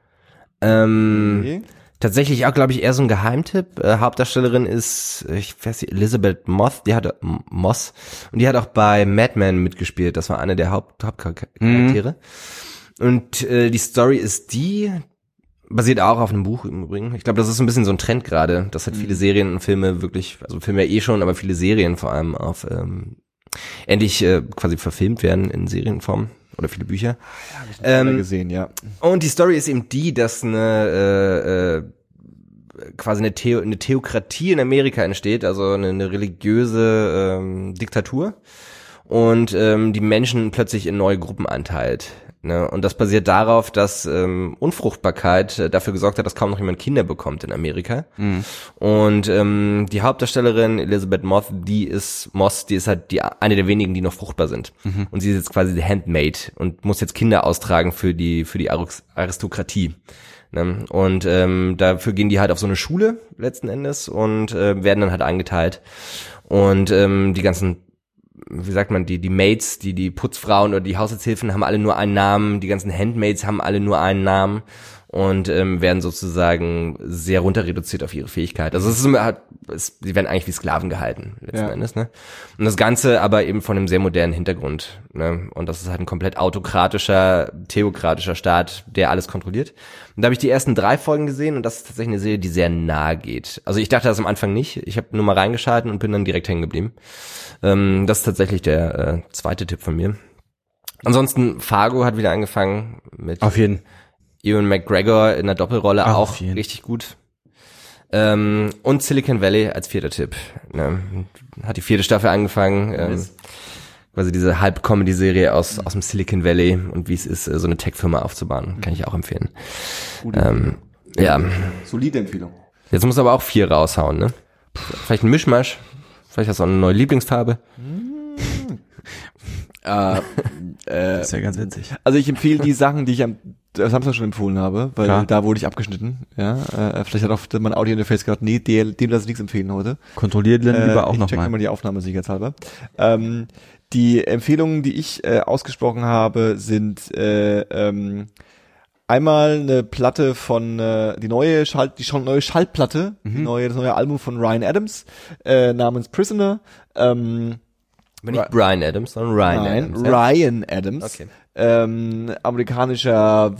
Ähm, okay. Tatsächlich auch, glaube ich, eher so ein Geheimtipp. Äh, Hauptdarstellerin ist, ich weiß nicht, Elizabeth Moss, die hat M- Moss und die hat auch bei Mad Men mitgespielt. Das war eine der Haupt- Hauptcharaktere. Mhm. Und äh, die Story ist die, basiert auch auf einem Buch im Übrigen. Ich glaube, das ist so ein bisschen so ein Trend gerade, dass halt viele Serien und Filme wirklich, also Filme ja eh schon, aber viele Serien vor allem auf ähm, endlich äh, quasi verfilmt werden in Serienform oder viele Bücher. Ja, hab ich noch ähm, gesehen, ja. Und die Story ist eben die, dass eine äh, äh, quasi eine, Theo- eine Theokratie in Amerika entsteht, also eine, eine religiöse ähm, Diktatur und ähm, die Menschen plötzlich in neue Gruppen einteilt. Ne? Und das basiert darauf, dass ähm, Unfruchtbarkeit äh, dafür gesorgt hat, dass kaum noch jemand Kinder bekommt in Amerika. Mhm. Und ähm, die Hauptdarstellerin Elizabeth Moss, die ist Moss, die ist halt die eine der wenigen, die noch fruchtbar sind. Mhm. Und sie ist jetzt quasi die Handmaid und muss jetzt Kinder austragen für die für die Aristokratie. Ne? Und ähm, dafür gehen die halt auf so eine Schule letzten Endes und äh, werden dann halt eingeteilt. Und ähm, die ganzen, wie sagt man, die die Maids, die die Putzfrauen oder die Haushaltshilfen haben alle nur einen Namen, die ganzen Handmaids haben alle nur einen Namen und ähm, werden sozusagen sehr runter reduziert auf ihre Fähigkeit. Also es ist immer halt, es, sie werden eigentlich wie Sklaven gehalten letzten ja. Endes, ne? Und das Ganze aber eben von einem sehr modernen Hintergrund, ne? Und das ist halt ein komplett autokratischer, theokratischer Staat, der alles kontrolliert. Und da habe ich die ersten drei Folgen gesehen und das ist tatsächlich eine Serie, die sehr nahe geht. Also ich dachte das am Anfang nicht. Ich habe nur mal reingeschalten und bin dann direkt hängen geblieben. Ähm, das ist tatsächlich der äh, zweite Tipp von mir. Ansonsten, Fargo hat wieder angefangen mit Auf jeden. Ewan McGregor in der Doppelrolle, Ach, auch richtig gut. Ähm, und Silicon Valley als vierter Tipp. Ne? Hat die vierte Staffel angefangen. Ähm, quasi diese Halb-Comedy-Serie aus aus dem Silicon Valley und wie es ist, so eine Tech-Firma aufzubauen. Kann ich auch empfehlen. Ähm, ja. Solide Empfehlung. Jetzt muss aber auch vier raushauen, ne? Vielleicht ein Mischmasch. Vielleicht hast du auch eine neue Lieblingsfarbe. äh, äh, das ist ja ganz witzig. Also ich empfehle die Sachen, die ich am Samstag schon empfohlen habe, weil Klar. da wurde ich abgeschnitten. Ja, äh, vielleicht hat auch mein Audio-Interface gesagt, nee, dem, dem lasse ich nichts empfehlen heute. Kontrolliert dann lieber äh, auch nochmal. Ich check immer die Aufnahme sicherheitshalber. Ähm, die Empfehlungen, die ich äh, ausgesprochen habe, sind äh, ähm, einmal eine Platte von äh, die neue Schall, die schon neue Schallplatte, mhm. die neue das neue Album von Ryan Adams äh, namens Prisoner. Ähm, Aber nicht Bryan Adams, sondern Ryan Nein, Adams. Ja? Ryan Adams. Okay. Ähm, amerikanischer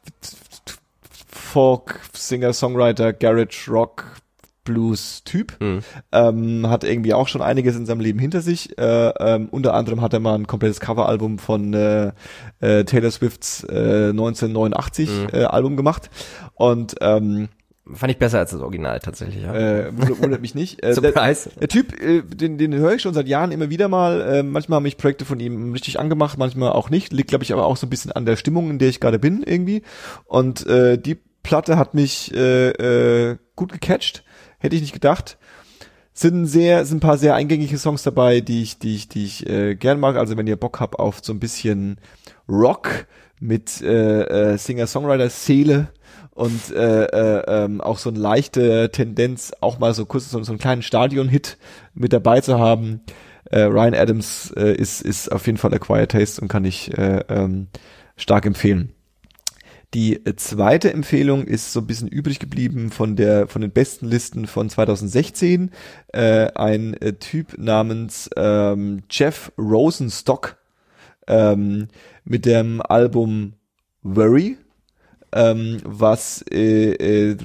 Folk, Singer, Songwriter, Garage, Rock, Blues-Typ. Mhm. Ähm, hat irgendwie auch schon einiges in seinem Leben hinter sich. Äh, ähm, unter anderem hat er mal ein komplettes Coveralbum von äh, äh, Taylor Swifts äh, neunzehnhundertneunundachtzig Mhm. äh, Album gemacht. Und ähm, Fand ich besser als das Original tatsächlich, ja. äh, wundert, wundert mich nicht. Äh, der, Surprise. der Typ, äh, den, den höre ich schon seit Jahren immer wieder mal. Äh, manchmal haben mich Projekte von ihm richtig angemacht, manchmal auch nicht. Liegt, glaube ich, aber auch so ein bisschen an der Stimmung, in der ich gerade bin irgendwie. Und äh, die Platte hat mich äh, äh, gut gecatcht. Hätte ich nicht gedacht. Sind sehr, sind ein paar sehr eingängige Songs dabei, die ich, die ich, die ich äh, gern mag. Also wenn ihr Bock habt auf so ein bisschen Rock mit äh, äh, Singer-Songwriter-Seele und äh, äh, ähm, auch so eine leichte Tendenz, auch mal so kurz so, so einen kleinen Stadion-Hit mit dabei zu haben. Äh, Ryan Adams äh, ist, ist auf jeden Fall Acquired Taste und kann ich äh, ähm, stark empfehlen. Die äh, zweite Empfehlung ist so ein bisschen übrig geblieben von der von den besten Listen von zweitausendsechzehn. Äh, ein äh, Typ namens ähm, Jeff Rosenstock ähm, mit dem Album Worry, ähm, was äh, äh,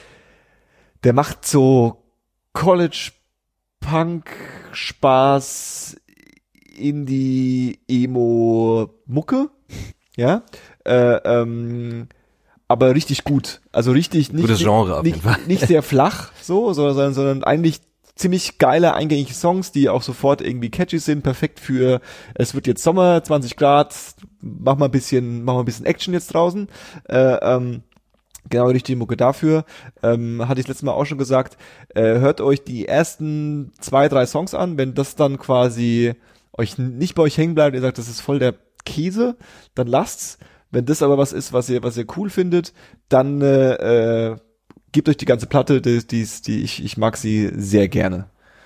der macht so College Punk Spaß Indie Emo Mucke, ja. Äh, ähm, aber richtig gut. Also richtig nicht, Gutes Genre auf nicht, jeden Fall. nicht sehr flach, so, sondern, sondern eigentlich ziemlich geile, eingängige Songs, die auch sofort irgendwie catchy sind, perfekt für, es wird jetzt Sommer, zwanzig Grad, mach mal ein bisschen, mach mal ein bisschen Action jetzt draußen. Äh, ähm, genau die richtige Mucke dafür. Ähm, hatte ich letztes Mal auch schon gesagt, äh, hört euch die ersten zwei, drei Songs an, wenn das dann quasi euch nicht bei euch hängen bleibt, ihr sagt, das ist voll der Käse, dann lasst's. Wenn das aber was ist, was ihr, was ihr cool findet, dann äh, äh, gebt euch die ganze Platte, die, die, die ich, ich mag sie sehr gerne.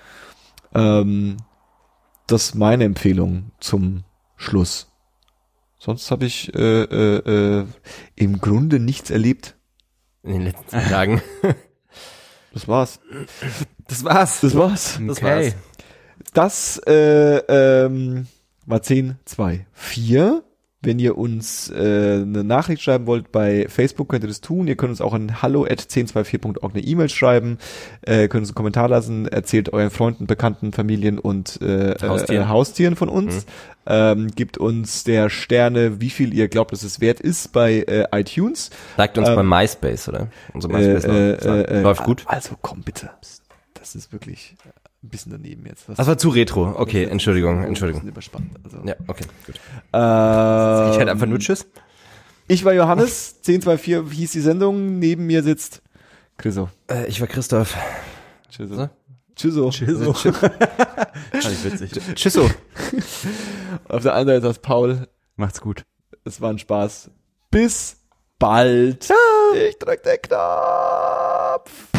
Ähm, das ist meine Empfehlung zum Schluss. Sonst habe ich äh, äh, äh, im Grunde nichts erlebt. In den letzten zwei Tagen. Das war's. Das war's. Das war's. Das Okay. war's. Das äh, ähm, war zehn, zwei, vier. Wenn ihr uns äh, eine Nachricht schreiben wollt bei Facebook, könnt ihr das tun. Ihr könnt uns auch an hallo at zehn zwei vier punkt org eine E-Mail schreiben, äh, könnt uns einen Kommentar lassen, erzählt euren Freunden, Bekannten, Familien und äh, Haustieren. Äh, Haustieren von uns. Mhm. Ähm, gibt uns der Sterne, wie viel ihr glaubt, dass es wert ist bei äh, iTunes. Liked uns Ähm, bei MySpace, oder? Unser MySpace äh, läuft, äh, äh, läuft gut. Also komm bitte. Das ist wirklich ein bisschen daneben jetzt. Das war zu retro. Okay, Entschuldigung, Entschuldigung. Ein bisschen überspannt. Also. Ja, okay, gut. Ähm, Ich hätte einfach nur Tschüss. Ich war Johannes, zehn zwei vier hieß die Sendung, neben mir sitzt Chriso. Äh, ich war Christoph. Tschüsso. So? Tschüsso. Tschüsso. Fand ich witzig. Tschüsso. Auf der anderen Seite ist Paul. Macht's gut. Es war ein Spaß. Bis bald. Ich drück den Knopf.